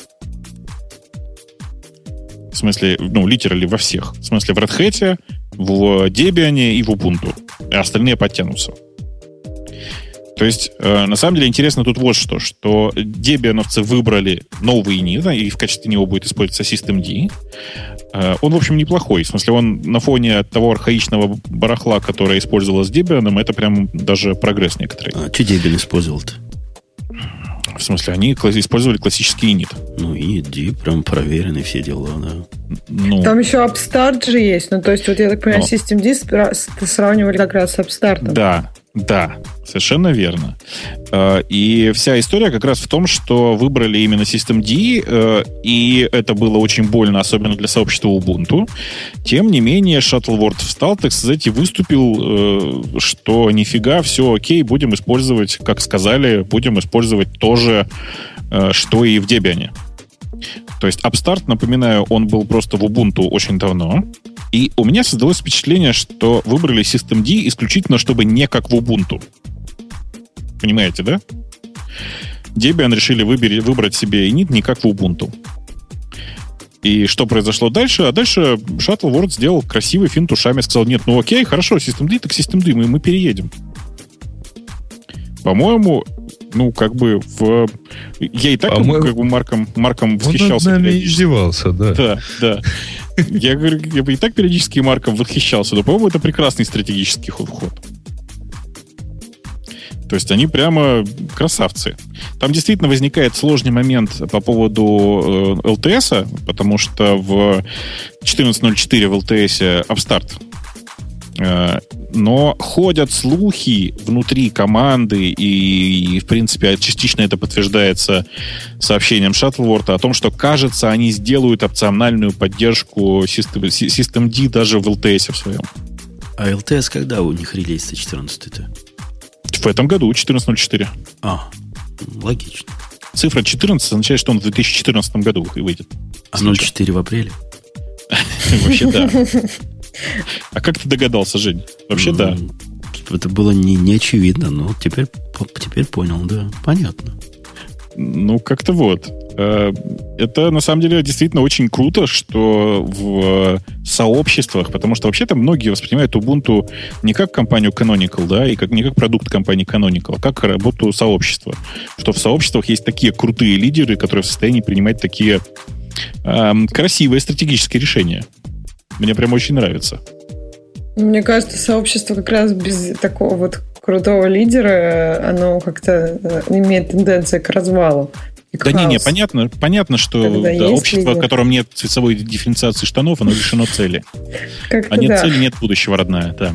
В смысле, ну, литерали во всех. В смысле, в Red Hat, в Debian и в Ubuntu. И остальные подтянутся. То есть, э, на самом деле, интересно тут вот что, что дебиановцы выбрали новый инит, и в качестве него будет использоваться systemd. Э, он, в общем, неплохой. В смысле, он на фоне того архаичного барахла, которое использовалось Debian, это прям даже прогресс некоторый. А что Debian использовал-то? В смысле, они использовали классический инит. Ну, init, прям проверенный, все дела, да. Ну, там еще Upstart же есть. Ну, то есть, вот я так понимаю, но... systemd сравнивали как раз с Upstart. Да. Да, совершенно верно. И вся история как раз в том, что выбрали именно systemd, и это было очень больно, особенно для сообщества Ubuntu. Тем не менее, Shuttleworth встал, так сказать, и выступил, что нифига, все окей, будем использовать, как сказали, будем использовать то же, что и в Debian. То есть Upstart, напоминаю, он был просто в Ubuntu очень давно. И у меня создалось впечатление, что выбрали systemd исключительно, чтобы не как в Ubuntu. Понимаете, да? Debian решили выбери, выбрать себе init не как в Ubuntu. И что произошло дальше? А дальше Shuttleworth сделал красивый финт ушами, сказал, нет, ну окей, хорошо, systemd, так systemd, мы, мы переедем. По-моему, ну, как бы в... Я и так По-моему, как бы Марком, Марком восхищался. Он над нами издевался, да. Да, да. Я говорю, я бы и так периодически Марком восхищался, но, по-моему, это прекрасный стратегический ход. То есть они прямо красавцы. Там действительно возникает сложный момент по поводу э, эл ти эс, потому что в четырнадцать ноль четыре в эл ти эс Upstart Но ходят слухи внутри команды, и, и в принципе, частично это подтверждается сообщением Shuttleworth о том, что, кажется, они сделают опциональную поддержку Systemd даже в эл ти эс в своем. А эл ти эс когда у них релиз-то четырнадцатый-то? В этом году, четырнадцатое ноль четыре. А, логично. Цифра четырнадцать означает, что он в две тысячи четырнадцатом году выйдет. А ноль четыре в апреле? Вообще да. А как ты догадался, Жень? Вообще да. Это было не, не очевидно, но теперь, теперь понял, да. Понятно. Ну, как-то вот. Это, на самом деле, действительно очень круто, что в сообществах, потому что вообще-то многие воспринимают Ubuntu не как компанию Canonical, да, и как, не как продукт компании Canonical, а как работу сообщества. Что в сообществах есть такие крутые лидеры, которые в состоянии принимать такие эм, красивые стратегические решения. Мне прям очень нравится. Мне кажется, сообщество как раз без такого вот крутого лидера, оно как-то имеет тенденцию к развалу. Да не-не, понятно, понятно, что да, общество, лидер, в котором нет цветовой дифференциации штанов, оно лишено цели. Как-то а нет да. цели, нет будущего, родная. Да.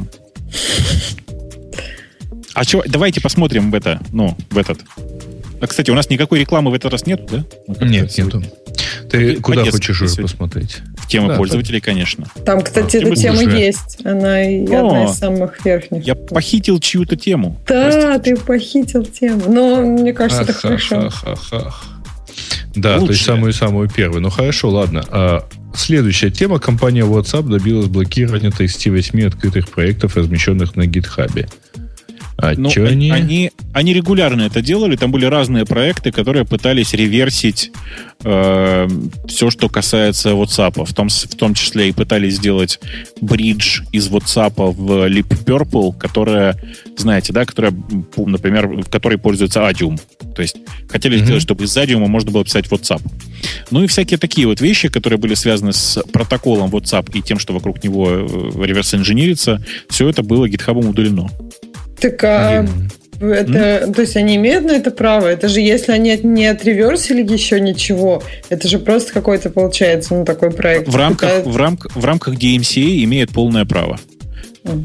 А чё, давайте посмотрим в это, ну, в этот. А, кстати, у нас никакой рекламы в этот раз нету, да? Ну, нет, нету. Ты По- куда хочешь уже посмотреть? В тему да, пользователей, конечно. Там, кстати, а, эта тема уже есть. Она и О, одна из самых верхних. Я похитил чью-то тему. Да, простите. Ты похитил тему. Но мне кажется, ах, это хорошо. Ах, ах, ах. Да, лучше. То есть самую-самую первую. Ну хорошо, ладно. А, следующая тема. Компания WhatsApp добилась блокирования тридцать восемь открытых проектов, размещенных на GitHub. А ну, что они... они... Они регулярно это делали. Там были разные проекты, которые пытались реверсить э, все, что касается WhatsApp. В том, в том числе и пытались сделать бридж из WhatsApp в LibPurple, которая, знаете, да, которая, например, в которой пользуется Adium. То есть хотели mm-hmm. сделать, чтобы из Adium можно было писать WhatsApp. Ну и всякие такие вот вещи, которые были связаны с протоколом WhatsApp и тем, что вокруг него реверс-инженерится, все это было GitHub удалено. Так, а mm. это, mm. то есть они имеют на это право? Это же если они не отреверсили еще ничего, это же просто какой-то, получается, ну, такой проект. В рамках, это... в рамках, в рамках ди эм си эй имеет полное право. Mm.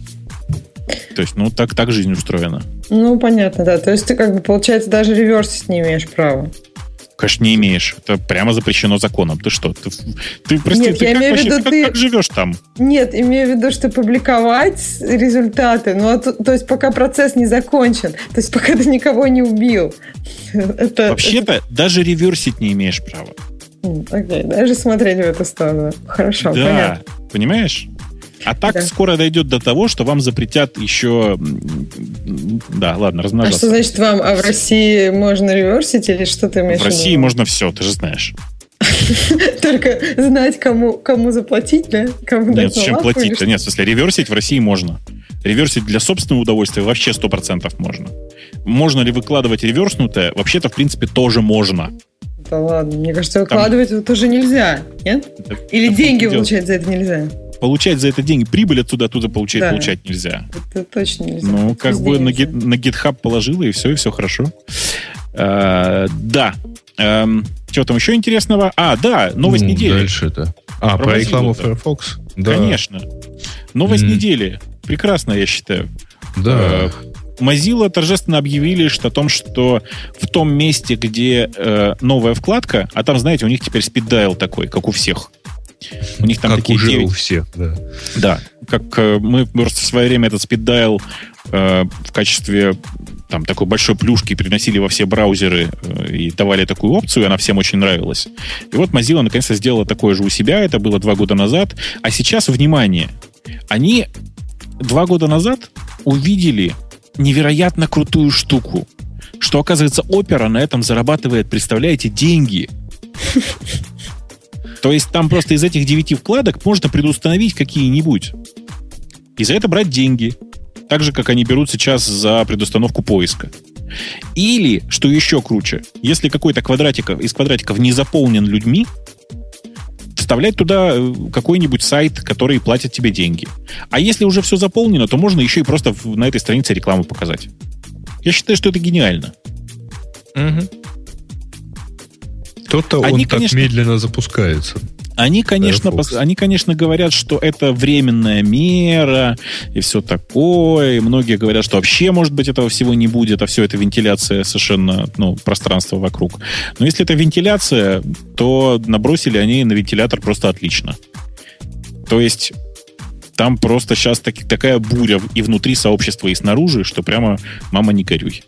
То есть, ну, так, так жизнь устроена. Ну, понятно, да. То есть ты, как бы, получается, даже реверсить не имеешь права. Конечно, не имеешь. Это прямо запрещено законом. Ты что? Ты, ты прости, Нет, ты я как, имею в виду, как, ты... как живешь там? Нет, имею в виду, что публиковать результаты. Ну, а то, то есть пока процесс не закончен. То есть пока ты никого не убил. Это, Вообще-то это... даже реверсить не имеешь права. Окей, даже смотреть в эту сторону. Хорошо, да, понятно. Понимаешь? А так да. скоро дойдет до того, что вам запретят еще... Да, ладно, размножаться. А что значит вам? А в России можно реверсить или что ты имеешь в виду? В России можно все, ты же знаешь. Только знать, кому, кому заплатить, да? Кому Нет, зачем платить-то? Нет, в смысле, реверсить в России можно. Реверсить для собственного удовольствия вообще сто процентов можно. Можно ли выкладывать реверснутое? Вообще-то, в принципе, тоже можно. Да ладно, мне кажется, выкладывать Там... тоже нельзя, нет? Да, или деньги получать за это нельзя? Получать за это деньги, прибыль оттуда оттуда получать, да. получать нельзя. Это точно нельзя. Ну, как Везде бы на, гит, на GitHub положила, и все, и все хорошо. А, да. А, что там еще интересного? А, да, новость ну, недели. Дальше-то. А, про, про рекламу Firefox? Да. Конечно. Новость mm. недели. Прекрасно, я считаю. Да. А, Mozilla торжественно объявили что, о том, что в том месте, где э, новая вкладка, а там, знаете, у них теперь speed-dial такой, как у всех. У них там как такие уже девять... у всех, да. Да, как э, мы просто в свое время этот speed-dial э, в качестве там, такой большой плюшки приносили во все браузеры э, и давали такую опцию, и она всем очень нравилась. И вот Mozilla наконец-то сделала такое же у себя, это было два года назад. А сейчас, внимание, они два года назад увидели невероятно крутую штуку, что, оказывается, Opera на этом зарабатывает, представляете, деньги. То есть там просто из этих девяти вкладок можно предустановить какие-нибудь. И за это брать деньги. Так же, как они берут сейчас за предустановку поиска. Или, что еще круче, если какой-то квадратик из квадратиков не заполнен людьми, вставлять туда какой-нибудь сайт, который платит тебе деньги. А если уже все заполнено, то можно еще и просто на этой странице рекламу показать. Я считаю, что это гениально. Угу. То-то Они, он конечно, так медленно запускается. Они, конечно, пос, они, конечно, говорят, что это временная мера и все такое. И многие говорят, что вообще, может быть, этого всего не будет, а все это вентиляция совершенно, ну, пространства вокруг. Но если это вентиляция, то набросили они на вентилятор просто отлично. То есть там просто сейчас так, такая буря и внутри сообщества, и снаружи, что прямо мама не горюй.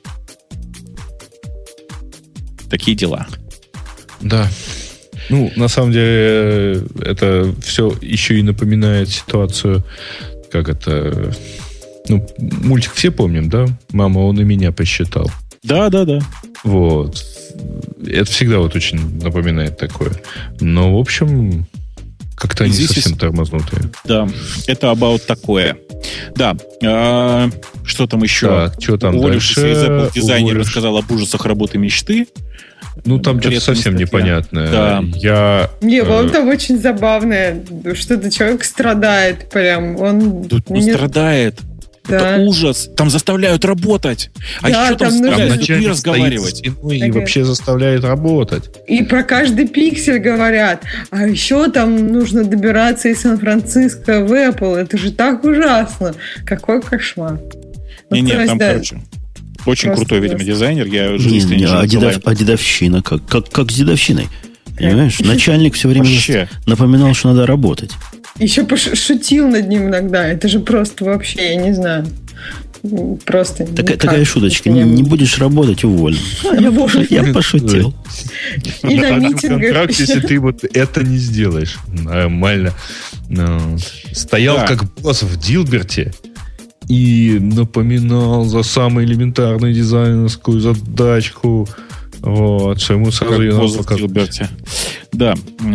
Такие дела. Да. Ну, на самом деле, это все еще и напоминает ситуацию, как это... Ну, мультик все помним, да? «Мама, он и меня посчитал». Да, да, да. Вот. Это всегда вот очень напоминает такое. Но, в общем, как-то они Здесь совсем есть... тормознутые. Да, это about такое. Да. А, что там еще? Так, что там Уволившийся дальше? из Apple дизайнер Уволишь... рассказал об ужасах работы мечты. Ну, там что-то совсем статья. Непонятное. Да. Я, не, он э... там очень забавное. Что-то человек страдает прям. Он Тут не не... страдает. Да. Это ужас. Там заставляют работать. А да, еще там, там заставляют нужно... с людьми разговаривать. И ага. вообще заставляет работать. И про каждый пиксель говорят. А еще там нужно добираться из Сан-Франциско в Apple. Это же так ужасно. Какой кошмар. Не, нет, там, да. короче... Очень просто крутой, видимо, дизайнер. Я уже не, не, а, дедов, а дедовщина, как, как, как с дедовщиной. Понимаешь? Начальник все время вообще напоминал, что надо работать. Еще пошутил над ним иногда. Это же просто вообще, я не знаю. Просто так, такая шуточка. Не, не будешь работать, уволен. Я пошутил. И на митингах. Если ты вот это не сделаешь нормально. Стоял как босс в Дилберте и напоминал за самую элементарную дизайнерскую задачку. Вот, что ему сразу ее надо показать. Да.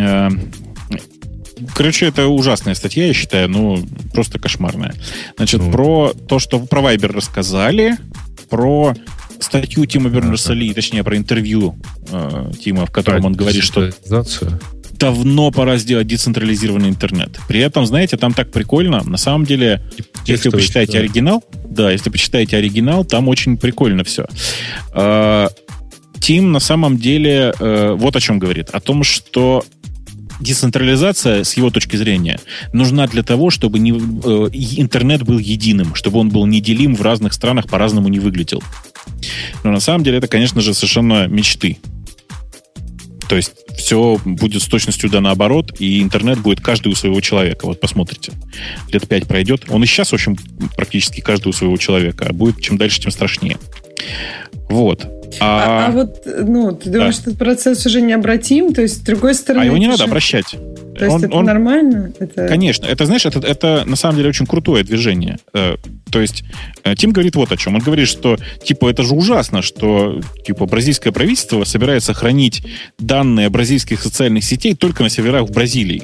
Короче, это ужасная статья, я считаю, ну, просто кошмарная. Значит, ну. про то, что про Viber рассказали, про статью Тима Бернерса-Ли, точнее, про интервью э, Тима, в котором про он говорит, что давно пора сделать децентрализированный интернет. При этом, знаете, там так прикольно. На самом деле, если вы почитаете да. оригинал, да, если почитаете оригинал, там очень прикольно все. Э, Тим на самом деле э, вот о чем говорит. О том, что децентрализация, с его точки зрения, нужна для того, чтобы не, э, интернет был единым, чтобы он был неделим в разных странах, по-разному не выглядел. Но на самом деле это, конечно же, совершенно мечты. То есть все будет с точностью да наоборот, и интернет будет каждый у своего человека. Вот посмотрите. Лет пять пройдет. Он и сейчас, в общем, практически каждый у своего человека, а будет чем дальше, тем страшнее. Вот. А, а, а вот, ну, ты думаешь, да. что этот процесс уже необратим? То есть, с другой стороны... А его не надо же... обращать. То есть, он, это он... нормально? Это... Конечно. Это, знаешь, это, это на самом деле очень крутое движение. Э, то есть, э, Тим говорит вот о чем. Он говорит, что, типа, это же ужасно, что, типа, бразильское правительство собирается хранить данные бразильских социальных сетей только на серверах в Бразилии.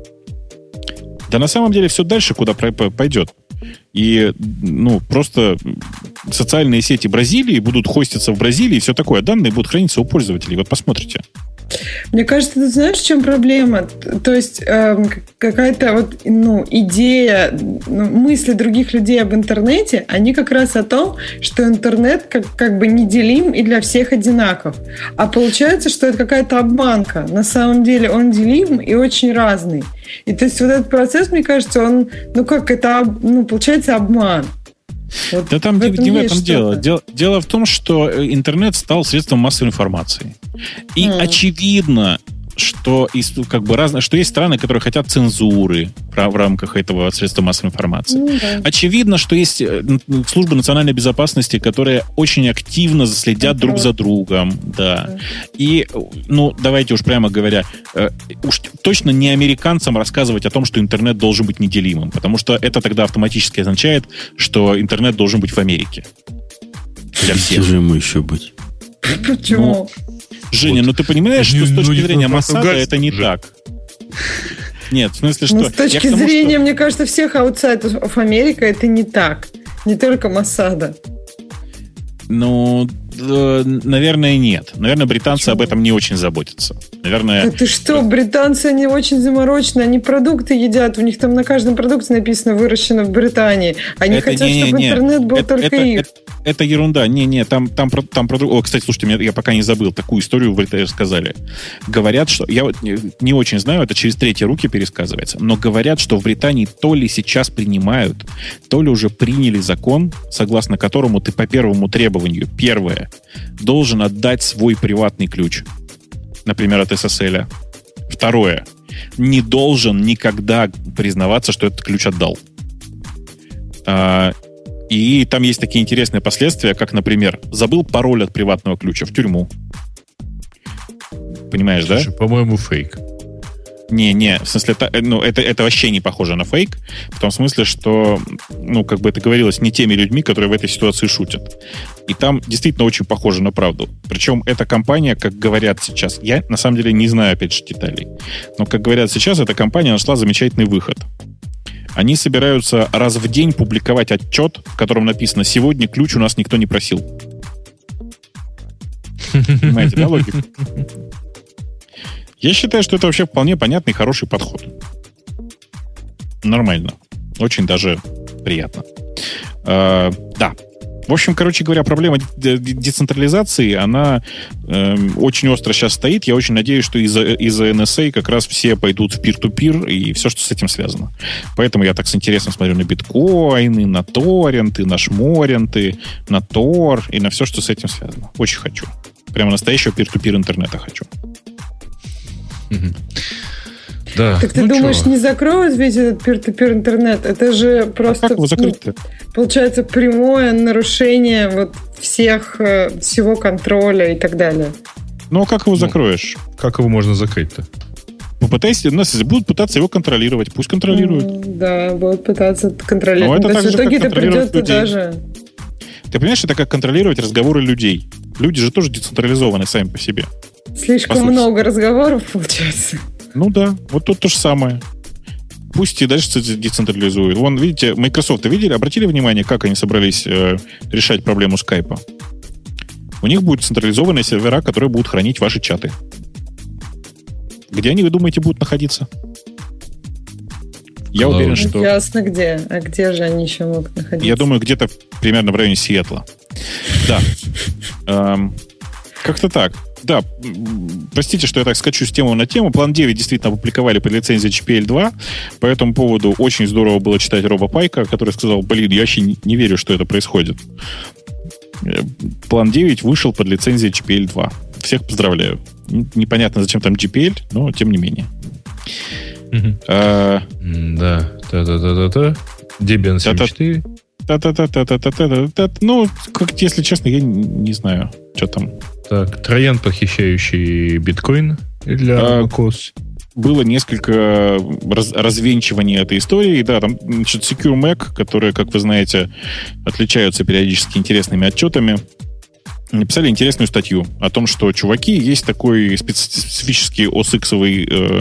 Да на самом деле все дальше куда пойдет. И, ну, просто социальные сети Бразилии будут хоститься в Бразилии и все такое. Данные будут храниться у пользователей. Вот посмотрите. Мне кажется, ты знаешь, в чем проблема? То есть э, какая-то вот, ну, идея, ну, мысли других людей об интернете, они как раз о том, что интернет как, как бы неделим и для всех одинаков. А получается, что это какая-то обманка. На самом деле он делим и очень разный. И то есть вот этот процесс, мне кажется, он, ну как, это, ну, получается обман. Вот да там в не в этом дело. дело. Дело в том, что интернет стал средством массовой информации. И mm. очевидно, что, как бы, разно, что есть страны, которые хотят цензуры в рамках этого средства массовой информации. Mm, да. Очевидно, что есть службы национальной безопасности, которые очень активно следят mm-hmm. друг за другом. Да. Mm. И, ну, давайте уж прямо говоря, уж точно не американцам рассказывать о том, что интернет должен быть неделимым, потому что это тогда автоматически означает, что интернет должен быть в Америке. Для всех. Где же ему еще быть? Почему? Ну, Женя, вот. ну ты понимаешь, что ну, с точки ну, зрения Моссада это не так? Нет, в смысле, что... Ну, с точки тому, зрения, что... мне кажется, всех аутсайдеров Америки это не так. Не только Моссада. Ну, э, наверное, нет. Наверное, британцы Почему? об этом не очень заботятся. Наверное... Да ты что, британцы, они очень заморочены. Они продукты едят. У них там на каждом продукте написано «выращено в Британии». Они это, хотят, не, не, чтобы не. интернет был это, только это, их. Это, это ерунда. Не-не, там, там, там, там про другое. О, кстати, слушайте, я пока не забыл, такую историю в эр тэ рассказали. Говорят, что... Я вот не, не очень знаю, это через третьи руки пересказывается, но говорят, что в Британии то ли сейчас принимают, то ли уже приняли закон, согласно которому ты по первому требованию, первое, должен отдать свой приватный ключ. Например, от эс эс эл. Второе, не должен никогда признаваться, что этот ключ отдал. И там есть такие интересные последствия, как, например, забыл пароль от приватного ключа в тюрьму. Понимаешь, Слушай, да? По-моему, фейк. Не-не, в смысле, это, ну, это, это вообще не похоже на фейк, в том смысле, что, ну, как бы это говорилось не теми людьми, которые в этой ситуации шутят. И там действительно очень похоже на правду. Причем эта компания, как говорят сейчас, я на самом деле не знаю, опять же, деталей, но, как говорят сейчас, эта компания нашла замечательный выход. Они собираются раз в день публиковать отчет, в котором написано: «Сегодня ключ у нас никто не просил». Понимаете, да, логику? Я считаю, что это вообще вполне понятный и хороший подход. Нормально. Очень даже приятно. Э, да. В общем, короче говоря, проблема децентрализации, она э, очень остро сейчас стоит. Я очень надеюсь, что из-за, из-за эн эс эй как раз все пойдут в пир-ту-пир и все, что с этим связано. Поэтому я так с интересом смотрю на биткоины, на торренты, на шморенты, на тор и на все, что с этим связано. Очень хочу. Прямо настоящего пир-ту-пир интернета хочу. Да. Так ты ну думаешь, чё? Не закроют весь этот пир-ту-пир интернет? Это же просто... А как его закрыть-то? Получается прямое нарушение вот всех, всего контроля и так далее. Ну, а как его ну, закроешь? Как его можно закрыть-то? Попытайся, нас будут пытаться его контролировать. Пусть контролируют. Mm, да, будут пытаться контролировать. Но это так же, в итоге-то придет туда же. Ты понимаешь, это как контролировать разговоры людей. Люди же тоже децентрализованы сами по себе. Слишком по много разговоров получается. Ну да, вот тут то же самое. Пусть и дальше децентрализуют. Вон, видите, Microsoft, видели, обратили внимание, как они собрались э, решать проблему скайпа? У них будут централизованные сервера, которые будут хранить ваши чаты. Где они, вы думаете, будут находиться? Я Cloud. уверен, что... Ясно где. А где же они еще могут находиться? Я думаю, где-то примерно в районе Сиэтла. Да. Эм, как-то так. Да, простите, что я так скачу с темы на тему. План девять действительно опубликовали под лицензией джи пи эл два. По этому поводу очень здорово было читать Роба Пайка, который сказал: блин, я вообще не верю, что это происходит. План девять вышел под лицензией джи пи эл два. Всех поздравляю. Непонятно, зачем там джи пи эл, но тем не менее. Mm-hmm. А... Да, та-та-та-та-та. Debian семь четыре. Та-та-та-та-та-та-та-та. Ну, как, если честно, я не знаю, что там. Так, троян, похищающий биткоин для macOS. Было несколько раз, развенчиваний этой истории. Да, там, значит, Secure Mac, которые, как вы знаете, отличаются периодически интересными отчетами, написали интересную статью о том, что, чуваки, есть такой специфический ОС-X-овый э,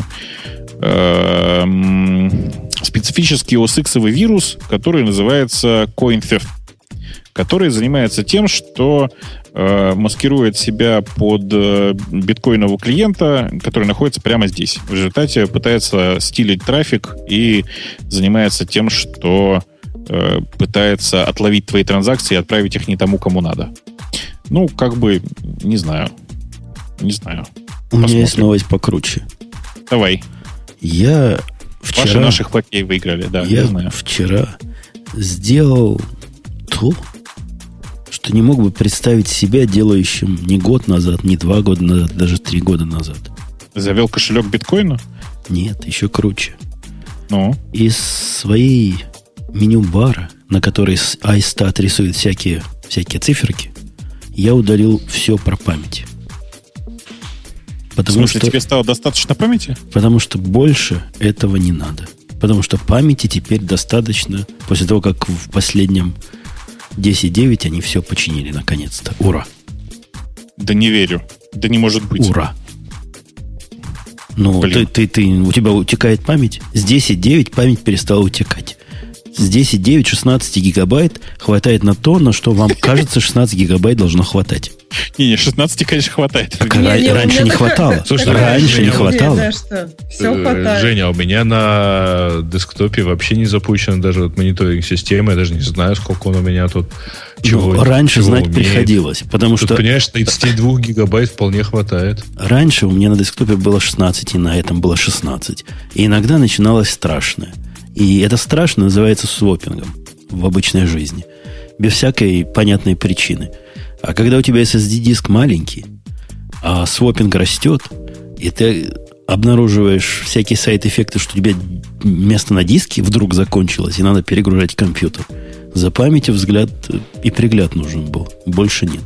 э, специфический ОС-X-овый вирус, который называется CoinTheft, который занимается тем, что э, маскирует себя под э, биткоинового клиента, который находится прямо здесь. В результате пытается стилить трафик и занимается тем, что э, пытается отловить твои транзакции и отправить их не тому, кому надо. Ну, как бы, не знаю. Не знаю. У Посмотрим. Меня есть новость покруче. Давай. Я вчера... Ваши наших хоккей выиграли, да, я, я знаю. вчера сделал то, что не мог бы представить себя делающим ни год назад, ни два года назад, даже три года назад. Завел кошелек биткоина? Нет, еще круче. Ну? Из своей меню-бара, на которой iStat рисует всякие, всякие циферки, я удалил все про память. Потому в смысле, что, тебе стало достаточно памяти? Потому что больше этого не надо. Потому что памяти теперь достаточно после того, как в последнем десять девять они все починили наконец-то. Ура! Да не верю. Да не может быть. Ура! Ну, ты, ты, ты, у тебя утекает память. С десять девять память перестала утекать. С десять девять шестнадцать гигабайт хватает на то, на что вам кажется шестнадцать гигабайт должно хватать. Не-не, шестнадцать, конечно, хватает. Так, не, не, раньше не хватало. Такая, Слушай, такая раньше не хватало. Да, что все хватает. Женя, у меня на десктопе вообще не запущена даже вот мониторинг системы. Я даже не знаю, сколько он у меня тут. Чего, ну, раньше чего знать умеет. Приходилось. Потому тут, что, понимаешь, тридцать два гигабайт вполне хватает. Раньше у меня на десктопе было шестнадцать, и на этом было шестнадцать. И иногда начиналось страшное. И это страшно называется свопингом в обычной жизни. Без всякой понятной причины. А когда у тебя эс эс ди-диск маленький, а свопинг растет, и ты обнаруживаешь всякие сайд-эффекты, что у тебя место на диске вдруг закончилось, и надо перегружать компьютер. За памятью взгляд и пригляд нужен был. Больше нет.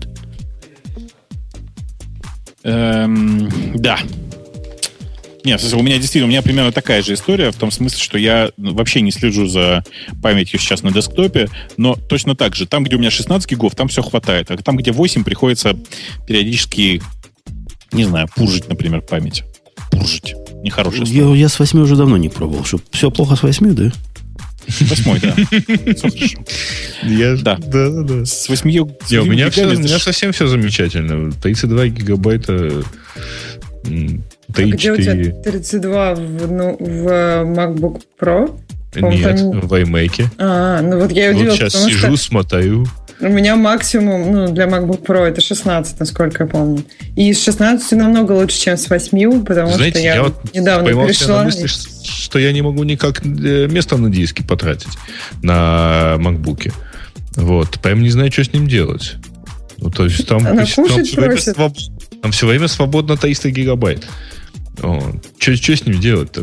Эм, да. Нет, у меня действительно, у меня примерно такая же история, в том смысле, что я вообще не слежу за памятью сейчас на десктопе, но точно так же, там, где у меня шестнадцать гигов, там все хватает, а там, где восемь, приходится периодически, не знаю, пуржить, например, память. Пуржить. Нехорошее слово. Я, я с восьми уже давно не пробовал. Что, все плохо с восьми, да? Восьмой, да. Все хорошо. Я, да. да, да, да. С восьми... Не, у меня, все, у меня совсем все замечательно. тридцать два гигабайта... А где у тебя тридцать два в, ну, в MacBook Pro? Нет, там... в iMac. А, ну вот я удивилась. Вот сейчас сижу, что... смотаю. У меня максимум, ну, для MacBook Pro это шестнадцать, насколько я помню. И с шестнадцатью намного лучше, чем с восемью, потому Знаете, что я, я вот недавно перешла. На мысли, что я не могу никак место на диске потратить на MacBook. Вот. Прям не знаю, что с ним делать. Ну, то есть там, Она там, кушать все время своб... там все время свободно триста гигабайт. Что с ним делать-то?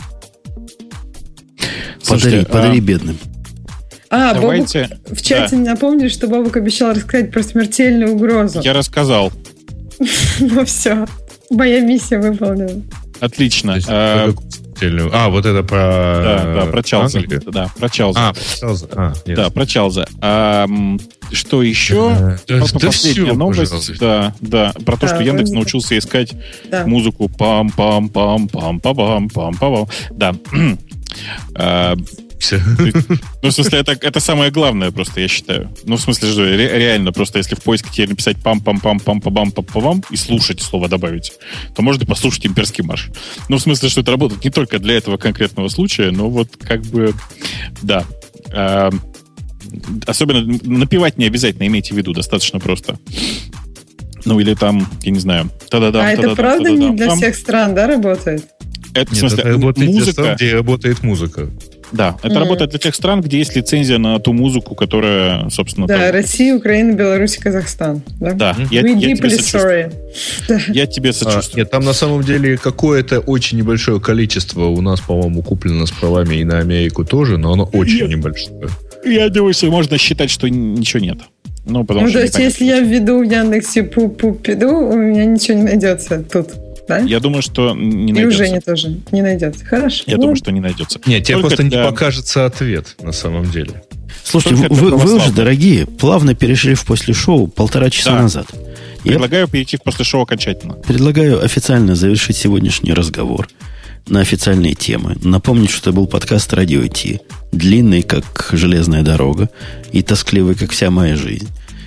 Подари, подари а... бедным. А, Давайте... Бобук в чате да. напомнили, что Бобук обещал рассказать про смертельную угрозу. Я рассказал. Ну все, моя миссия выполнена. Отлично. А, вот это про... Да, да, про Чарльза. Да, про Чарльза. А, про Чарльза. А, да, про Чарльза. А, что еще? Да, да последняя все, новость. Пожалуйста. Да, да. Про то, да, что Яндекс вы... научился искать да. музыку пам-пам-пам-пам-пам-пам-пам-пам. Да. Ну, в смысле, это, это самое главное просто, я считаю. Ну, в смысле, что ре- реально, просто если в поиске тебе написать пам-пам-пам-пам-пам-пам-пам и слушать слово добавить, то можно послушать имперский марш. Ну, в смысле, что это работает не только для этого конкретного случая, но вот как бы, да. А, особенно напевать не обязательно, имейте в виду, достаточно просто. Ну, или там, я не знаю, та-да-дам, А та-да-дам, это правда та-да-дам, не для там. всех стран, да, работает? Это, Нет, в смысле, это работает музыка... для стран, где работает музыка. Да, это mm-hmm. работает для тех стран, где есть лицензия на ту музыку, которая, собственно... Да, там... Россия, Украина, Беларусь, Казахстан. Да, да mm-hmm. я, я тебе сочувствую. Да. Я тебе сочувствую. А, нет, там на самом деле какое-то очень небольшое количество у нас, по-моему, куплено с правами и на Америку тоже, но оно очень я, небольшое. Я думаю, что можно считать, что ничего нет. Ну, потому ну что то есть, если я введу в Яндексе пуп-пуп-пиду, у меня ничего не найдется тут. Да? Я думаю, что не и найдется. И уже не тоже не найдется. Хорошо. Я вот. думаю, что не найдется. Нет, тебе просто для... не покажется ответ, на самом деле. Слушайте, вы, вы уже, дорогие, плавно перешли в после шоу полтора часа да. назад. Предлагаю Я перейти в после шоу окончательно. Предлагаю официально завершить сегодняшний разговор на официальные темы. Напомнить, что это был подкаст «Радио Ти». Длинный, как железная дорога, и тоскливый, как вся моя жизнь.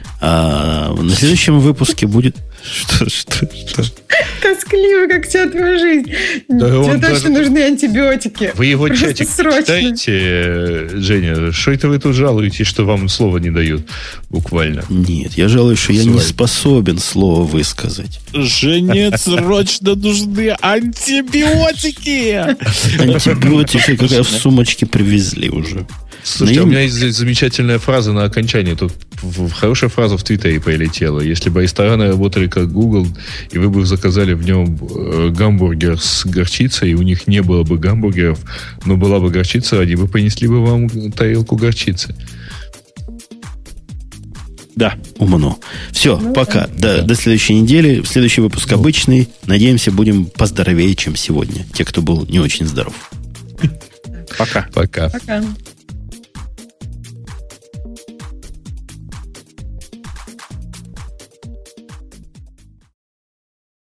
А на следующем выпуске будет... Что, что, что? Тоскливо, как вся твоя жизнь. Да Тебе точно даже... нужны антибиотики. Вы его Просто чатик срочно. читаете, Женя? Что это вы тут жалуетесь, что вам слова не дают? Буквально. Нет, я жалуюсь, что я не способен слово высказать. Жене срочно нужны антибиотики. Антибиотики, когда в сумочке привезли уже. Слушайте, у меня есть замечательная фраза на окончании. Тут хорошая фраза в Твиттере прилетела. Если бы рестораны работали как Google, и вы бы заказали в нем гамбургер с горчицей, и у них не было бы гамбургеров, но была бы горчица, они бы принесли бы вам тарелку горчицы. Да, умно. Все, ну, пока. До, до следующей недели. Следующий выпуск обычный. Надеемся, будем поздоровее, чем сегодня. Те, кто был не очень здоров. Пока. Пока. Пока.